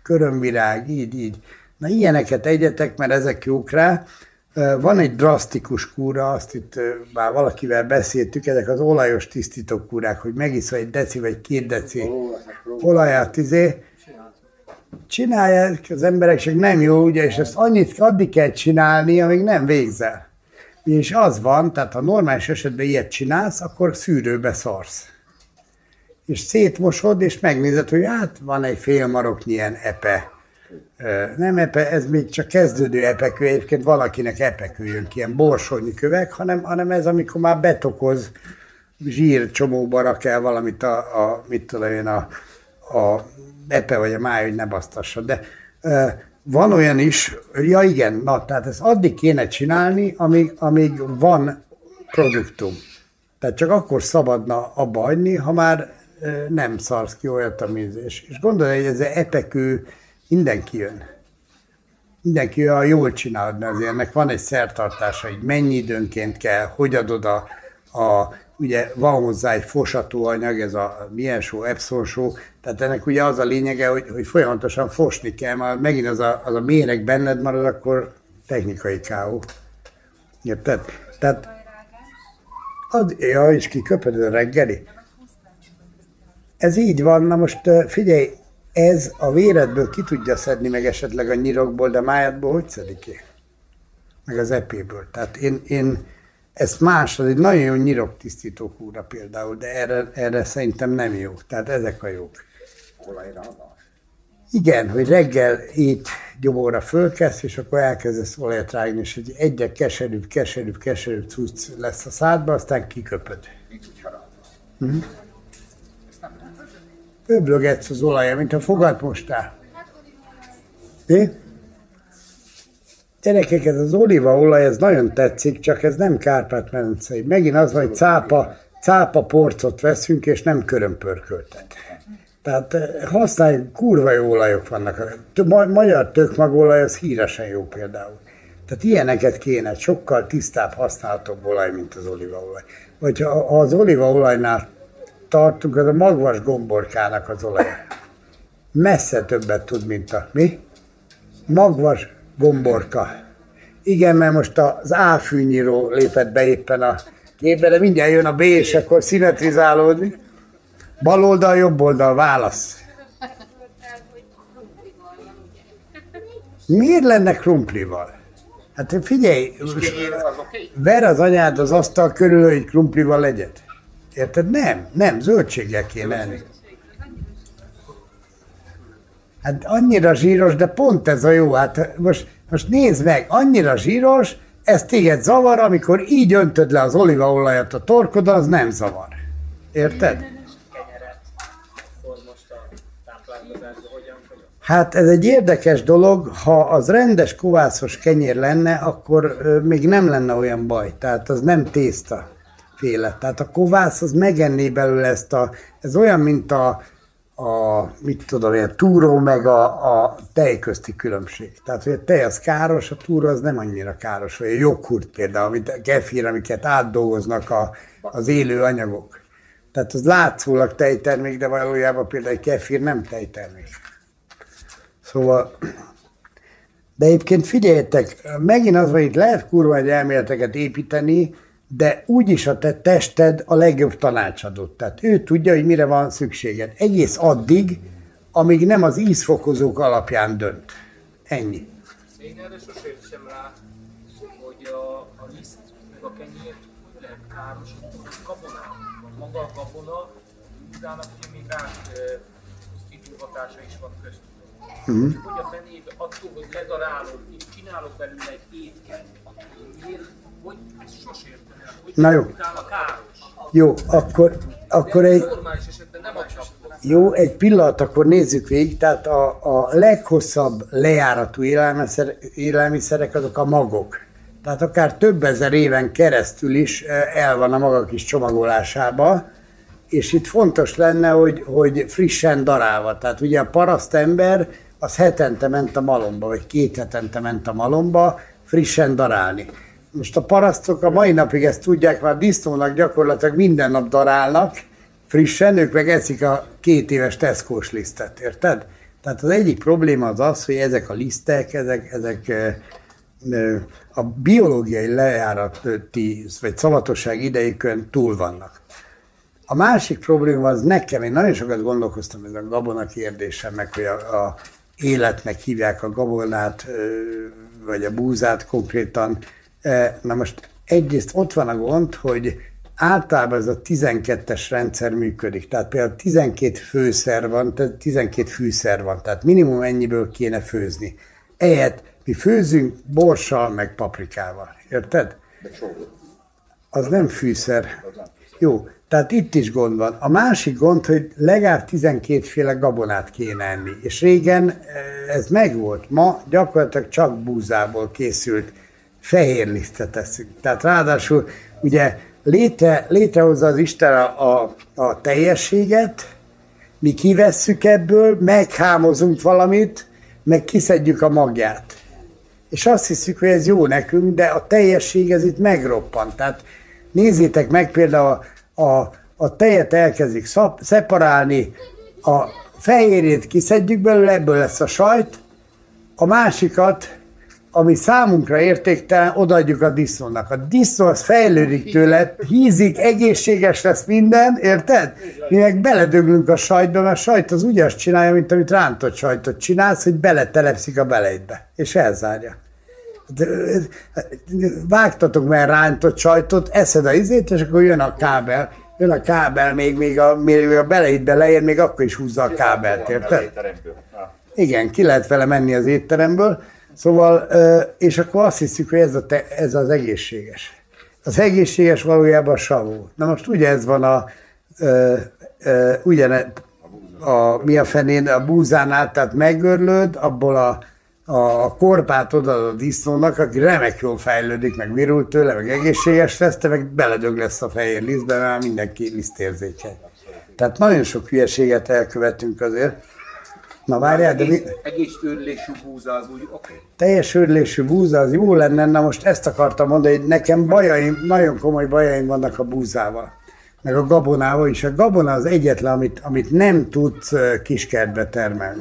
körömvirág, így, így. Na ilyeneket egyetek, mert ezek jók rá. Van egy drasztikus kúra, azt itt már valakivel beszéltük, ezek az olajos tisztítókúrák, hogy megiszol egy deci vagy két deci olajat, izé. Csinálják az emberek, csak nem jó, ugye, és ezt annyit, addig kell csinálni, amíg nem végzel. És az van, tehát ha normális esetben ilyet csinálsz, akkor szűrőbe szarsz. És szétmosod, és megnézed, hogy hát van egy fél maroknyi ilyen epe. Nem epe, ez még csak kezdődő epekő, egyébként valakinek epekő jön ki, ilyen borsonyi kövek, hanem, hanem ez, amikor már betokoz, zsír csomóba rak el valamit a, a mit tudom én, a, a epe vagy a máj, hogy ne basztassa. De e, van olyan is, ja igen, na, tehát ezt addig kéne csinálni, amíg, amíg van produktum. Tehát csak akkor szabadna abba hagyni, ha már e, nem szarsz ki olyat a mézés. És gondolj, hogy ez az epekő mindenki jön. Mindenki jön, ha jól csinálod, mert azért ennek van egy szertartása, hogy mennyi időnként kell, hogy adod a, a ugye van hozzá egy fosatóanyag, ez a milyen só, Epson só, tehát ennek ugye az a lényege, hogy, hogy folyamatosan fosni kell, mert megint az a, az a méreg benned marad, akkor technikai ká ó. Érted? Tehát, az, ja, és kiköpöd a reggeli. Ez így van, na most figyelj, ez a véredből ki tudja szedni, meg esetleg a nyirokból, de májadból hogy szedik ki? Meg az epéből. Tehát én, én ez más, az egy nagyon jó nyiroktisztító kúra például, de erre, erre szerintem nem jó. Tehát ezek a jók. Olajra adás. Igen, hogy reggel itt gyomorra fölkezd, és akkor elkezdesz olajat rágni, és egy egyre keserűbb, keserűbb, keserűbb cucc lesz a szádba, aztán kiköpöd. Mint úgy harad. Uh-huh. Öblögetsz az olajra, mint a fogat mostál. Mi? Gyerekek, ez az olívaolaj, ez nagyon tetszik, csak ez nem Kárpát-medencei. Megint az van, hogy cápa, cápa porcot veszünk, és nem körömpörköltet. Tehát használj, kurva jó olajok vannak. A magyar tökmagolaj, az híresen jó például. Tehát ilyeneket kéne, sokkal tisztább, használhatóbb olaj, mint az olívaolaj. Vagy ha az olívaolajnál tartunk, az a magvas gomborkának az olaja. Messze többet tud, mint a mi? Magvas gomborka. Igen, mert most az A fűnyíró lépett be éppen a képbe, de mindjárt jön a B, és akkor szimmetrizálódni. Bal oldal, jobb oldal, válasz. Miért lenne krumplival? Hát figyelj, ver az anyád az asztal körül, hogy krumplival legyen. Érted? Nem, nem, zöldséggel kéne enni. Hát annyira zsíros, de pont ez a jó. Hát most, most nézd meg, annyira zsíros, ez téged zavar, amikor így öntöd le az olívaolajat a torkodon, az nem zavar. Érted? Hát ez egy érdekes dolog, ha az rendes kovászos kenyér lenne, akkor még nem lenne olyan baj. Tehát az nem tészta féle. Tehát a kovász az megenné belőle ezt a, ez olyan, mint a, a mit tudom én, túró meg a, a tej közti különbség. Tehát, hogy a tej az káros, a túró az nem annyira káros. Vagy a joghurt például, amit a kefir, amiket átdolgoznak a, az élő anyagok. Tehát az látszólag tejtermék, de valójában például egy kefir nem tejtermék. Szóval, de egyébként figyeljetek, megint az, hogy itt lehet kurva egy elméleteket építeni, de úgyis a te tested a legjobb tanácsadót. Tehát ő tudja, hogy mire van szükséged. Egész addig, amíg nem az ízfokozók alapján dönt. Ennyi. Én erre sosem sem rá, hogy a, a liszt meg a kenyért hogy lehet károsítani. Gabonában maga a gabona, utána ugye még rá pusztító hatása is van köztük. Mm. Csak hogy a fenébe attól, hogy ledarálod, csinálok belőle egy étkent, miért, hogy ezt sosem értem el, hogy na jó. utána káros. Jó, akkor, akkor egy... normális esetben nem adja. Jó, egy pillanat, akkor nézzük végig. Tehát a, a leghosszabb lejáratú élelmiszer, élelmiszerek azok a magok. Tehát akár több ezer éven keresztül is el van a maga kis csomagolásába, és itt fontos lenne, hogy, hogy frissen darálva. Tehát ugye a parasztember az hetente ment a malomba, vagy két hetente ment a malomba frissen darálni. Most a parasztok a mai napig ezt tudják, már disznónak gyakorlatilag minden nap darálnak frissen, ők meg eszik a két éves Tesco-s lisztet, érted? Tehát az egyik probléma az az, hogy ezek a lisztek, ezek, ezek a biológiai lejárati vagy szavatosság idejükön túl vannak. A másik probléma az nekem, én nagyon sokat gondolkoztam ezen a gabona kérdésen, meg hogy a, a életnek hívják a gabonát, vagy a búzát konkrétan. Na most egyrészt ott van a gond, hogy általában ez a tizenkettes rendszer működik. Tehát például tizenkét főszer van, tehát tizenkét fűszer van, tehát minimum ennyiből kéne főzni. Ehelyett mi főzünk borssal, meg paprikával. Érted? Az nem fűszer. Jó, tehát itt is gond van. A másik gond, hogy legalább tizenkétféle gabonát kéne enni. És régen ez megvolt. Ma gyakorlatilag csak búzából készült fehér lisztet teszünk. Tehát ráadásul ugye létre, létrehozza az Isten a, a, a teljességet, mi kivesszük ebből, meghámozunk valamit, meg kiszedjük a magját. És azt hiszük, hogy ez jó nekünk, de a teljesség ez itt megroppant. Tehát nézzétek meg például a, a, a tejet elkezdik szap, szeparálni, a fehérjét kiszedjük belőle, ebből lesz a sajt, a másikat, ami számunkra értéktelen, odaadjuk a disznónak. A disznó az fejlődik tőle, hízik, egészséges lesz minden, érted? Mi meg beledöglünk a sajtba, mert a sajt az úgy azt csinálja, mint amit rántott sajtot csinálsz, hogy beletelepszik a beleidbe, és elzárja. Vágtatok már rántott sajtot, eszed a izét, és akkor jön a kábel. Jön a kábel, még, még a, még a beleidbe leér, még akkor is húzza a kábelt, érted? Igen, ki lehet vele menni az étteremből. Szóval, és akkor azt hiszük, hogy ez, a te, ez az egészséges. Az egészséges valójában a savó. Na most ugye ez van a, ugyan a, mi a fenén, a búzánál, tehát megörlöd, abból a, a korpát odaad a disznónak, aki remek jól fejlődik, meg virul tőle, meg egészséges lesz, te meg beledög lesz a fehér lisztbe, mert mindenki lisztérzékeny. Tehát nagyon sok hülyeséget elkövetünk azért. Na várjál, de mi... Egész őrlésű búza az úgy oké. Okay. Teljes őrlésű búza az jó lenne, na most ezt akartam mondani, hogy nekem bajaim, nagyon komoly bajaim vannak a búzával, meg a gabonával is. A gabona az egyetlen, amit, amit nem tudsz kiskertbe termelni.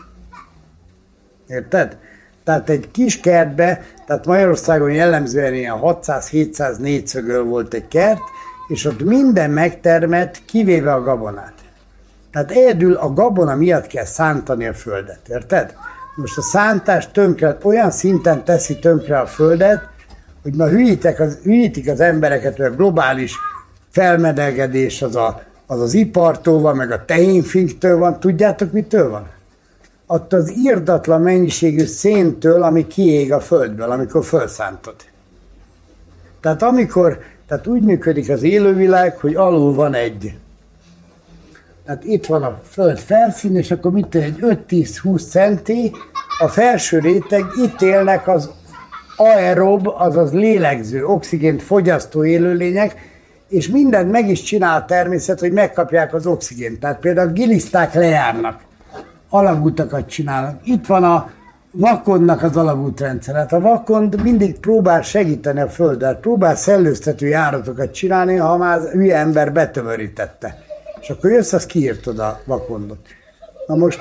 Érted? Tehát egy kiskertbe, tehát Magyarországon jellemzően ilyen hatszáz-hétszáz négyszögöl volt egy kert, és ott minden megtermett, kivéve a gabonát. Tehát egyedül a gabona miatt kell szántani a földet, érted? Most a szántás tönkre, olyan szinten teszi tönkre a földet, hogy ma hülyítik az, hülyítik az embereket, hogy a globális felmelegedés az, a, az az ipartól van, meg a tehénfinktől van. Tudjátok, mitől van? Attól az irdatlan mennyiségű széntől, ami kiég a földből, amikor felszántod. Tehát amikor, tehát úgy működik az élővilág, hogy alul van egy. Tehát itt van a föld felszín, és akkor mit egy öt-tíz-húsz centi, a felső réteg, itt élnek az aerob, azaz lélegző, oxigént fogyasztó élőlények, és mindent meg is csinál a természet, hogy megkapják az oxigént. Tehát például a giliszták lejárnak, alagútakat csinálnak. Itt van a vakondnak az alagútrendszere. Hát a vakond mindig próbál segíteni a földdel, próbál szellőztető járatokat csinálni, ha már az hülye ember betömörítette. És akkor jössz, az kiírtod a vakondot. Na most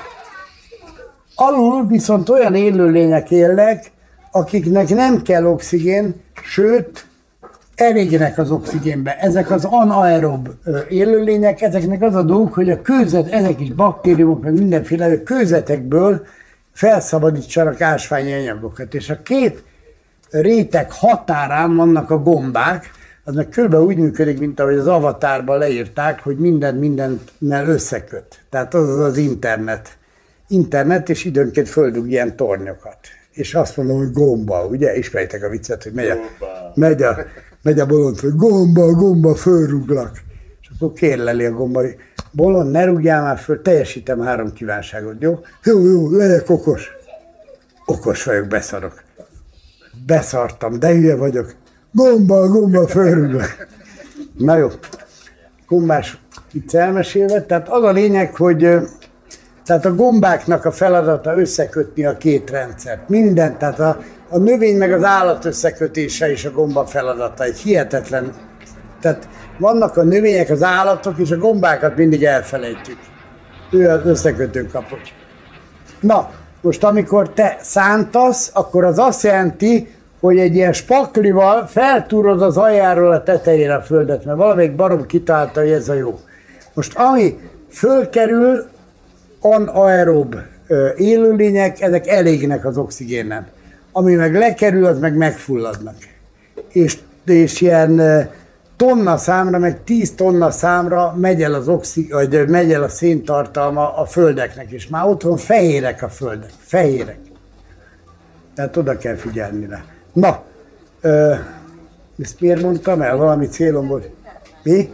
alul viszont olyan élőlények élnek, akiknek nem kell oxigén, sőt, elégnek az oxigénbe. Ezek az anaerob élőlények, ezeknek az a dolguk, hogy a kőzet, ezek is baktériumok, meg mindenféle kőzetekből felszabadítsanak ásványi anyagokat. És a két réteg határán vannak a gombák, az meg körülbelül úgy működik, mint ahogy az Avatárban leírták, hogy mindent mindennel összeköt. Tehát az az az internet. Internet, és időnként földug ilyen tornyokat. És azt mondom, hogy gomba, ugye? Ismeritek a viccet, hogy megy a, megy a, megy a bolond, hogy gomba, gomba, fölrúglak. És akkor kérleli a gomba, hogy bolond, ne rúgjál már föl, teljesítem három kívánságot, jó? Jó, jó, legyek okos. Okos vagyok, beszarok. Beszartam, de hülye vagyok. Gomba, gomba, fölrúglak. Na jó, gombás itt elmesélve, tehát az a lényeg, hogy tehát a gombáknak a feladata összekötni a két rendszert. Minden, tehát a, a növény meg az állat összekötése is a gomba feladata. Egy hihetetlen, tehát vannak a növények, az állatok, és a gombákat mindig elfelejtjük. Ő az összekötő kapocs. Na, most amikor te szántasz, akkor az azt jelenti, hogy egy ilyen spaklival feltúrod az aljáról a tetejére a földet, mert valamelyik barom kitalálta, hogy ez a jó. Most ami fölkerül, anaerob élőlények, ezek elégnek az oxigénen. Ami meg lekerül, az meg megfulladnak. És, és ilyen tonna számra, meg tíz tonna számra megy el az oxi, vagy megy el a széntartalma a földeknek, és már otthon fehérek a földek, fehérek. Tehát oda kell figyelni rá. Na, ö, ezt miért mondtam el? Valami célom volt. Mi?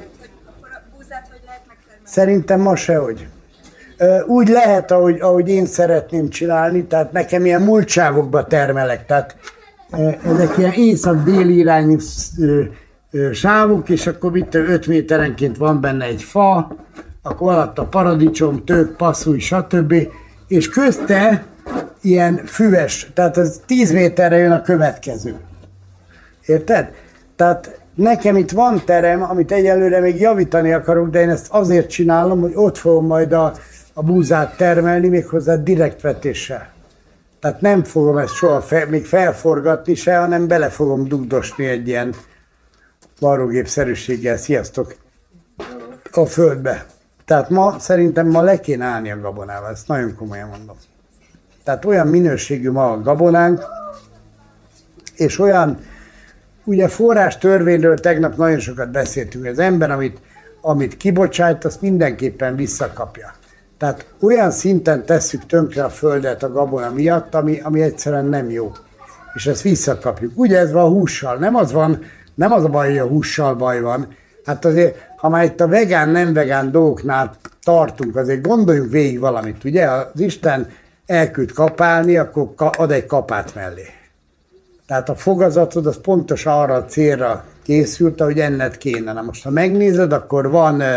Szerintem ma sehogy. Úgy lehet, ahogy, ahogy én szeretném csinálni, tehát nekem ilyen múltsávokba termelek, tehát ezek ilyen észak-déli irányú sávok, és akkor itt öt méterenként van benne egy fa, akkor alatt a paradicsom, tök, passzúj, stb. És közte ilyen füves, tehát ez tíz méterre jön a következő. Érted? Tehát nekem itt van terem, amit egyelőre még javítani akarok, de én ezt azért csinálom, hogy ott fogom majd a, a búzát termelni, méghozzá direktvetéssel. Tehát nem fogom ezt soha fel, még felforgatni se, hanem bele fogom dugdosni egy ilyen varrógépszerűséggel, sziasztok, a földbe. Tehát ma, szerintem ma le kéne állni a gabonával, ezt nagyon komolyan mondom. Tehát olyan minőségű ma a gabonánk, és olyan, ugye forrás törvényről tegnap nagyon sokat beszéltünk, az ember, amit, amit kibocsát, azt mindenképpen visszakapja. Tehát olyan szinten tesszük tönkre a földet a gabona miatt, ami, ami egyszerűen nem jó. És ezt visszakapjuk. Ugye ez van a hússal, nem az van, nem az a baj, hogy a hússal baj van. Hát azért, ha már itt a vegán, nem vegán dolgoknál tartunk, azért gondoljunk végig valamit, ugye? Az Isten elküld kapálni, akkor ad egy kapát mellé. Tehát a fogazatod az pontosan arra a célra készült, ahogy enned kéne. Na most, ha megnézed, akkor van ö,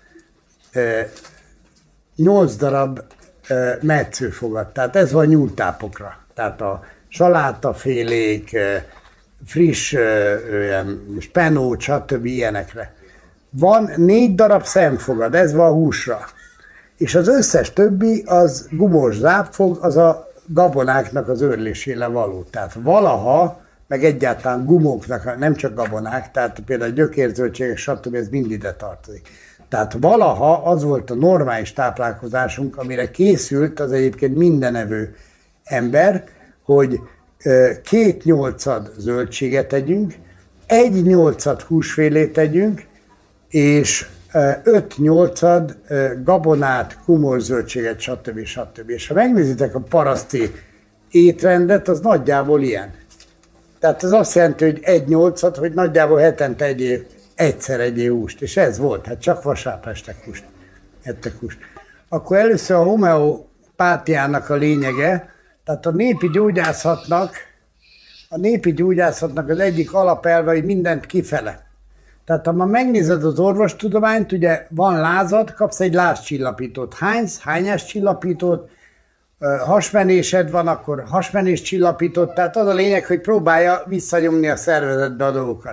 ö, nyolc darab ö, metszőfogad. Tehát ez van nyúltápokra. Tehát a salátafélék, ö, friss ö, ö, spenót, stb. Ilyenekre. Van négy darab szemfogad, ez van húsra. És az összes többi az gumós zápfog, az a gabonáknak az őrlésére való. Tehát valaha, meg egyáltalán gumóknak, nem csak gabonák, tehát például gyökérzöldségek, stb. Ez mind ide tartozik. Tehát valaha az volt a normális táplálkozásunk, amire készült az egyébként mindenevő ember, hogy két nyolcad zöldséget tegyünk, egy nyolcad húsfélét tegyünk, és öt nyolcad gabonát, kumós zöldséget, stb. stb. És ha megnézitek a paraszti étrendet, az nagyjából ilyen. Tehát ez azt jelenti, hogy egy nyolcad, hogy nagyjából hetente egyél, egyszer egyél húst. És ez volt, hát csak vasárnap estek húst, ettek húst. Akkor először a homeopátiának a lényege, tehát a népi gyógyászatnak, a népi gyógyászatnak az egyik alapelve, hogy mindent kifele. Tehát ha ma megnézed az orvostudományt, ugye van lázad, kapsz egy lázcsillapítót. Hánysz, hányás csillapítót, hasmenésed van, akkor hasmenés csillapítót. Tehát az a lényeg, hogy próbálja visszanyomni a szervezetbe a dolgokat.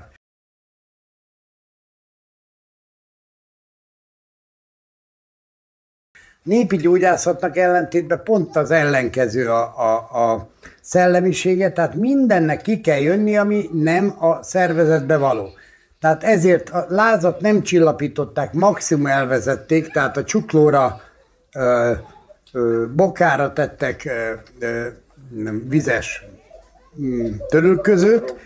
Népi gyógyászatnak ellentétben pont az ellenkező a, a, a szellemisége, tehát mindennek ki kell jönni, ami nem a szervezetbe való. Tehát ezért a lázat nem csillapították, maximum elvezették, tehát a csuklóra, ö, ö, bokára tettek ö, ö, vizes törülközőt.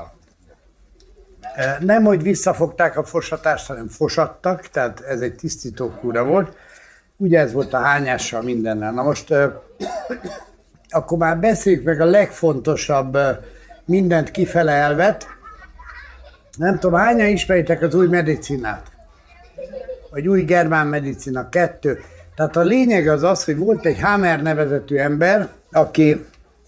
Nem, hogy visszafogták a fosatást, hanem fosattak, tehát ez egy tisztítókúra volt. Ugye ez volt a hányással mindennel. Na most ö, akkor már beszéljük meg a legfontosabb ö, mindent kifele elvet. Nem tudom, hányan ismeritek az új medicinát? Vagy új germán medicina, kettő. Tehát a lényeg az az, hogy volt egy Hammer nevezetű ember, aki,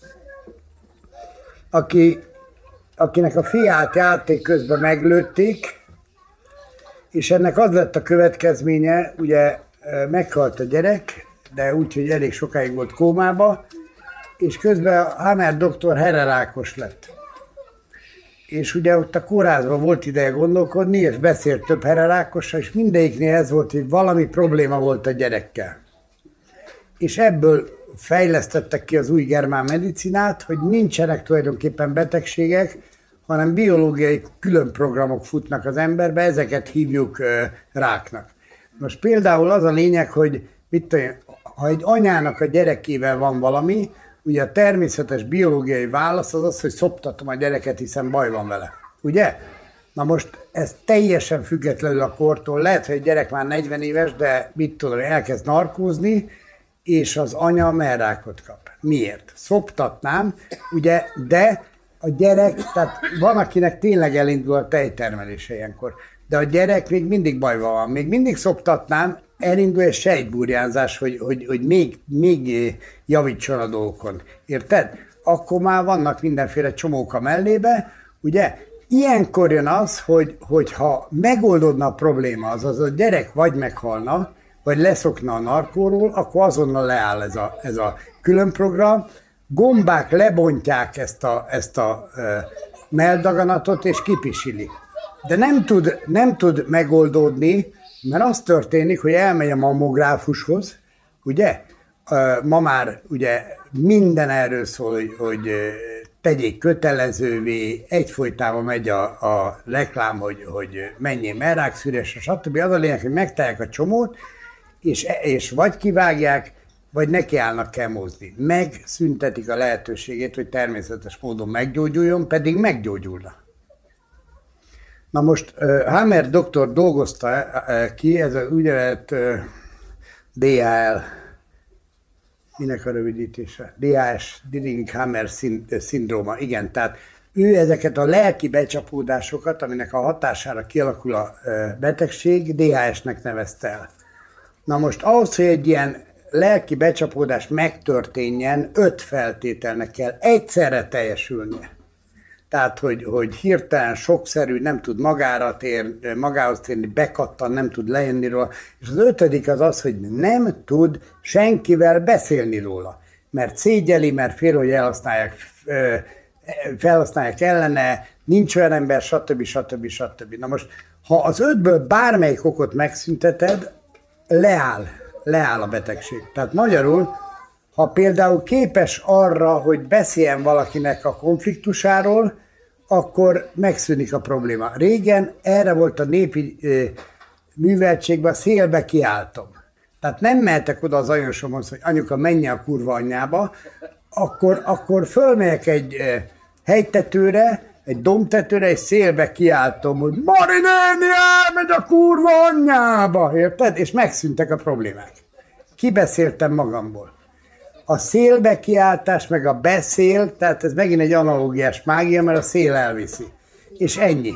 aki, akinek a fiát játék közben meglőtték, és ennek az lett a következménye, ugye meghalt a gyerek, de úgy, hogy elég sokáig volt kómába, és közben a Hammer doktor hererákos lett. És ugye ott a kórházban volt ideje gondolkodni, és beszélt több hererákossal, és mindegyiknél ez volt, hogy valami probléma volt a gyerekkel. és ebből fejlesztettek ki az új germán medicinát, hogy nincsenek tulajdonképpen betegségek, hanem biológiai külön programok futnak az emberbe, ezeket hívjuk ö, ráknak. Most például az a lényeg, hogy mit tudom, ha egy anyának a gyerekével van valami, ugye a természetes biológiai válasz az az, hogy szoptatom a gyereket, hiszen baj van vele. Ugye? Na most ez teljesen függetlenül a kortól. Lehet, hogy egy gyerek már negyven éves, de mit tudom, elkezd narkózni, és az anya mellrákot kap. Miért? Szoptatnám, ugye, de a gyerek, tehát van, akinek tényleg elindul a tejtermelése ilyenkor, de a gyerek még mindig bajban van. Még mindig szoptatnám, elindul egy sejtburjánzás, hogy, hogy, hogy még, még javítson a dolgokon. Érted? Akkor már vannak mindenféle csomók a mellébe, ugye? Ilyenkor jön az, hogy, hogy ha megoldódna a probléma, azaz a gyerek vagy meghalna, vagy leszokna a narkóról, akkor azonnal leáll ez a, ez a külön program. Gombák lebontják ezt a, ezt a e, melldaganatot, és kipisili. De nem tud, nem tud megoldódni, mert az történik, hogy elmegy a mammográfushoz, ugye? E, ma már ugye minden erről szól, hogy, hogy tegyék kötelezővé, egyfolytában megy a, a reklám, hogy, hogy menjél mellrákszűrésre, stb. Az a lényeg, hogy megtalálják a csomót, és, és vagy kivágják, vagy nekiállnak kemózni. Megszüntetik a lehetőségét, hogy természetes módon meggyógyuljon, pedig meggyógyulna. Na most uh, Hammer doktor dolgozta uh, ki, ez az úgynevezett uh, dé há el, minek a rövidítése? dé há es, Dilling-Hammer szindróma, igen, tehát ő ezeket a lelki becsapódásokat, aminek a hatására kialakul a betegség, dé há es-nek nevezte el. Na most ahhoz, hogy egy ilyen lelki becsapódás megtörténjen, öt feltételnek kell egyszerre teljesülnie. Tehát, hogy, hogy hirtelen, sokszerű, nem tud magára tér, magához térni, bekattan, nem tud lejönni róla. És az ötödik az az, hogy nem tud senkivel beszélni róla. Mert szégyeli, mert fél, hogy elhasználják, felhasználják ellene, nincs olyan ember, stb. stb. stb. Na most, ha az ötből bármelyik okot megszünteted, leáll, leáll a betegség. Tehát magyarul, ha például képes arra, hogy beszéljen valakinek a konfliktusáról, akkor megszűnik a probléma. Régen erre volt a népi ö, műveltségben, szélbe kiálltom. Tehát nem mehetek oda az anyósomhoz, hogy anyuka, menj a kurva anyjába, akkor, akkor fölmegyek egy ö, hegytetőre, egy dombtetőre, és szélbe kiáltom, hogy Mari néni elmegy a kurva anyjába, érted? És megszűntek a problémák. Kibeszéltem magamból. A szélbe kiáltás, meg a beszél, tehát ez megint egy analógiás mágia, mert a szél elviszi. És ennyi.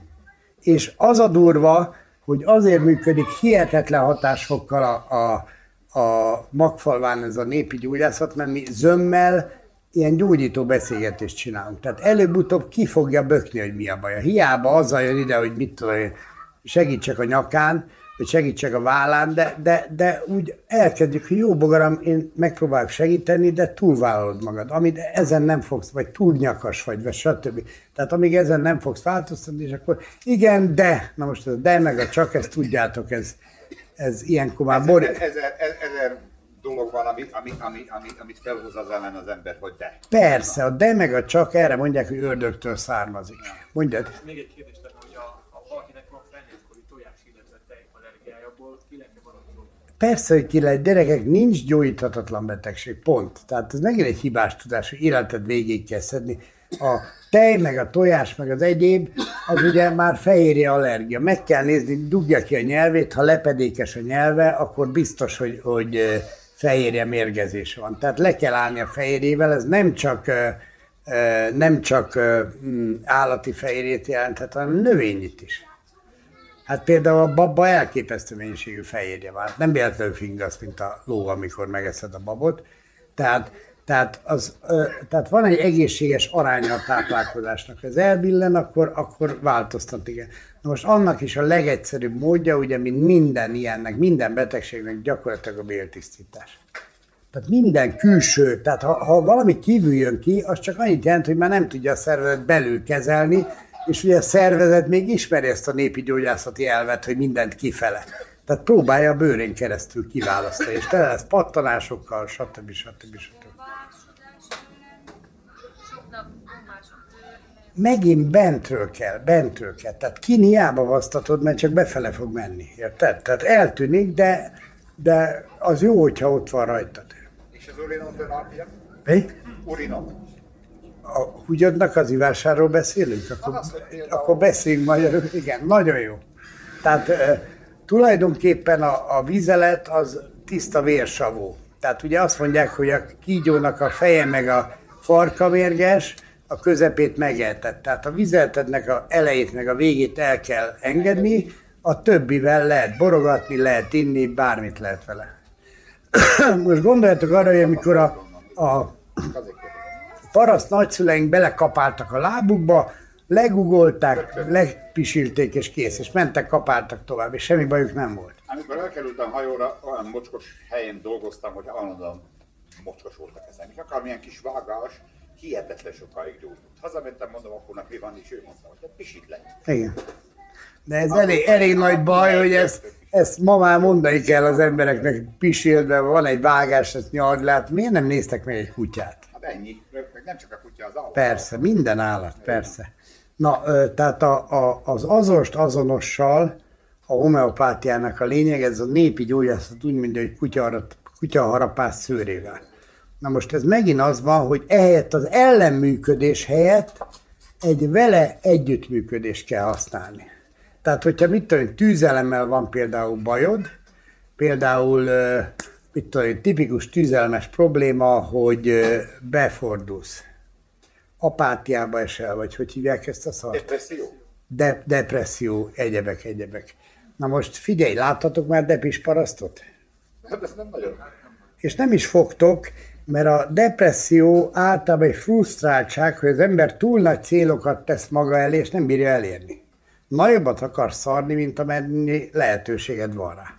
És az a durva, hogy azért működik hihetetlen hatásfokkal a, a, a Magfalván ez a népi gyógyászat, mert mi zömmel ilyen gyógyító beszélgetést csinálunk. Tehát előbb-utóbb ki fogja bökni, hogy mi a baja. Hiába azzal jön ide, hogy mit tudom, segítsek a nyakán, hogy segítsek a vállán, de, de, de úgy elkezdjük, hogy jó bogaram, én megpróbálok segíteni, de túlvállalod magad. Amit ezen nem fogsz, vagy túl nyakas vagy, vagy stb. Tehát amíg ezen nem fogsz változtatni, és akkor igen, de, na most ez a de meg a csak, ezt tudjátok, ez, ez ilyenkor már... Ezer, ezer, ezer, ezer dolog van, ami, ami, ami, ami, amit felhoz az ellen az ember, hogy de. Persze, a de meg a csak, erre mondják, hogy ördögtől származik. Mondjad. Még egy kérdés lenne, hogy a, a valakinek van felnőttkori tojás, illetve tejallergiájából ki lehet valami. Persze, hogy ki lehet, gyerekek, nincs gyógyíthatatlan betegség, pont. Tehát ez megint egy hibás tudás, hogy életed végig kell szedni. A tej, meg a tojás, meg az egyéb, az ugye már fehérje allergia. Meg kell nézni, dugja ki a nyelvét, ha lepedékes a nyelve, akkor biztos, hogy, hogy fehérje mérgezés van. Tehát le kell állni a fehérjével, ez nem csak, nem csak állati fehérjét jelenthet, hanem növényit is. Hát például a baba elképesztő mennyiségű fehérje van. Nem véletlenül fingasz, mint a ló, amikor megeszed a babot. Tehát, tehát, az, tehát van egy egészséges aránya a táplálkozásnak. Ha ez elbillen, akkor, akkor változtat, igen. Na most annak is a legegyszerűbb módja, ugye, mint minden ilyennek, minden betegségnek gyakorlatilag a béltisztítás. Tehát minden külső, tehát ha, ha valami kívül jön ki, az csak annyit jelent, hogy már nem tudja a szervezet belül kezelni, és ugye a szervezet még ismeri ezt a népi gyógyászati elvet, hogy mindent kifele. Tehát próbálja a bőrén keresztül kiválasztani, és tele lesz pattanásokkal, stb. stb. stb. Megint bentről kell, bentről kell. Tehát kin hiába vasztatod, mert csak befele fog menni, érted? Tehát eltűnik, de, de az jó, hogyha ott van rajtad. És az urinoterapia? Mi? Urinok. A húgyadnak az ivásáról beszélünk? Akkor, akkor beszéljünk magyarul. Igen, nagyon jó. Tehát e, tulajdonképpen a, a vizelet az tiszta vérsavó. Tehát ugye azt mondják, hogy a kígyónak a feje meg a farka mérges, a közepét megeltett. Tehát a vizeletednek a elejét meg a végét el kell engedni, a többivel lehet borogatni, lehet inni, bármit lehet vele. Most gondoljatok arra, hogy amikor a, a paraszt nagyszüleink belekapáltak a lábukba, legugolták, legpisilték és kész, és mentek, kapáltak tovább, és semmi bajuk nem volt. Amikor elkerültem hajóra, olyan mocskos helyen dolgoztam, hogy állandóan mocskos volt a kezem. És akármilyen kis vágás, hihetetlen sokáig gyógyult. Hazamentem, mondom, akkor mi van, és ő mondta, hogy pisit le. Igen. De ez elég, elég nagy baj, hogy ezt, ezt ma már mondani kell az embereknek, pisildve, van egy vágás, ezt nyald le, hát miért nem néztek meg egy kutyát? Hát ennyi, meg nem csak a kutya, az állat. Persze, minden állat, persze. Na, tehát a, a, az azost azonossal a homeopátiának a lényeg, ez a népi gyógyászat úgy mondja, hogy kutya, kutyaharapás szőrével. Na most ez megint az van, hogy ehelyett az ellenműködés helyett egy vele együttműködést kell használni. Tehát, hogyha mit tudom, tűzelemmel van például bajod, például mit tudom, tipikus tűzelmes probléma, hogy befordulsz, apátiába esel, vagy hogy hívják ezt a szart? Depresszió? De, depresszió, egyebek, egyebek. Na most figyelj, láttatok már depis parasztot? Hát ez nem nagyon. És nem is fogtok, mert a depresszió általában egy frusztráltság, hogy az ember túl nagy célokat tesz maga elé, és nem bírja elérni. Nagyobbat akarsz szarni, mint amennyi lehetőséged van rá.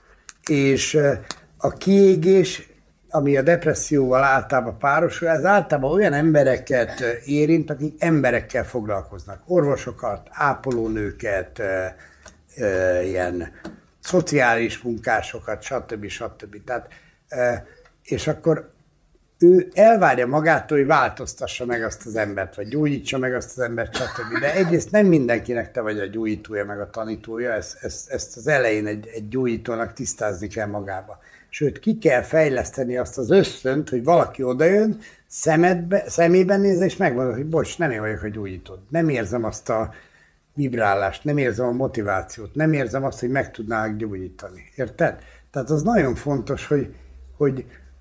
És a kiégés, ami a depresszióval általában párosul, ez általában olyan embereket érint, akik emberekkel foglalkoznak. Orvosokat, ápolónőket, ilyen szociális munkásokat, stb. stb. Tehát, és akkor ő elvárja magától, hogy változtassa meg azt az embert, vagy gyógyítsa meg azt az embert, stb. De egyrészt nem mindenkinek te vagy a gyógyítója, meg a tanítója, ezt, ezt, ezt az elején egy, egy gyógyítónak tisztázni kell magába. Sőt, ki kell fejleszteni azt az ösztönt, hogy valaki odajön, szemedbe, szemében néz, és megmondod, hogy bocs, nem én vagyok a gyógyítód. Nem érzem azt a vibrálást, nem érzem a motivációt, nem érzem azt, hogy meg tudnálak gyógyítani. Érted? Tehát az nagyon fontos, hogy, hogy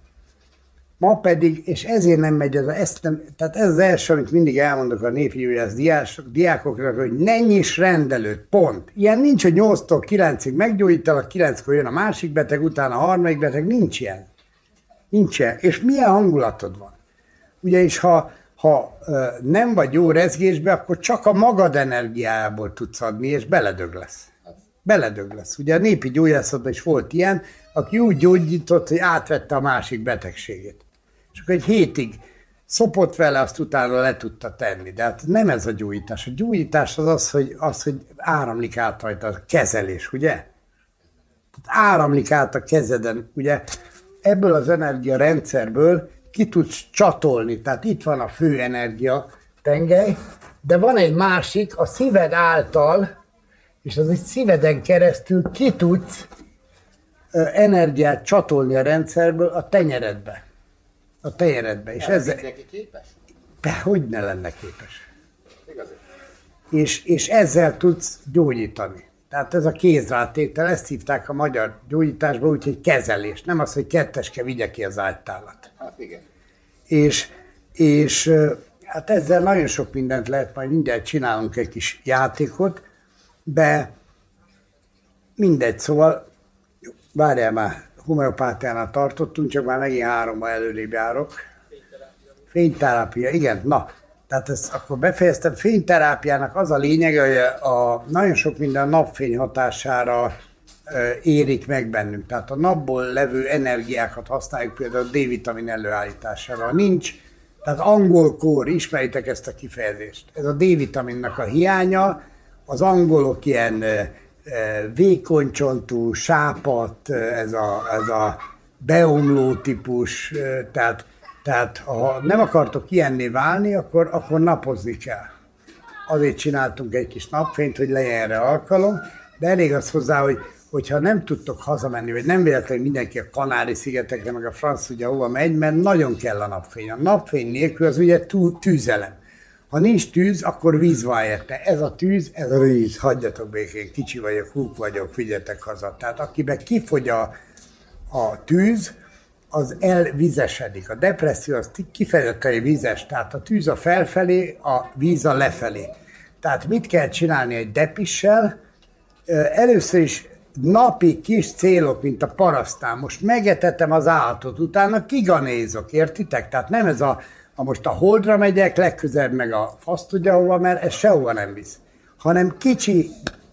ma pedig, és ezért nem megy ez, ezt nem, tehát ez az első, amit mindig elmondok a népi gyógyász diákoknak, hogy ne nyiss rendelőt, pont. Ilyen nincs, hogy nyolctól kilencig meggyógyítalak, kilenckor jön a másik beteg, utána a harmadik beteg, nincs ilyen. Nincs ilyen. És milyen hangulatod van? Ugyanis ha, ha nem vagy jó rezgésbe, akkor csak a magad energiájából tudsz adni, és beledög lesz. Beledög lesz. Ugye a népi gyógyászatban is volt ilyen, aki úgy gyógyított, hogy átvette a másik betegségét. És akkor egy hétig szopott vele, azt utána le tudta tenni. De hát nem ez a gyógyítás. A gyógyítás az az, hogy, az, hogy áramlik át rajta a kezelés, ugye? Tehát áramlik át a kezeden, ugye? Ebből az energiarendszerből ki tudsz csatolni. Tehát itt van a fő energia tengely, de van egy másik, a szíved által, és az egy szíveden keresztül ki tudsz energiát csatolni a rendszerből a tenyeredbe. A tenyeredbe. És ezzel... Neki képes? De hogy ne lenne képes? Igazi. És, és ezzel tudsz gyógyítani. Tehát ez a kézrátétel, ezt hívták a magyar gyógyításban úgy, hogy kezelés. Nem az, hogy ketteske vigye ki az ágytálat. Hát igen. És, és hát ezzel nagyon sok mindent lehet, majd mindjárt csinálunk egy kis játékot, de mindegy, szóval várjál már, homeopátiánál tartottunk, csak már megint hárommal előrébb járok. Fényterápia, igen, na, tehát ezt akkor befejeztem. Fényterápiának az a lényege, hogy a, nagyon sok minden napfény hatására e, érik meg bennünk. Tehát a napból levő energiákat használjuk például a D-vitamin előállítására. Nincs, tehát angol kór, ismeritek ezt a kifejezést. Ez a D-vitaminnak a hiánya, az angolok ilyen vékony csontú, sápadt, ez a, ez a beomló típus, tehát, tehát ha nem akartok ilyenné válni, akkor, akkor napozni kell. Azért csináltunk egy kis napfényt, hogy legyen erre alkalom, de elég az hozzá, hogy hogyha nem tudtok hazamenni, vagy nem véletlenül mindenki a Kanári-szigetekre, meg a franc ugye hova megy, mert nagyon kell a napfény. A napfény nélkül az ugye tűzelem. Ha nincs tűz, akkor víz van érte. Ez a tűz, ez a víz. Hagyjatok békén, kicsi vagyok, húg vagyok, figyeljetek haza. Tehát akiben kifogy a, a tűz, az elvizesedik. A depresszió az kifejezetten vízes, tehát a tűz a felfelé, a víz a lefelé. Tehát mit kell csinálni egy depissel? Először is napi kis célok, mint a parasztán. Most megetetem az állatot, utána kiganézok, értitek? Tehát nem ez a, a most a Holdra megyek, legközelebb meg a fasz tudja hova, mert ez sehova nem visz. Hanem kicsi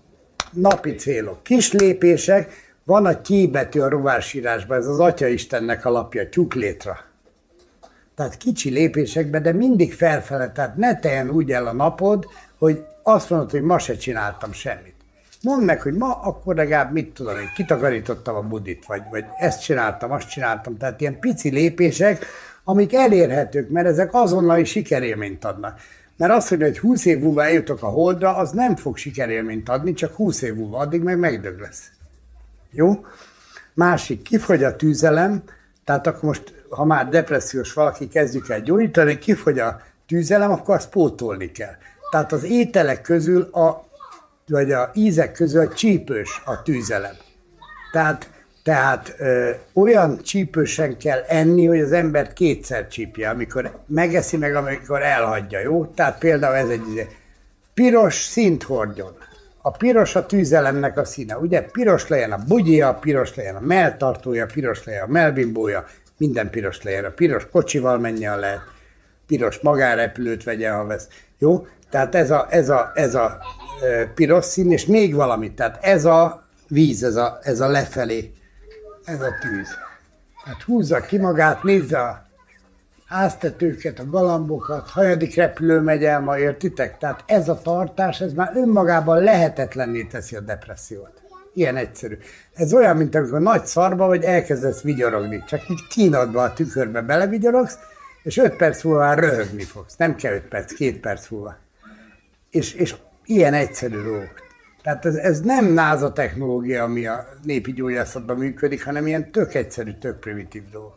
napi célok, kis lépések. Van a T betű a rovársírásban, ez az Atya Istennek a lapja, tyúklétra. Tehát kicsi lépésekben, de mindig felfele, tehát ne teljen úgy el a napod, hogy azt mondod, hogy ma se csináltam semmit. Mondd meg, hogy ma akkor legalább mit tudom én, kitakarítottam a budit, vagy, vagy ezt csináltam, azt csináltam. Tehát ilyen pici lépések, amik elérhetők, mert ezek azonnali sikerélményt adnak. Mert azt mondja, hogy húsz év múlva eljutok a Holdra, az nem fog sikerélményt adni, csak húsz év múlva, addig meg megdög lesz. Jó? Másik, kifogy a tűzelem, tehát akkor most, ha már depressziós valaki, kezdjük el gyógyítani, kifogy a tűzelem, akkor azt pótolni kell. Tehát az ételek közül, a, vagy a ízek közül a csípős a tűzelem. Tehát, tehát ö, olyan csípősen kell enni, hogy az embert kétszer csípje, amikor megeszi meg, amikor elhagyja, jó? Tehát például ez egy piros színt hordjon. A piros a tűzelemnek a színe, ugye? Piros legyen a bugyja, piros legyen a melltartója, piros legyen a mellbimbója, minden piros legyen. A piros kocsival menjen lehet, piros magánrepülőt vegyen, ha vesz. Jó? Tehát ez a, ez a, ez a e, piros szín, és még valamit. Tehát ez a víz, ez a, ez a lefelé, ez a tűz. Hát húzza ki magát, nézze a háztetőket, a galambokat, hanyadik repülő megy el ma, értitek? Tehát ez a tartás, ez már önmagában lehetetlenné teszi a depressziót. Ilyen egyszerű. Ez olyan, mint amikor nagy szarba vagy, elkezdesz vigyorogni. Csak így kínadba a tükörbe belevigyorogsz, és öt perc múlva már röhögni fogsz. Nem kell öt perc, két perc múlva. És, és ilyen egyszerű dolgok. Tehát ez, ez nem náza technológia, ami a népi gyógyászatban működik, hanem ilyen tök egyszerű, tök primitív dolgok.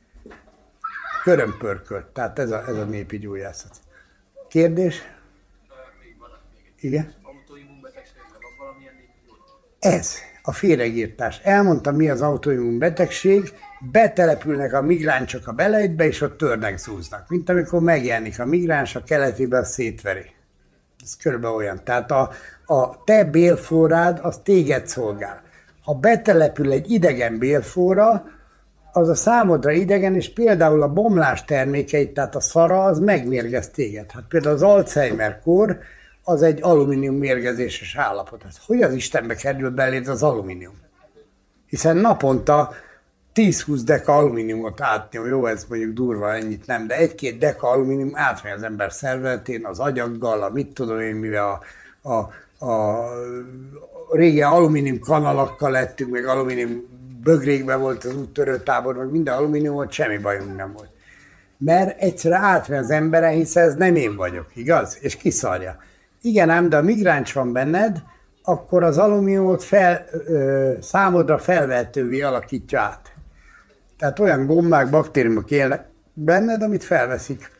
Körömpörkölt, tehát ez a, ez a népi gyógyászat. Kérdés? Még van még egy. Igen? Autoimmunbetegségben van valamilyen népi gyógyszert? Ez, a féregírtás. Elmondtam, mi az autoimmunbetegség, betelepülnek a migránsok a belejtbe, és ott törnek, zúznak. Mint amikor megjelenik a migráns, a keletében szétveri. Ez körülbelül olyan. Tehát a, a te bélfórád, az téged szolgál. Ha betelepül egy idegen bélfóra, az a számodra idegen, és például a bomlás termékeit, tehát a szara, az megmérgez téged. Hát például az Alzheimer-kór, az egy alumínium mérgezéses állapot. Hát hogy az Istenbe kerül beléd az alumínium? Hiszen naponta tíz-húsz deka alumíniumot átnyom, jó, ez mondjuk durva, ennyit nem, de egy-két deka alumínium átmegy az ember szervezetén, az agyaggal, a mit tudom én, mivel a, a, a régen alumínium kanalakkal lettünk, meg alumínium bögrékben volt az úttörő tábor, meg minden alumínium volt, semmi bajunk nem volt. Mert egyszerűen átmegy az emberen, hiszen ez nem én vagyok, igaz? És kiszarja. Igen ám, de a migráns van benned, akkor az alumíniumot fel, ö, számodra felvehetővé alakítja át. Tehát olyan gombák, baktériumok élnek benned, amit felveszik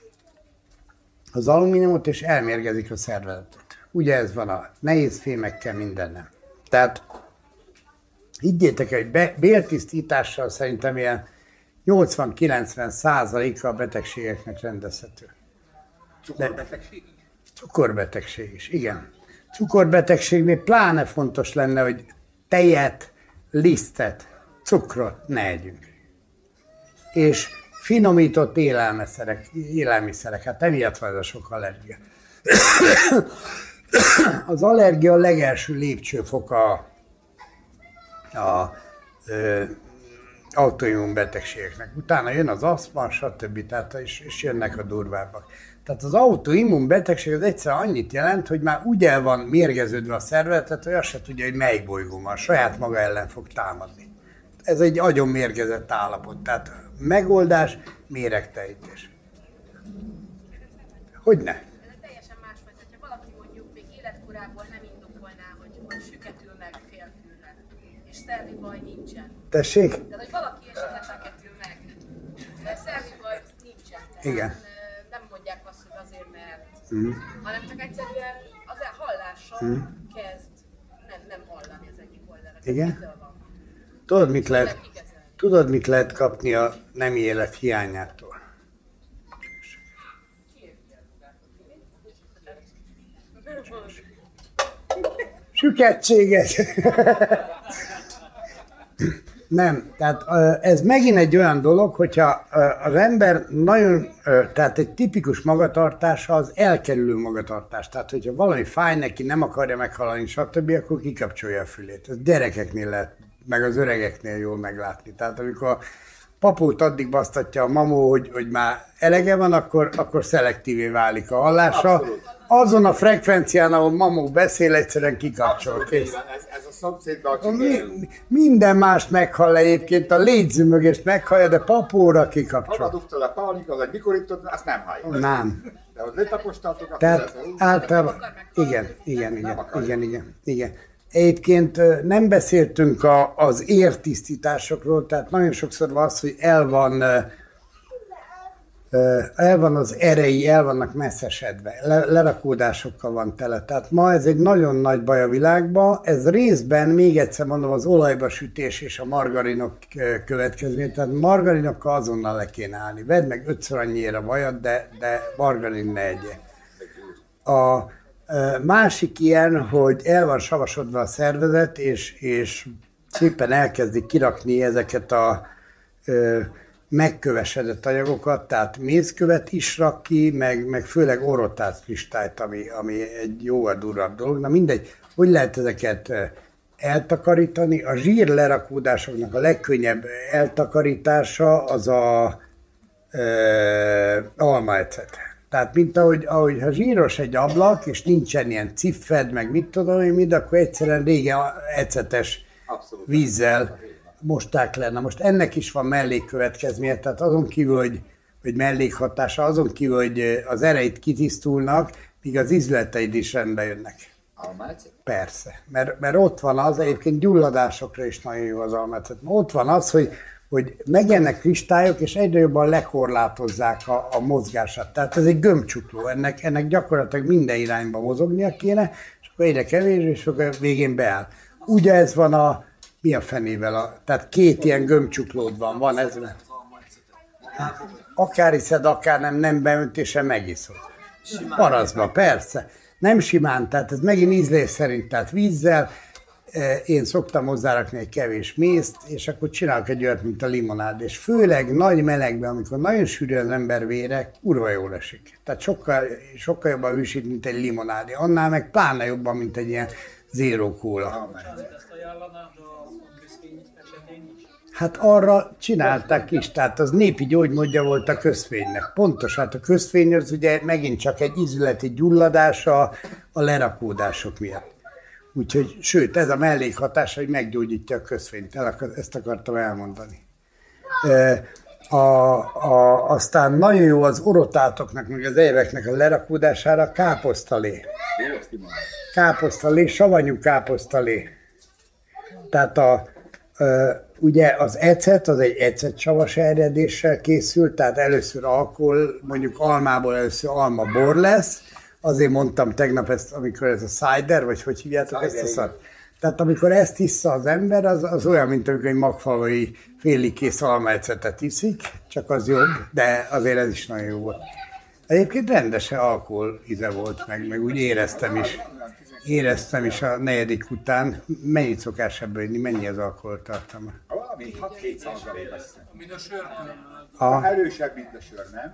az alumíniumot, és elmérgezik a szervezetet. Ugye ez van a nehéz fémekkel, mindennel. Tehát higgyétek, hogy be, béltisztítással szerintem ilyen nyolcvan-kilencven százaléka a betegségeknek rendezhető. Cukorbetegség is? Cukorbetegség is, igen. Cukorbetegségnél pláne fontos lenne, hogy tejet, lisztet, cukrot ne együnk. És finomított élelmiszerek, élelmiszerek, hát emiatt van ez a sok allergia. Az allergia a legelső lépcsőfoka a a ö, autoimmun betegségeknek. Utána jön az asztma, stb. Tehát, és, és jönnek a durvábbak. Tehát Tehát az autoimmun betegség az egyszerűen annyit jelent, hogy már úgy el van mérgeződve a szervezetet, hogy azt se tudja, hogy melyik bolygón van, saját maga ellen fog támadni. Ez egy agyon mérgezett állapot, tehát megoldás, méregtejtés. Hogyne? Ez egy teljesen másfajta, hogyha valaki mondjuk még életkorából nem indokolná, hogy, hogy süketül meg félfülre, és szervi baj nincsen. Tessék? Tehát, hogy valaki esetleg feketül meg, de szervi baj nincsen. Tehát Igen. nem mondják azt, hogy azért, mert, Mm. hanem csak egyszerűen az hallással Mm. kezd nem, nem hallani az egyik oldalra. Igen? Mitől van? Tudod, mit lehet, Nem kikezelni. tudod, mit lehet kapni a nemi élet hiányától? Süketséget! Nem, tehát ö, ez megint egy olyan dolog, hogyha ö, az ember nagyon, ö, tehát egy tipikus magatartása az elkerülő magatartás. Tehát, hogyha valami fáj neki, nem akarja meghallani, stb., akkor kikapcsolja a fülét. Ez gyerekeknél lehet, meg az öregeknél jól meglátni. Tehát amikor a papót addig basztatja a mamó, hogy, hogy már elege van, akkor, akkor szelektívé válik a hallása. Abszolút. Azon a frekvencián, ahol mamó beszél, egyszerűen kikapcsol. Abszolút, Kész. így van. ez, ez a szomszédban, A aki mi, él. minden más meghall egyébként, a légyzümögést meghallja, de papóra kikapcsol. Haladuktól a pánika, vagy mikor itt ott, azt nem hallja. Nem. De hogy letapostaltok, akkor Tehát ez- általában, igen, igen, igen, igen, igen, igen. Egyébként ö, nem beszéltünk a, az értisztításokról, tehát nagyon sokszor van az, hogy el van, ö, ö, el van az erei, el vannak messzesedve, le, lerakódásokkal van tele. Tehát ma ez egy nagyon nagy baj a világban, ez részben, még egyszer mondom, az olajba sütés és a margarinok ö, következmény, tehát margarinokkal azonnal le kéne állni. Vedd meg ötször annyira vajat, de, de margarin ne egye. A ö, másik ilyen, hogy el van savasodva a szervezet, és, és szépen elkezdi kirakni ezeket a ö, megkövesedett anyagokat, tehát mézkövet is rak ki, meg, meg főleg orotáz kristályt, ami, ami egy jóval durvább dolog. Na mindegy, hogy lehet ezeket ö, eltakarítani? A zsír lerakódásoknak a legkönnyebb eltakarítása az a ö, almaecet. Tehát mint ahogy, ahogy ha zsíros egy ablak, és nincsen ilyen ciffed, meg mit tudom én mind, akkor egyszerűen régen ecetes Abszolút. vízzel mosták le. Na most ennek is van mellékkövetkezménye, tehát azon kívül, hogy, hogy mellékhatása, azon kívül, hogy az ereit kitisztulnak, míg az ízleteid is rendbe jönnek. Almácet? Persze, mert, mert ott van az, egyébként gyulladásokra is nagyon jó az almecet. Ott van az, hogy, hogy megjelennek kristályok, és egyre jobban lekorlátozzák a, a mozgását. Tehát ez egy gömbcsukló, ennek, ennek gyakorlatilag minden irányba mozognia kéne, és akkor egyre kevés, és akkor a végén beáll. Ugye ez van a, mi a fenével, a, tehát két ilyen gömbcsuklód van, van ez. Akár hiszed, akár nem, nem beöntése megiszod. Parasztba, persze. Nem simán, tehát ez megint ízlés szerint, tehát vízzel, eh, én szoktam hozzárakni egy kevés mézt, és akkor csinálok egy olyat, mint a limonád, és főleg nagy melegben, amikor nagyon sűrű az ember vére, kurva jól esik. Tehát sokkal, sokkal jobban hűsít, mint egy limonádé. Annál meg pláne jobban, mint egy ilyen zero kóla. Ezt ajánlanád a közvény esetén is? Hát arra csinálták is, tehát az népi gyógymódja volt a közfénynek. Pontos, hát a közfény az ugye megint csak egy ízületi gyulladása a lerakódások miatt. Úgyhogy, sőt, ez a mellékhatása, hogy meggyógyítja a közfényt. El akar, ezt akartam elmondani. E, a, a, aztán nagyon jó az orotátoknak, meg az éveknek a lerakódására káposztalé. Káposztalé, savanyú káposztalé. Tehát a, ö, ugye az ecet, az egy ecetsavas eredéssel készült, tehát először alkohol, mondjuk almából először almabor lesz, azért mondtam tegnap ezt, amikor ez a cider, vagy hogy hívjátok ezt a szart? Tehát amikor ezt hissza az ember, az, az olyan, mint amikor egy magfalvai félig kész almaecetet iszik, csak az jobb, de azért ez is nagyon jó volt. Egyébként rendesen alkohol íze volt meg, meg úgy éreztem is. Éreztem is a negyedik után. Mennyit szokás ebből inni? Mennyi az alkoholtartalma? Valami hat-hét százalék lesz. Mint a sörtől. A, Erősebb, mint a sör, nem?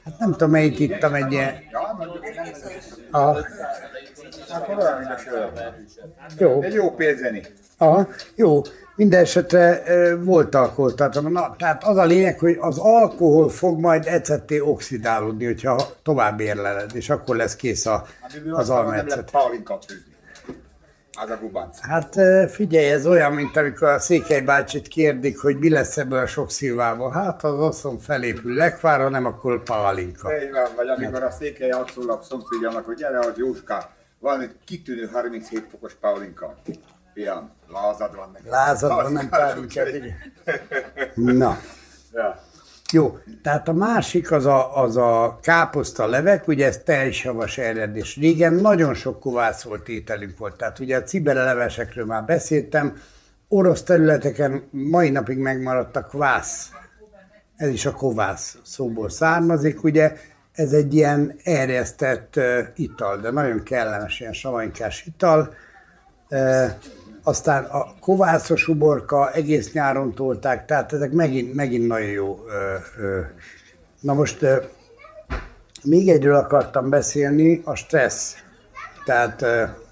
Hát nem tudom, melyik ittam egy ilyen... Ja, mondjuk nem ez. Aha. Akkor olyan, mint a sör. Jó. Egy jó pénzeni. Aha, jó. Minden esetre e, volt alkoholtartalma. Na, tehát az a lényeg, hogy az alkohol fog majd ecetté oxidálódni, hogyha tovább érleled, és akkor lesz kész a, az Nem almaecet. lehet pálinkát főzni. Az a gubanc. Hát e, figyelj, ez olyan, mint amikor a Székely bácsit kérdik, hogy mi lesz ebből a sok szilvával. Hát az oszom felépül lekvára, nem akkor pálinka. Így van, vagy amikor a Székely azt szól a szomszédjának, hogy gyere, hogy Jóska, van egy kitűnő harminchét fokos pálinka. Ilyen, lázad van neki. Lázad van, nem pálinka. Na. Ja. Jó, tehát a másik az a, az a káposzta levek, ugye ez tejsavas eredés. Régen nagyon sok kovászolt ételünk volt, tehát ugye a cibere levesekről már beszéltem, orosz területeken mai napig megmaradt a kvász, ez is a kovász szóból származik, ugye ez egy ilyen erjesztett uh, ital, de nagyon kellemes, ilyen savanykás ital. Uh, Aztán a kovászos uborka egész nyáron tolták, tehát ezek megint, megint nagyon jó. Na most még egyről akartam beszélni, a stressz. Tehát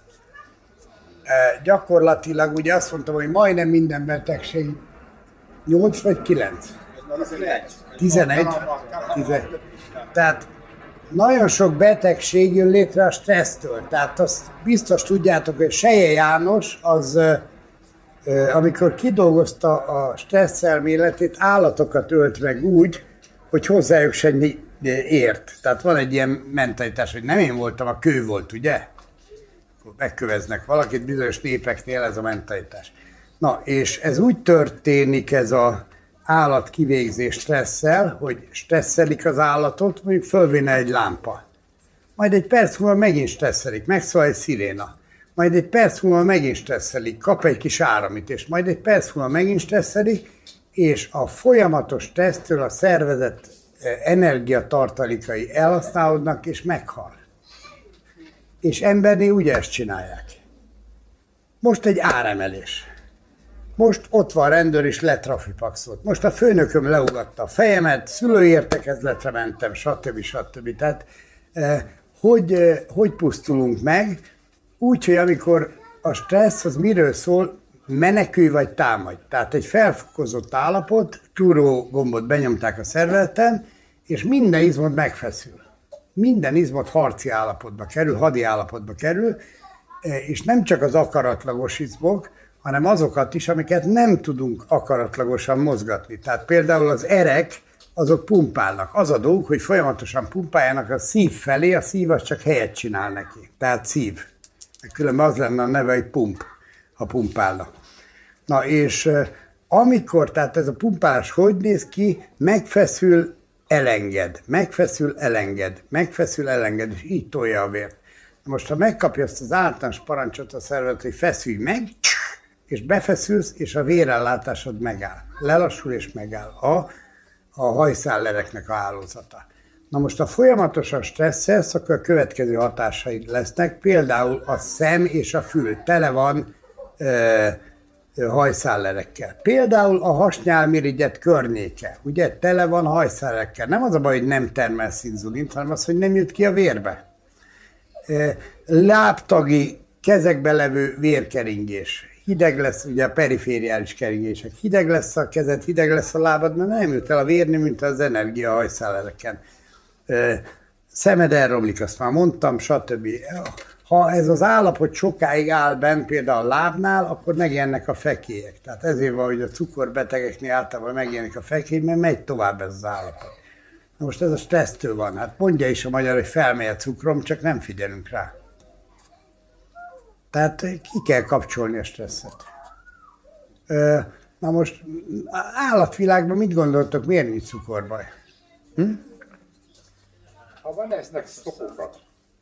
gyakorlatilag ugye azt mondtam, hogy majdnem minden betegség nyolc vagy kilenc? tizenegy. tizenegy. Tehát nagyon sok betegség jön létre a stressztől. Tehát azt biztos tudjátok, hogy Seje János az, amikor kidolgozta a stressz elméletét, állatokat ölt meg úgy, hogy hozzájuk semmi ért. Tehát van egy ilyen mentalitás, hogy nem én voltam, a kő volt, ugye? Megköveznek valakit, bizonyos népeknél ez a mentalitás. Na, és ez úgy történik, ez a állat kivégzés stresszel, hogy stresszelik az állatot, mondjuk fölvinne egy lámpa. Majd egy perc múlva megint stresszelik, megszól egy sziréna. Majd egy perc múlva megint stresszelik, kap egy kis áramütést, majd egy perc múlva megint stresszelik, és a folyamatos stressztől a szervezet energiatartalékai elhasználódnak, és meghal. És embernél ugye ezt csinálják. Most egy áremelés. Most ott van a rendőr és letrafipaxolt. Most a főnököm leugatta a fejemet, szülői értekezletre mentem, stb. stb. Tehát eh, hogy, eh, hogy pusztulunk meg? Úgy, hogy amikor a stressz az miről szól, menekülj vagy támadj. Tehát egy felfokozott állapot, túró gombot benyomták a szervezeten, és minden izmod megfeszül. Minden izmod harci állapotba kerül, hadi állapotba kerül, eh, és nem csak az akaratlagos izmok, hanem azokat is, amiket nem tudunk akaratlagosan mozgatni. Tehát például az erek, azok pumpálnak. Az a dolog, hogy folyamatosan pumpáljanak a szív felé, a szív az csak helyet csinál neki. Tehát szív. Különben az lenne a neve, hogy pump, ha pumpálnak. Na és amikor, tehát ez a pumpálás hogy néz ki, megfeszül, elenged, megfeszül, elenged, megfeszül, elenged, és így tolja a vért. Most, ha megkapja ezt az általános parancsot a szervezet, hogy feszülj meg, és befeszülsz, és a vérellátásod megáll. Lelassul és megáll a, a hajszállereknek a hálózata. Na most, ha folyamatosan stresszelsz, akkor a következő hatásai lesznek, például a szem és a fül tele van ö, ö, hajszállerekkel. Például a hasnyálmirigyed környéke, ugye, tele van hajszállerekkel. Nem az a baj, hogy nem termelsz inzulint, hanem az, hogy nem jut ki a vérbe. Ö, lábtagi, kezekbe levő vérkeringés. Hideg lesz, ugye a perifériális keringések. Hideg lesz a kezed, hideg lesz a lábad, mert nem jut el a vér, nem jut el az energia a hajszállereken. Szemed elromlik, azt már mondtam, stb. Ha ez az állapot sokáig áll benn, például a lábnál, akkor megjelennek a fekélyek. Tehát ezért van, hogy a cukorbetegeknél általában megjelenik a fekély, mert megy tovább ez az állapot. Na most ez a stressztől van. Hát mondja is a magyar, hogy felmegy a cukrom, csak nem figyelünk rá. Tehát ki kell kapcsolni a stresszet. Na most állatvilágban mit gondoltok, miért nincs cukorbaj? Hm? Ha van, esznek szokokat.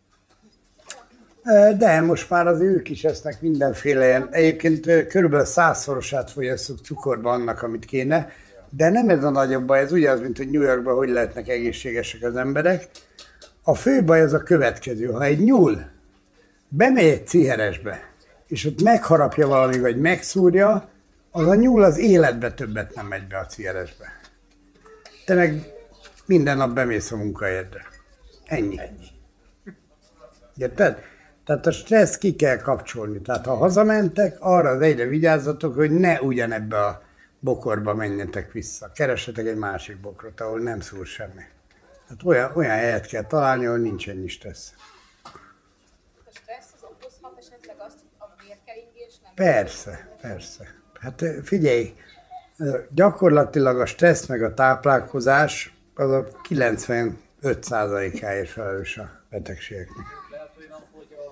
De most már az ők is esznek mindenféle ilyen. Egyébként körülbelül százszorosát fogyasszuk cukorba annak, amit kéne, de nem ez a nagyobb baj, ez ugyanaz, mint hogy New Yorkban hogy lehetnek egészségesek az emberek. A fő baj az a következő, ha egy nyúl bemegy egy ciheresbe, és ott megharapja valami, vagy megszúrja, az a nyúl az életbe többet nem megy be a ciheresbe. Te meg Minden nap bemész a munkahelyedre. Ennyi. Érted? Tehát a stressz ki kell kapcsolni. Tehát ha hazamentek, arra az egyre vigyázzatok, hogy ne ugyanebbe a bokorba menjetek vissza. Keressetek egy másik bokrot, ahol nem szúr semmi. Tehát olyan, olyan helyet kell találni, ahol nincs ennyi stressz. A stressz az okozhat esetleg azt, hogy a vérkeringés nem... Persze, persze. Hát figyelj, gyakorlatilag a stressz meg a táplálkozás az a kilencvenöt százalékáért felelős a betegségeknek. Lehet olyan, hogy a,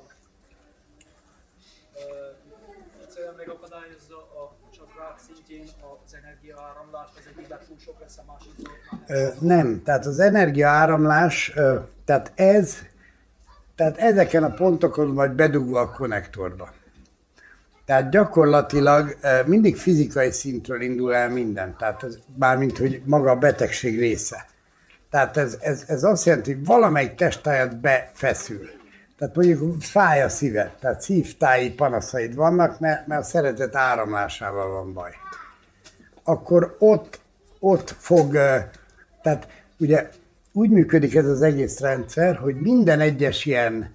ö, egyszerűen megakadályozza a csakrák szintjén az energiaáramlást, az egyikben túl sok lesz, a másikban már nem. Ö, nem, tehát az energiaáramlás, ö, tehát ez, tehát ezeken a pontokon vagy bedugva a konnektorba. Tehát gyakorlatilag ö, mindig fizikai szintről indul el minden, tehát ez, bármint, hogy maga a betegség része. Tehát ez, ez, ez azt jelenti, hogy valamelyik testtájad befeszül. Tehát mondjuk fáj a szíved, tehát szívtáji panaszaid vannak, mert, mert a szeretet áramlásával van baj. Akkor ott, ott fog, tehát ugye úgy működik ez az egész rendszer, hogy minden egyes ilyen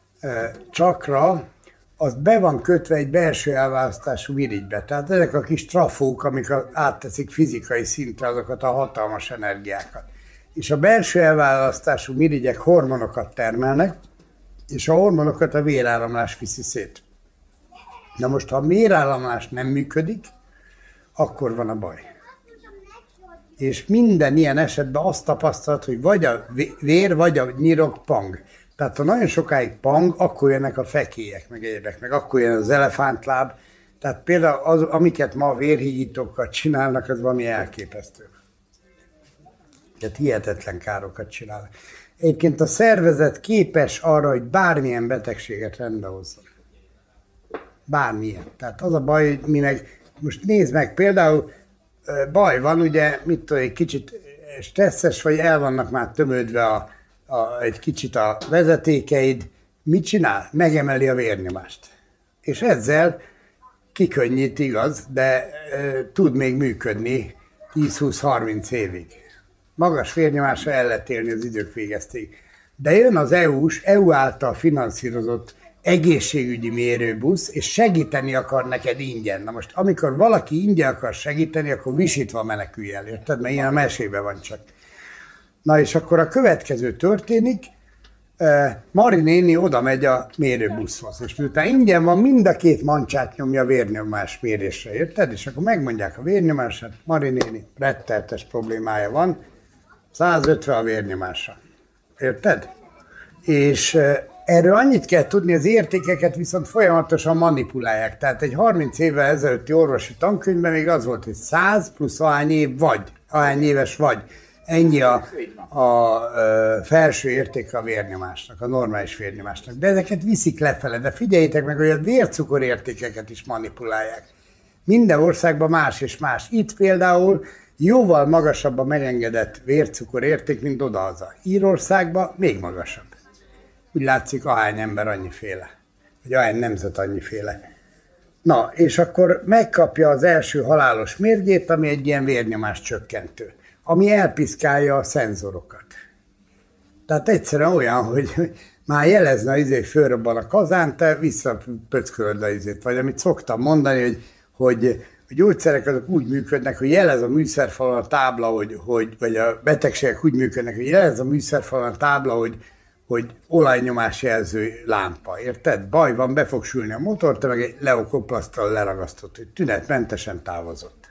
csakra, az be van kötve egy belső elválasztású irigybe. Tehát ezek a kis trafók, amik átteszik fizikai szintre azokat a hatalmas energiákat. És a belső elválasztású mirigyek hormonokat termelnek, és a hormonokat a véráramlás viszi szét. Na most, ha a véráramlás nem működik, akkor van a baj. És minden ilyen esetben azt tapasztalt, hogy vagy a vér, vagy a nyirok pang. Tehát ha nagyon sokáig pang, akkor jönnek a fekélyek, meg egyébek, meg akkor jön az elefántláb. Tehát például az, amiket ma a vérhígítókkal csinálnak, az valami elképesztő. Tehát hihetetlen károkat csinálnak. Egyébként a szervezet képes arra, hogy bármilyen betegséget rendbe hozzon. Bármilyen. Tehát az a baj, hogy mi meg, most nézd meg, például baj van, ugye, mit tudom, egy kicsit stresszes vagy, el vannak már tömődve a, a, egy kicsit a vezetékeid, mit csinál? Megemeli a vérnyomást. És ezzel kikönnyít, igaz, de e, tud még működni tíz-húsz-harminc évig. Magas vérnyomásra el lehet élni az idők végeztéig. De jön az é u-s, é u által finanszírozott egészségügyi mérőbusz, és segíteni akar neked ingyen. Na most, amikor valaki ingyen akar segíteni, akkor visítva menekülj el, érted? Mert ilyen a mesében van csak. Na és akkor a következő történik, Mari néni oda megy a mérőbuszhoz, és miután ingyen van, mind a két mancsát nyomja a vérnyomás mérésre, érted? És akkor megmondják a vérnyomását, Mari néni retteltes problémája van, százötven a vérnyomása. Érted? És erről annyit kell tudni, az értékeket viszont folyamatosan manipulálják. Tehát egy harminc évvel ezelőtti orvosi tankönyvben még az volt, hogy száz plusz ahány év vagy, ahány éves vagy. Ennyi a, a, a felső értéke a vérnyomásnak, a normális vérnyomásnak. De ezeket viszik lefele. De figyeljétek meg, hogy a vércukor értékeket is manipulálják. Minden országban más és más. Itt például jóval magasabb a megengedett vércukor érték, mint odahaza. Írországban még magasabb. Úgy látszik, ahány ember annyiféle. Vagy ahány nemzet annyiféle. Na, és akkor megkapja az első halálos mérgét, ami egy ilyen vérnyomás csökkentő, ami elpiszkálja a szenzorokat. Tehát egyszerűen olyan, hogy már jelezne az izé, hogy fölrobban a kazán, te visszapöckölöd az izét. Vagy amit szoktam mondani, hogy, hogy a gyógyszerek azok úgy működnek, hogy jelez a műszerfalon a tábla, hogy, hogy, vagy a betegségek úgy működnek, hogy jelez a műszerfalon a tábla, hogy, hogy olajnyomás jelző lámpa, érted? Baj van, be fog sülni a motor, te meg egy leokoplasztal leragasztott, hogy tünetmentesen távozott.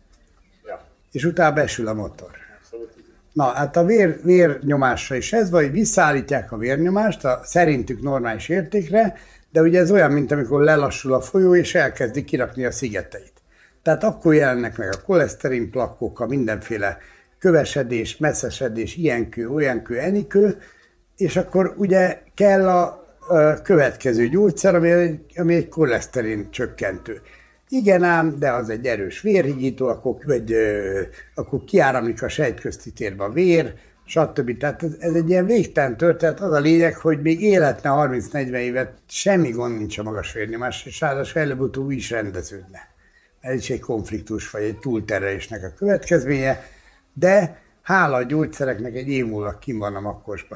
Ja. És utána besül a motor. Na, hát a vér, vérnyomásra is ez van, hogy visszaállítják a vérnyomást a szerintük normális értékre, de ugye ez olyan, mint amikor lelassul a folyó, és elkezdi kirakni a szigeteit. Tehát akkor jelennek meg a koleszterin plakkok, a mindenféle kövesedés, messzesedés, ilyen kő, olyan kő, enikő, és akkor ugye kell a, a következő gyógyszer, ami egy, ami egy koleszterin csökkentő. Igen ám, de az egy erős vérhigító, akkor, vagy, ö, akkor kiáramlik a sejtközti térbe a vér, stb. Tehát ez, ez egy ilyen végtelen történet. Az a lényeg, hogy még életne harminc-negyven évet semmi gond nincs a magas vérnyomás, és ráadásul előbb-utóbb is rendeződne. Ez is egy konfliktus, vagy egy túlterhelésnek a következménye, de hála a gyógyszereknek egy év múlva kim van a makkosba.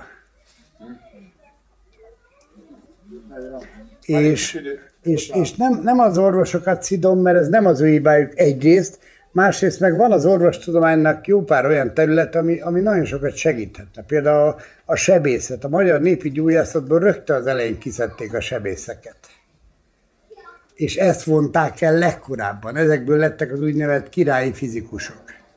És, és, és nem, nem az orvosokat szidom, mert ez nem az ő hibájuk egyrészt, másrészt meg van az orvostudománynak jó pár olyan terület, ami, ami nagyon sokat segíthetne. Például a, a sebészet. A magyar népi gyógyászatból rögtön az elején kiszedték a sebészeket. És ezt vonták el legkorábban. Ezekből lettek az úgynevezett királyi fizikusok.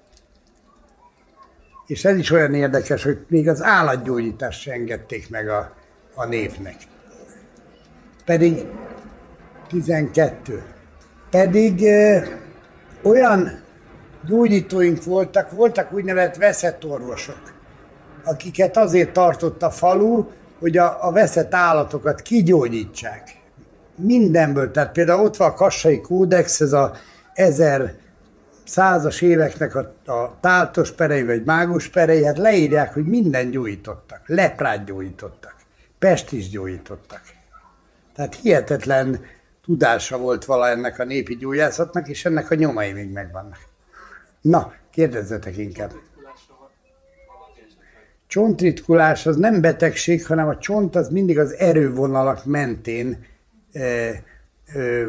És ez is olyan érdekes, hogy még az állatgyógyítást se engedték meg a, a népnek. Pedig tizenkettő. Pedig ö, olyan gyógyítóink voltak, voltak úgynevezett veszett orvosok, akiket azért tartott a falu, hogy a, a veszett állatokat kigyógyítsák. Mindenből, tehát például ott van a Kassai Kódex, ez a ezerszázas éveknek a, a táltos perei vagy mágus perei, hát leírják, hogy minden gyógyítottak. Leprát gyógyítottak, pestis gyógyítottak. Tehát hihetetlen tudása volt vala ennek a népi gyógyászatnak, és ennek a nyomai még megvannak. Na, kérdezzetek inkább. Csontritkulás az nem betegség, hanem a csont az mindig az erővonalak mentén ö, ö,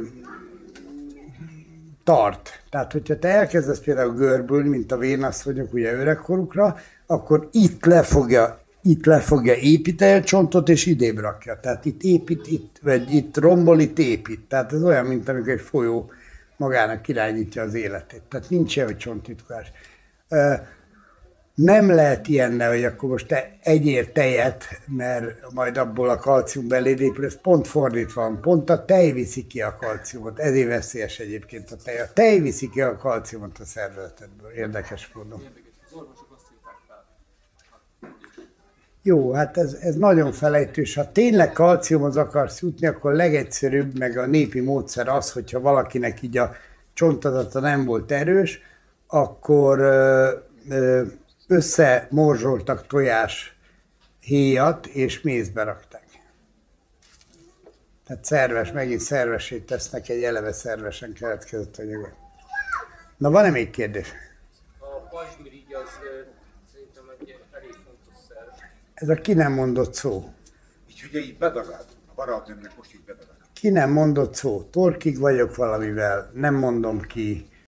tart. Tehát, hogyha te elkezdesz például görbülni, mint a vénasszonyok ugye öregkorukra, akkor itt le fogja, itt le fogja építeni a csontot, és idébb rakja. Tehát itt épít, itt, vagy itt rombol, itt épít. Tehát ez olyan, mint amikor egy folyó magának irányítja az életét. Tehát nincs ilyen, hogy csontritkulás. Nem lehet ilyenne, hogy akkor most te egyél tejet, mert majd abból a kalcium beléd épül, ez pont fordítva van. Pont a tej viszi ki a kalciumot. Ezért veszélyes egyébként a tej. A tej viszi ki a kalciumot a szervezetedből. Érdekes módon. Jó, hát ez, ez nagyon felejtős. Ha tényleg kalciumhoz akarsz jutni, akkor legegyszerűbb, meg a népi módszer az, hogyha valakinek így a csontadata nem volt erős, akkor ö, ö, összemorzsoltak tojás héjat, és mézbe rakták. Tehát szerves, megint szervesét tesznek egy eleve szervesen keletkezett anyagot. Na, van-e még kérdés? A pajzsmirigy az ö, szerintem egy elég fontos szerv. Ez a ki nem mondott szó. Így ugye így bedagad. A barátnőmnek most így bedagad. Ki nem mondott szó. Torkig vagyok valamivel, nem mondom ki.